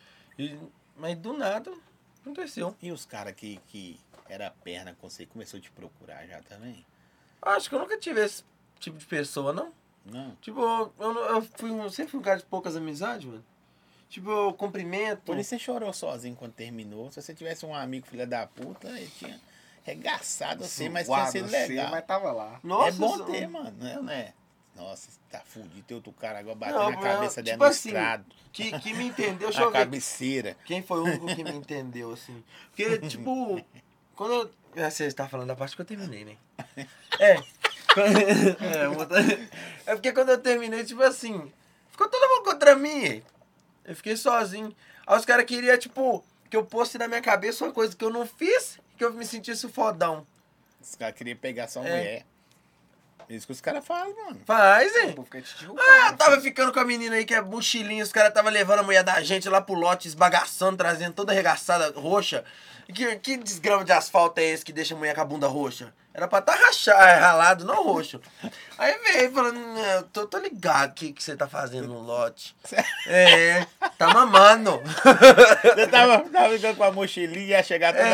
Mas do nada... aconteceu. E os caras que era perna com você, começou a te procurar já também? Acho que eu nunca tive esse tipo de pessoa, não. Não? Tipo, eu sempre fui um cara de poucas amizades, mano. Tipo, eu cumprimento. Por isso você chorou sozinho quando terminou. Se você tivesse um amigo filha da puta, ele tinha regaçado assim, mas tinha sido legal. Mas tava lá. Nossa, é bom ter, mano, né? Nossa, tá fudido. Tem outro cara agora batendo na cabeça dela tipo no assim, estrado. Que me entendeu, deixa Na eu ver. cabeceira. Quem foi o único que me entendeu, assim? Porque, tipo, quando eu... Você tá falando da parte que eu terminei, né? É porque quando eu terminei, tipo assim, ficou todo mundo contra mim. Eu fiquei sozinho. Aí os caras queriam, tipo, que eu posse na minha cabeça uma coisa que eu não fiz, que eu me sentisse fodão. Os caras queriam pegar sua mulher. Isso que os caras fazem, mano. Faz, hein? Eu Tava ficando com a menina aí que é mochilinha, os caras tava levando a mulher da gente lá pro lote, esbagaçando, trazendo toda arregaçada, roxa. Que desgrama de asfalto é esse que deixa a mulher com a bunda roxa? Era pra tá ralado, não roxo. Aí veio falando, tô ligado o que você tá fazendo no lote. Tá mamando. Você tava ficando com a mochilinha e ia chegar toda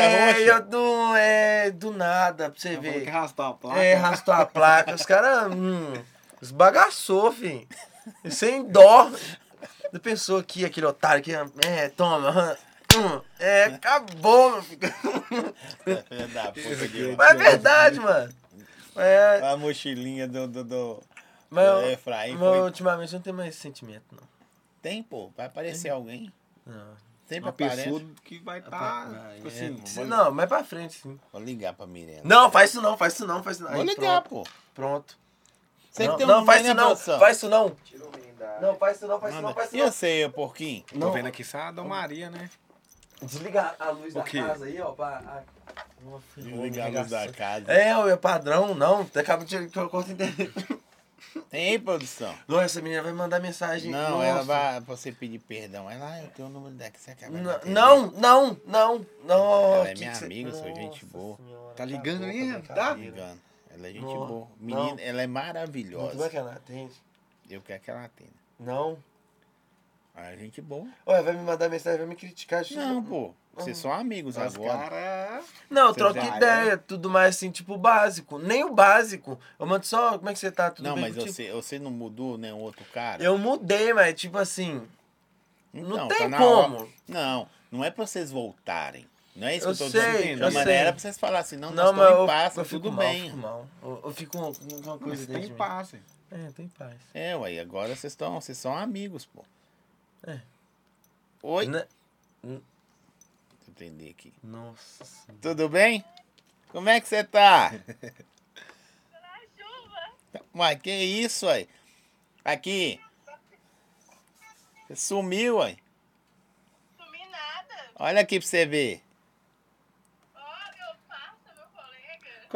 roxa? Do nada, pra você ver. Que arrastou a placa. Arrastou a placa. Os caras esbagaçou, filho. Sem dó. Você pensou que aquele otário que toma. Acabou, meu filho. Mas é verdade, mano. A mochilinha do Efraim. Mas ultimamente não tem mais sentimento, não. Tem, pô. Vai aparecer alguém. Não. Sempre uma pessoa que vai estar... Não, mais pra frente, sim. Vou ligar pra Mirena. Não, faz isso não. Vou ligar, pô. Pronto. Você que tem não, faz isso não. Faz isso não. Não, faz isso não. E eu sei, porquinho? Tô vendo aqui só a Dom Maria, né? Desliga a luz da casa aí, ó. Desligar a luz da casa. É padrão, não. Acaba de que eu corto entender. Tem aí, produção? Não, essa menina vai mandar mensagem. Não, nossa. ela vai pra você pedir perdão. Ela, eu tenho o número dela que você acaba de Não. Ela é minha amiga, sou gente boa. Tá ligando aí? Tá ligando. Ela é gente boa. Menina, ela é maravilhosa. Como é que ela atende? Eu quero que ela atenda. Não. Ah, é gente boa. Olha, vai me mandar mensagem, vai me criticar. Não, pô. Vocês são amigos agora. Não, eu troco ideia, tudo mais assim, tipo básico. Nem o básico. Eu mando só, como é que você tá? Tudo não, bem mas contigo? você não mudou, né? Um outro cara? Eu mudei, mas tipo assim... Então, não tem tá como. Não é pra vocês voltarem. Não é isso que eu tô sei, dizendo. Mas era pra vocês falarem assim, não mas estamos em paz, eu tudo fico bem. Eu fico com uma coisa tem paz, hein? tô em paz. Ué, agora vocês são amigos, pô. Oi? Deixa eu entender aqui. Nossa Senhora. Tudo bem? Como é que você tá? Na chuva. Uai, que isso, uai? Aqui. Você sumiu, uai. Sumi nada. Olha aqui pra você ver. Ó,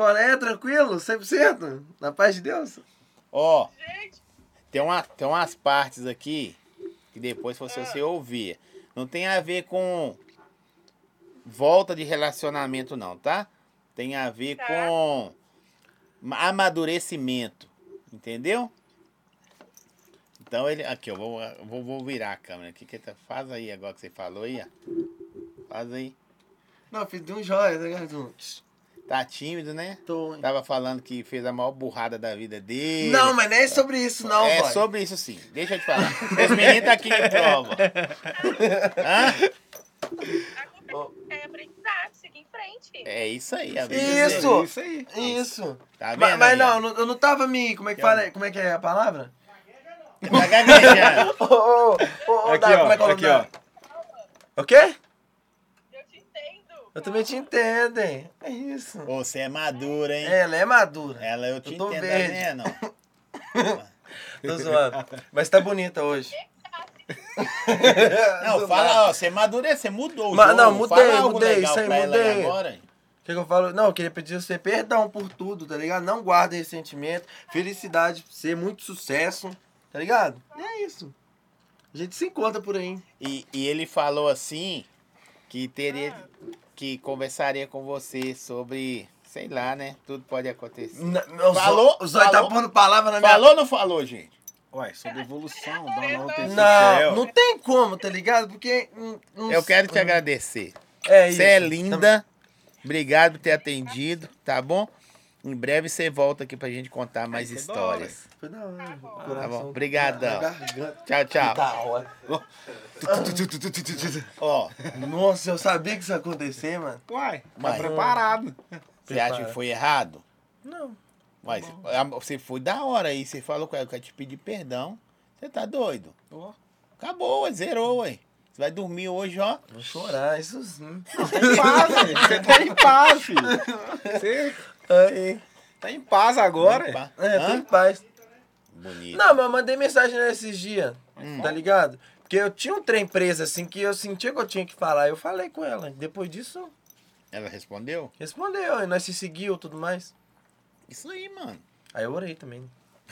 Qual é? Tranquilo? 100%? Na paz de Deus? Ó, Gente, tem umas partes aqui que depois você ouvir. Não tem a ver com volta de relacionamento, não, tá? Tem a ver Tá. com amadurecimento. Entendeu? Então ele. Aqui, eu vou virar a câmera. Faz aí agora que você falou aí, ó. Faz aí. Não, fiz de um jóia, tá ligado? Tá tímido, né? Tô. Tava falando que fez a maior burrada da vida dele. Não, mas não é sobre isso, não, É boy. sobre isso sim. Deixa eu te falar. Esse menino tá aqui em prova. Hã? a culpa é aprendizado, seguir em frente. É isso aí, a vida Isso. dele. Isso aí. Isso. Tá vendo? Mas aí, ó? não, eu não tava me... Como é que fala? Como é que é a palavra? Tá gaguejando. Ô, Aqui, Dá, ó. como é que é o Aqui, nome? ó. O quê? Eu te entendo. Eu também te entendo, hein? É isso. Ô, você é madura, hein? Ela é madura. Ela eu te Eu tô entendo, verde. tá vendo? Tô zoando. Mas tá bonita hoje. Não, fala, ó, você amadureceu, você mudou o Mas, jogo. não, mudei, Fala algo mudei, legal isso aí, pra ela aí mudei. agora. O que eu falo? Não, eu queria pedir a você perdão por tudo, tá ligado? Não guarda ressentimento. Felicidade pra você, muito sucesso, tá ligado? E é isso. A gente se encontra por aí. E ele falou assim que teria que conversaria com você sobre, sei lá, né? Tudo pode acontecer. Falou? O Zóio tá Falou? pondo palavra na minha... Falou ou não falou, gente? Ué, sobre evolução, dar uma outra Não, não tem como, tá ligado? Porque... Eu quero te agradecer. É isso. Você é linda. Obrigado por ter atendido, tá bom? Em breve você volta aqui pra gente contar mais foi da histórias. Foi da hora. Tá bom? Obrigadão. Garganta. Tchau, tchau. Da hora. Ó, Nossa, eu sabia que isso ia acontecer, mano. Uai, tá Mas- preparado. você acha que foi errado? Não. Mas você foi da hora aí, você falou que eu quero te pedir perdão. Você tá doido? Ó, Acabou, ué, zerou, ué. Você vai dormir hoje, ó. Vou chorar, isso sim. tá em paz, velho. Você tá em paz, filho. Você Aí. tá em paz agora. Pá. É, tô Hã? em paz. Bonito. Não, mas eu mandei mensagem nesses dias, tá ligado? Porque eu tinha um trem preso, assim, que eu sentia que eu tinha que falar. Eu falei com ela. Depois disso, Ela respondeu? respondeu. E nós se seguiu e tudo mais. Isso aí, mano. Aí eu orei também.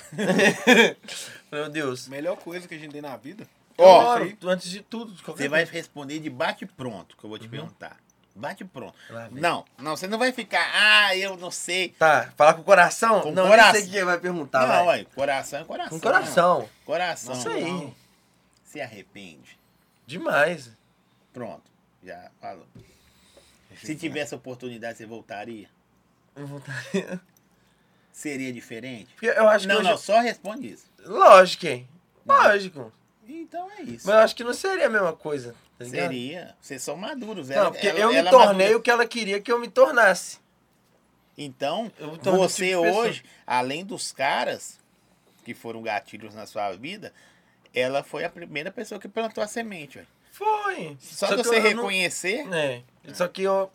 Meu Deus. Melhor coisa que a gente tem na vida. Ó, Eu oro, antes de tudo. De qualquer Você vai coisa. responder de bate-pronto, que eu vou te perguntar. Bate-pronto. Lá vem. Não, você não vai ficar, eu não sei. Tá, falar com o coração? Com o não, coração. nem sei o que ele vai perguntar, não, vai. ué, coração é coração. Com coração. Coração. Isso aí. Não. Se arrepende. Demais. Pronto, já falou. Se tivesse oportunidade, você voltaria? Eu voltaria. Seria diferente? Porque eu acho que Não, eu não, já- só responde isso. Lógico, hein? Lógico. Então é isso. Mas eu acho que não seria a mesma coisa, tá ligado? Seria. Vocês são maduros. Não, porque eu me tornei o que ela queria que eu me tornasse. Então, Eu me tornei você tipo de pessoa. hoje, além dos caras que foram gatilhos na sua vida, ela foi a primeira pessoa que plantou a semente, ué. Foi. Só que de você eu não- reconhecer, É. Só que eu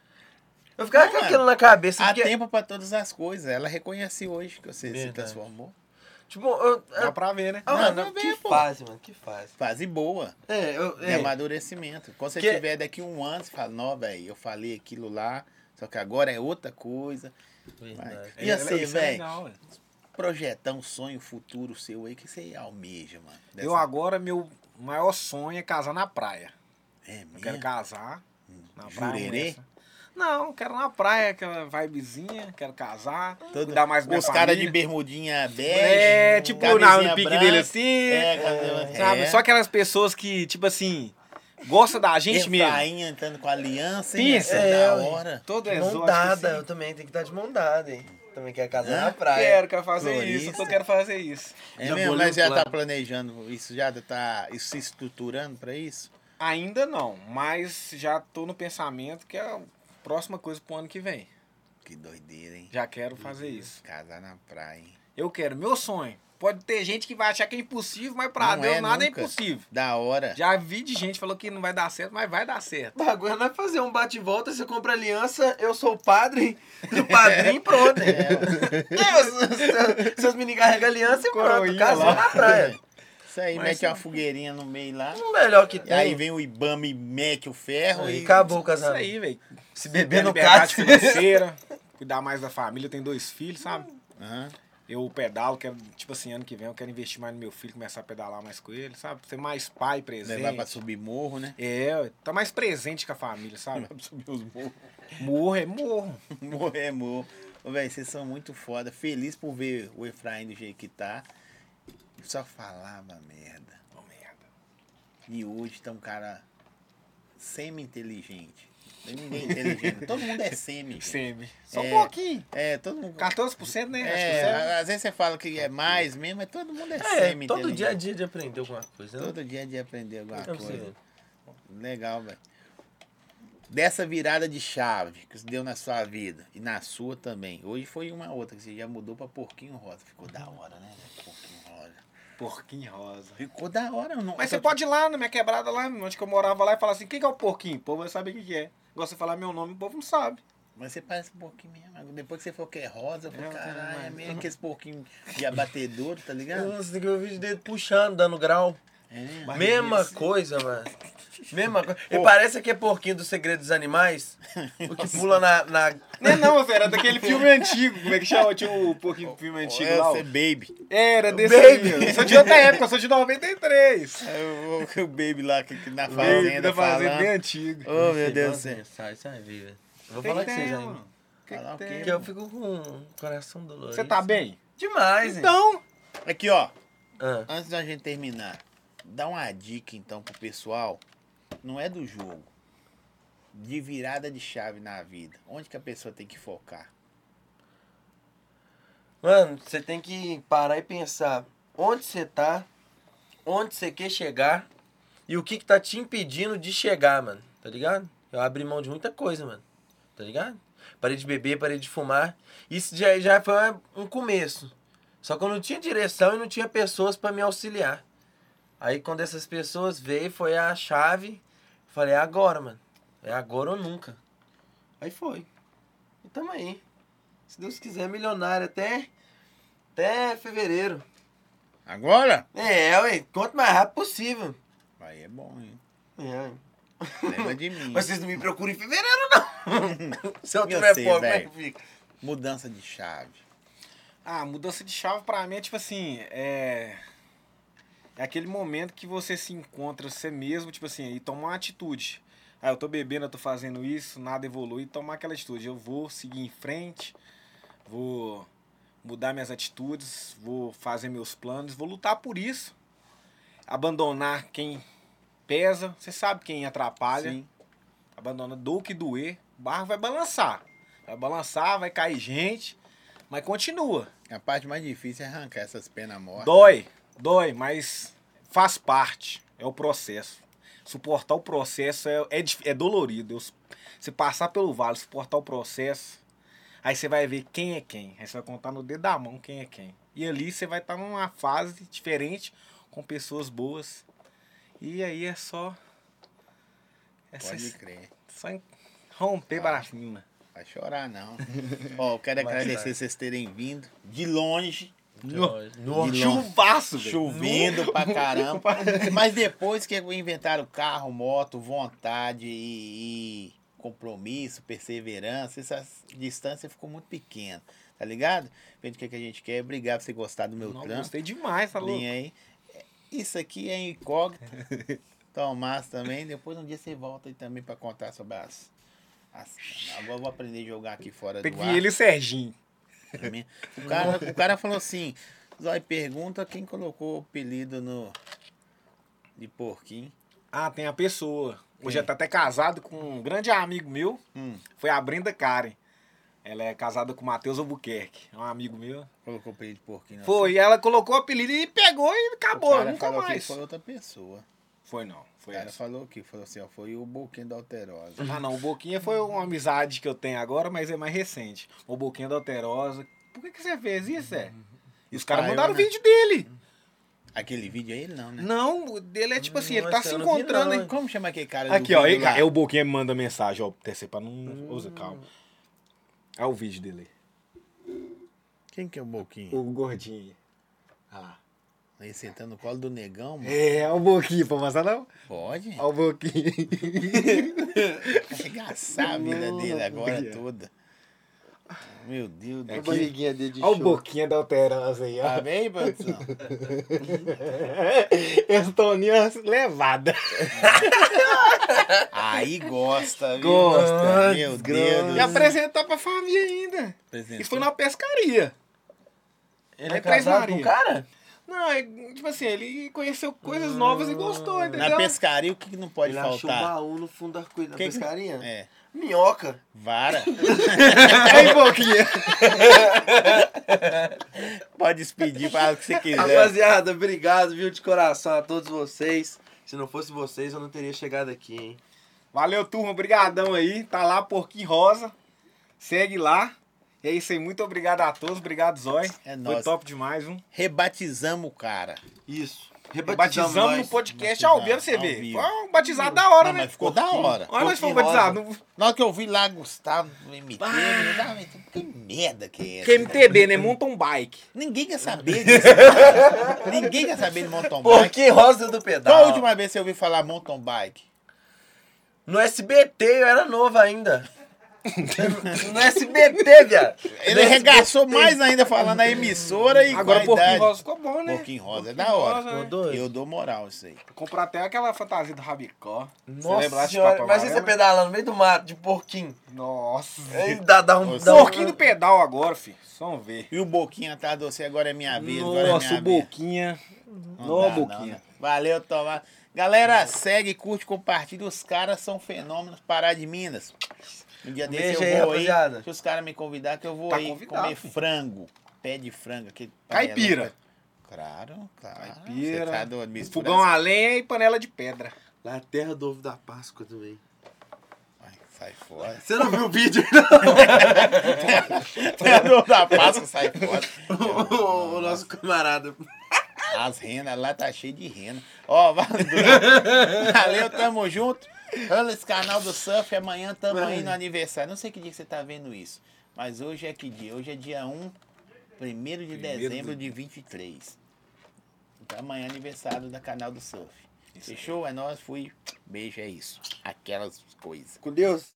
ficava Não, com mano. aquilo na cabeça. há Porque, tempo pra todas as coisas. Ela reconhece hoje que você se Verdade. transformou. tipo, eu... Dá pra ver, né? Ah, Não, mano, não que vem, pô. fase, mano, que fase. Fase boa. De É. amadurecimento. Quando você Que- tiver daqui um ano, você fala, não, velho, eu falei aquilo lá, só que agora é outra coisa. Verdade. E assim, Isso é velho, legal, velho. projetar um sonho futuro seu aí, que você almeja, mano. Eu agora, meu maior sonho é casar na praia. É Eu quero mesmo? casar na praia. Jurerê? nessa. Não, quero na praia, aquela vibezinha, quero casar, Todo- cuidar mais da minha Os caras de família. bermudinha bege. É, tipo, camisinha no pique branca. dele assim, sabe? É. Só aquelas pessoas que, tipo assim, gostam da gente mesmo. Efraim entrando com a aliança, hein? Pensa. Essa É, da ué. hora. Todo Mão exótico, dada, assim. eu também tenho que estar de mão dada, hein? Também quero casar Hã? na praia. Quero fazer Florista. isso, eu quero fazer isso. É Já mesmo? bolei Mas um já plano. tá planejando isso? Já tá isso se estruturando pra isso? Ainda não, mas já tô no pensamento que é a próxima coisa pro ano que vem. Que doideira, hein? Já quero fazer isso. Casar na praia, hein? Eu quero, meu sonho. Pode ter gente que vai achar que é impossível, mas pra Não Deus é nada nunca. é impossível. Da hora. Já vi de gente que falou que não vai dar certo, mas vai dar certo. O bagulho não é fazer um bate-volta, você compra aliança, eu sou o padre, o padrinho e pronto. Seus meninos carregam aliança e pronto, Coroinha casou lá. na praia. Isso aí, Mas mete uma fogueirinha no meio lá. O melhor que E aí tem. vem o Ibama e mete o ferro Aí e... acabou o Isso casamento. aí, velho. Se beber no Liberdade caso. financeira. cuidar mais da família. Eu tenho 2 filhos, sabe? Aham. Eu pedalo, quero, tipo assim, ano que vem eu quero investir mais no meu filho, começar a pedalar mais com ele, sabe? Ser mais pai presente. Levar pra subir morro, né? Tá mais presente com a família, sabe? Levar pra subir os morros. Morro é morro. Morro é morro. Ô, velho, vocês são muito foda. Feliz por ver o Efraim do jeito que tá. Só falava merda. Oh, merda. E hoje tá um cara semi-inteligente. Não tem ninguém inteligente. Todo mundo é semi. Gente. Semi. Só É, um pouquinho. todo mundo. 14%, né? Acho que Às vezes você fala que é mais mesmo, mas todo mundo é É, semi-inteligente. todo dia é dia de aprender alguma coisa, né? Todo dia é de aprender alguma Pra você coisa. ver. Legal, velho. Dessa virada de chave que você deu na sua vida e na sua também. Hoje foi uma outra que você já mudou pra Porquinho Rosa. Ficou da hora, né? Porquinho Rosa. Porquinho rosa. Ficou da hora, não. Mas você pode ir lá na minha quebrada, lá onde que eu morava lá, e falar assim, quem que é o porquinho? O povo vai saber o que é. Igual você falar meu nome, o povo não sabe. Mas você parece um pouquinho mesmo. Depois que você falou que é rosa, eu falei, É, caralho, é mas- mesmo aqueles porquinhos de abatedouro, tá ligado? Nossa, tem que ver o vídeo dele puxando, dando grau. É. Mas Mesma isso- coisa, mano. Mesma coisa. E parece aquele porquinho do Segredo dos Animais. O que pula na... Não, velho, era daquele filme antigo. Como é que chama? Tinha o porquinho do filme antigo lá. Você ó. Baby. Era desse Baby. aí. Eu sou de outra época, eu sou de 93. É o Baby lá que na Baby fazenda da fazenda falando. bem antigo. Oh, meu Deus do céu. Sai, velho. Vou Que falar que com vocês tem, aí. mano? Que Falar o que quê? tem? Que eu fico com o coração dolorido. Você tá bem? Demais, hein? Então, Aqui, ó. Ah, Antes da gente terminar, dá uma dica então pro pessoal. Não é do jogo. De virada de chave na vida. Onde que a pessoa tem que focar? mano, você tem que parar e pensar onde você tá, onde você quer chegar e o que tá te impedindo de chegar, mano. Tá ligado? Eu abri mão de muita coisa, mano. Tá ligado? Parei de beber, parei de fumar. Isso já foi um começo. Só que eu não tinha direção e não tinha pessoas pra me auxiliar. Aí quando essas pessoas veio, foi a chave. Falei, é agora, mano. É agora ou nunca. Aí foi. E tamo aí. Se Deus quiser, milionário até fevereiro. Agora? Ué. Quanto mais rápido possível. Aí é bom, hein? É. Lembra de mim. Mas vocês não me procuram em fevereiro, não. Se eu Eu tiver sei, pobre, como é velho. que fica? Mudança de chave. mudança de chave pra mim é tipo assim, é aquele momento que você se encontra você mesmo, tipo assim, e toma uma atitude. Ah, eu tô bebendo, eu tô fazendo isso, nada evolui, tomar aquela atitude. Eu vou seguir em frente, vou mudar minhas atitudes, vou fazer meus planos, vou lutar por isso. Abandonar quem pesa, você sabe quem atrapalha. Sim. Abandona, dou o que doer, o barco vai balançar. Vai balançar, vai cair gente, mas continua. A parte mais difícil é arrancar essas penas mortas. Dói, mas faz parte, é o processo. Suportar o processo é dolorido. Você passar pelo vale, suportar o processo, aí você vai ver quem é quem. Aí você vai contar no dedo da mão quem é quem. E ali você vai estar numa fase diferente, com pessoas boas. E aí é só... Pode crer. Só romper parafuso. Vai chorar, não. Ó, eu quero agradecer vocês terem vindo. De longe. Chuvaço, velho. Chovendo pra caramba. Mas depois que inventaram carro, moto, vontade e compromisso, perseverança, essa distância ficou muito pequena. Tá ligado? Vendo o que a gente quer. Obrigado por você gostar do meu trampo. Gostei demais, tá louco? Linha aí. Isso aqui é incógnito. Tomás também. Depois um dia você volta aí também pra contar sobre as... Agora eu vou aprender a jogar aqui fora Tem que do vir ar. ele e o Serginho. O cara falou assim, Zói, pergunta quem colocou o apelido de porquinho. Ah, tem a pessoa. Hoje Quem? ela tá até casado com um grande amigo meu. Foi a Brenda Karen. Ela é casada com o Matheus Albuquerque. É um amigo meu. Colocou o apelido de porquinho. Foi, e ela colocou o apelido e pegou e acabou, O cara nunca falou mais. que foi outra pessoa. Foi não, O foi cara essa. falou assim, ó, foi o Boquinha da Alterosa. Ah não, o Boquinha foi uma amizade que eu tenho agora, mas é mais recente. O Boquinha da Alterosa. Por que você fez isso, é? E os caras Espalhou, mandaram o né? vídeo dele. Aquele vídeo é ele não, né? Não, o dele é tipo assim, ele tá Nossa, se eu não vi, encontrando. não, hein? hein? Como chama aquele cara do Aqui, ó, vídeo lá? aí o Boquinha me manda mensagem, ó, descer pra não usar, calma. Olha o vídeo dele Quem que é o Boquinha? aí. O gordinho. Ah lá. Aí sentando no colo do negão, mano. É, o Boquinha, pode passar não? Pode? Olha o Boquinha. Arregaçar a vida dele agora Boquinha. toda. Meu Deus do A céu. barriguinha dele de Olha o show. boquinha da alterança aí, ó. Tá bem, produção? Esse Toninho é levada. Aí gosta, viu? Gosta. Meu Deus do E apresentar pra família ainda. Apresentou. Isso foi numa pescaria. Ele Aí é Três casado Maria. com o cara? Não, é, tipo assim, ele conheceu coisas novas e gostou, entendeu? Na pescaria, o que não pode Ele achou um faltar? baú no fundo da Que que- pescaria? É. Minhoca. Vara. Aí, boquinha. Pode despedir, fala o que você quiser. Rapaziada, obrigado, viu, de coração a todos vocês. Se não fosse vocês, eu não teria chegado aqui, hein? Valeu, turma. Obrigadão aí. Tá lá, Porquinho Rosa. Segue lá. E é isso aí. Muito obrigado a todos. Obrigado, Zói. É Foi nóis. top demais, viu? Rebatizamos o cara. Isso. Batizamos no nós. podcast ao vivo, você Ao vê. vivo. Foi um batizado da hora, Não, né? mas ficou da hora. Olha, nós fomos Porquinho batizados. Na hora que eu vi lá Gustavo no MT, eu tava, que merda que é essa? Que MTB, né? Mountain Bike. Ninguém quer saber disso. Ninguém quer saber de mountain bike. Porquinho Rosa do Pedal. Qual a última vez que você ouviu falar mountain bike? No SBT eu era novo ainda. No SBT, viado. Ele arregaçou mais ainda falando a emissora e Agora qualidade. Porquinho Rosa ficou bom, né? Porquinho Rosa é da hora. Rosa, né? Tô doido. Eu dou moral isso aí. Comprar até aquela fantasia do Rabicó. Você lembra lá Nossa de senhora, Papai mas você Amarelo? pedalando no meio do mato, de porquinho. Nossa. Aí dá um... Nossa. dá um- Porquinho do pedal agora, filho. Só vamos ver. E o Boquinha atrás de você, agora é minha vez, agora é Nossa, minha o vez. Boquinha. Não Nó, dá, Boquinha. não, né? Valeu, Tomás. Galera, segue, curte, compartilha. Os caras são fenômenos. Pará de Minas. Um dia desse Beijo eu aí, vou aí. rapaziada. Se os caras me convidar, que eu vou Tá aí convidado, comer filho. frango. Pé de frango. Aquele Caipira. Claro, claro. Caipira. Você tá doido, mistura Fogão a lenha e panela de pedra. Na terra do ovo da Páscoa também. Ai, sai fora. Você não viu o vídeo? Terra da Páscoa, sai fora. O nosso camarada. As renas lá tá cheio de rena. Ó, valeu, tamo junto. Olha esse canal do Surf, amanhã tamo aí no aniversário. Não sei que dia que você tá vendo isso, mas hoje é que dia? Hoje é dia 1º de dezembro de 23. Então amanhã é aniversário da canal do Surf. Fechou? É nóis, fui. Beijo, é isso. Aquelas coisas. Com Deus.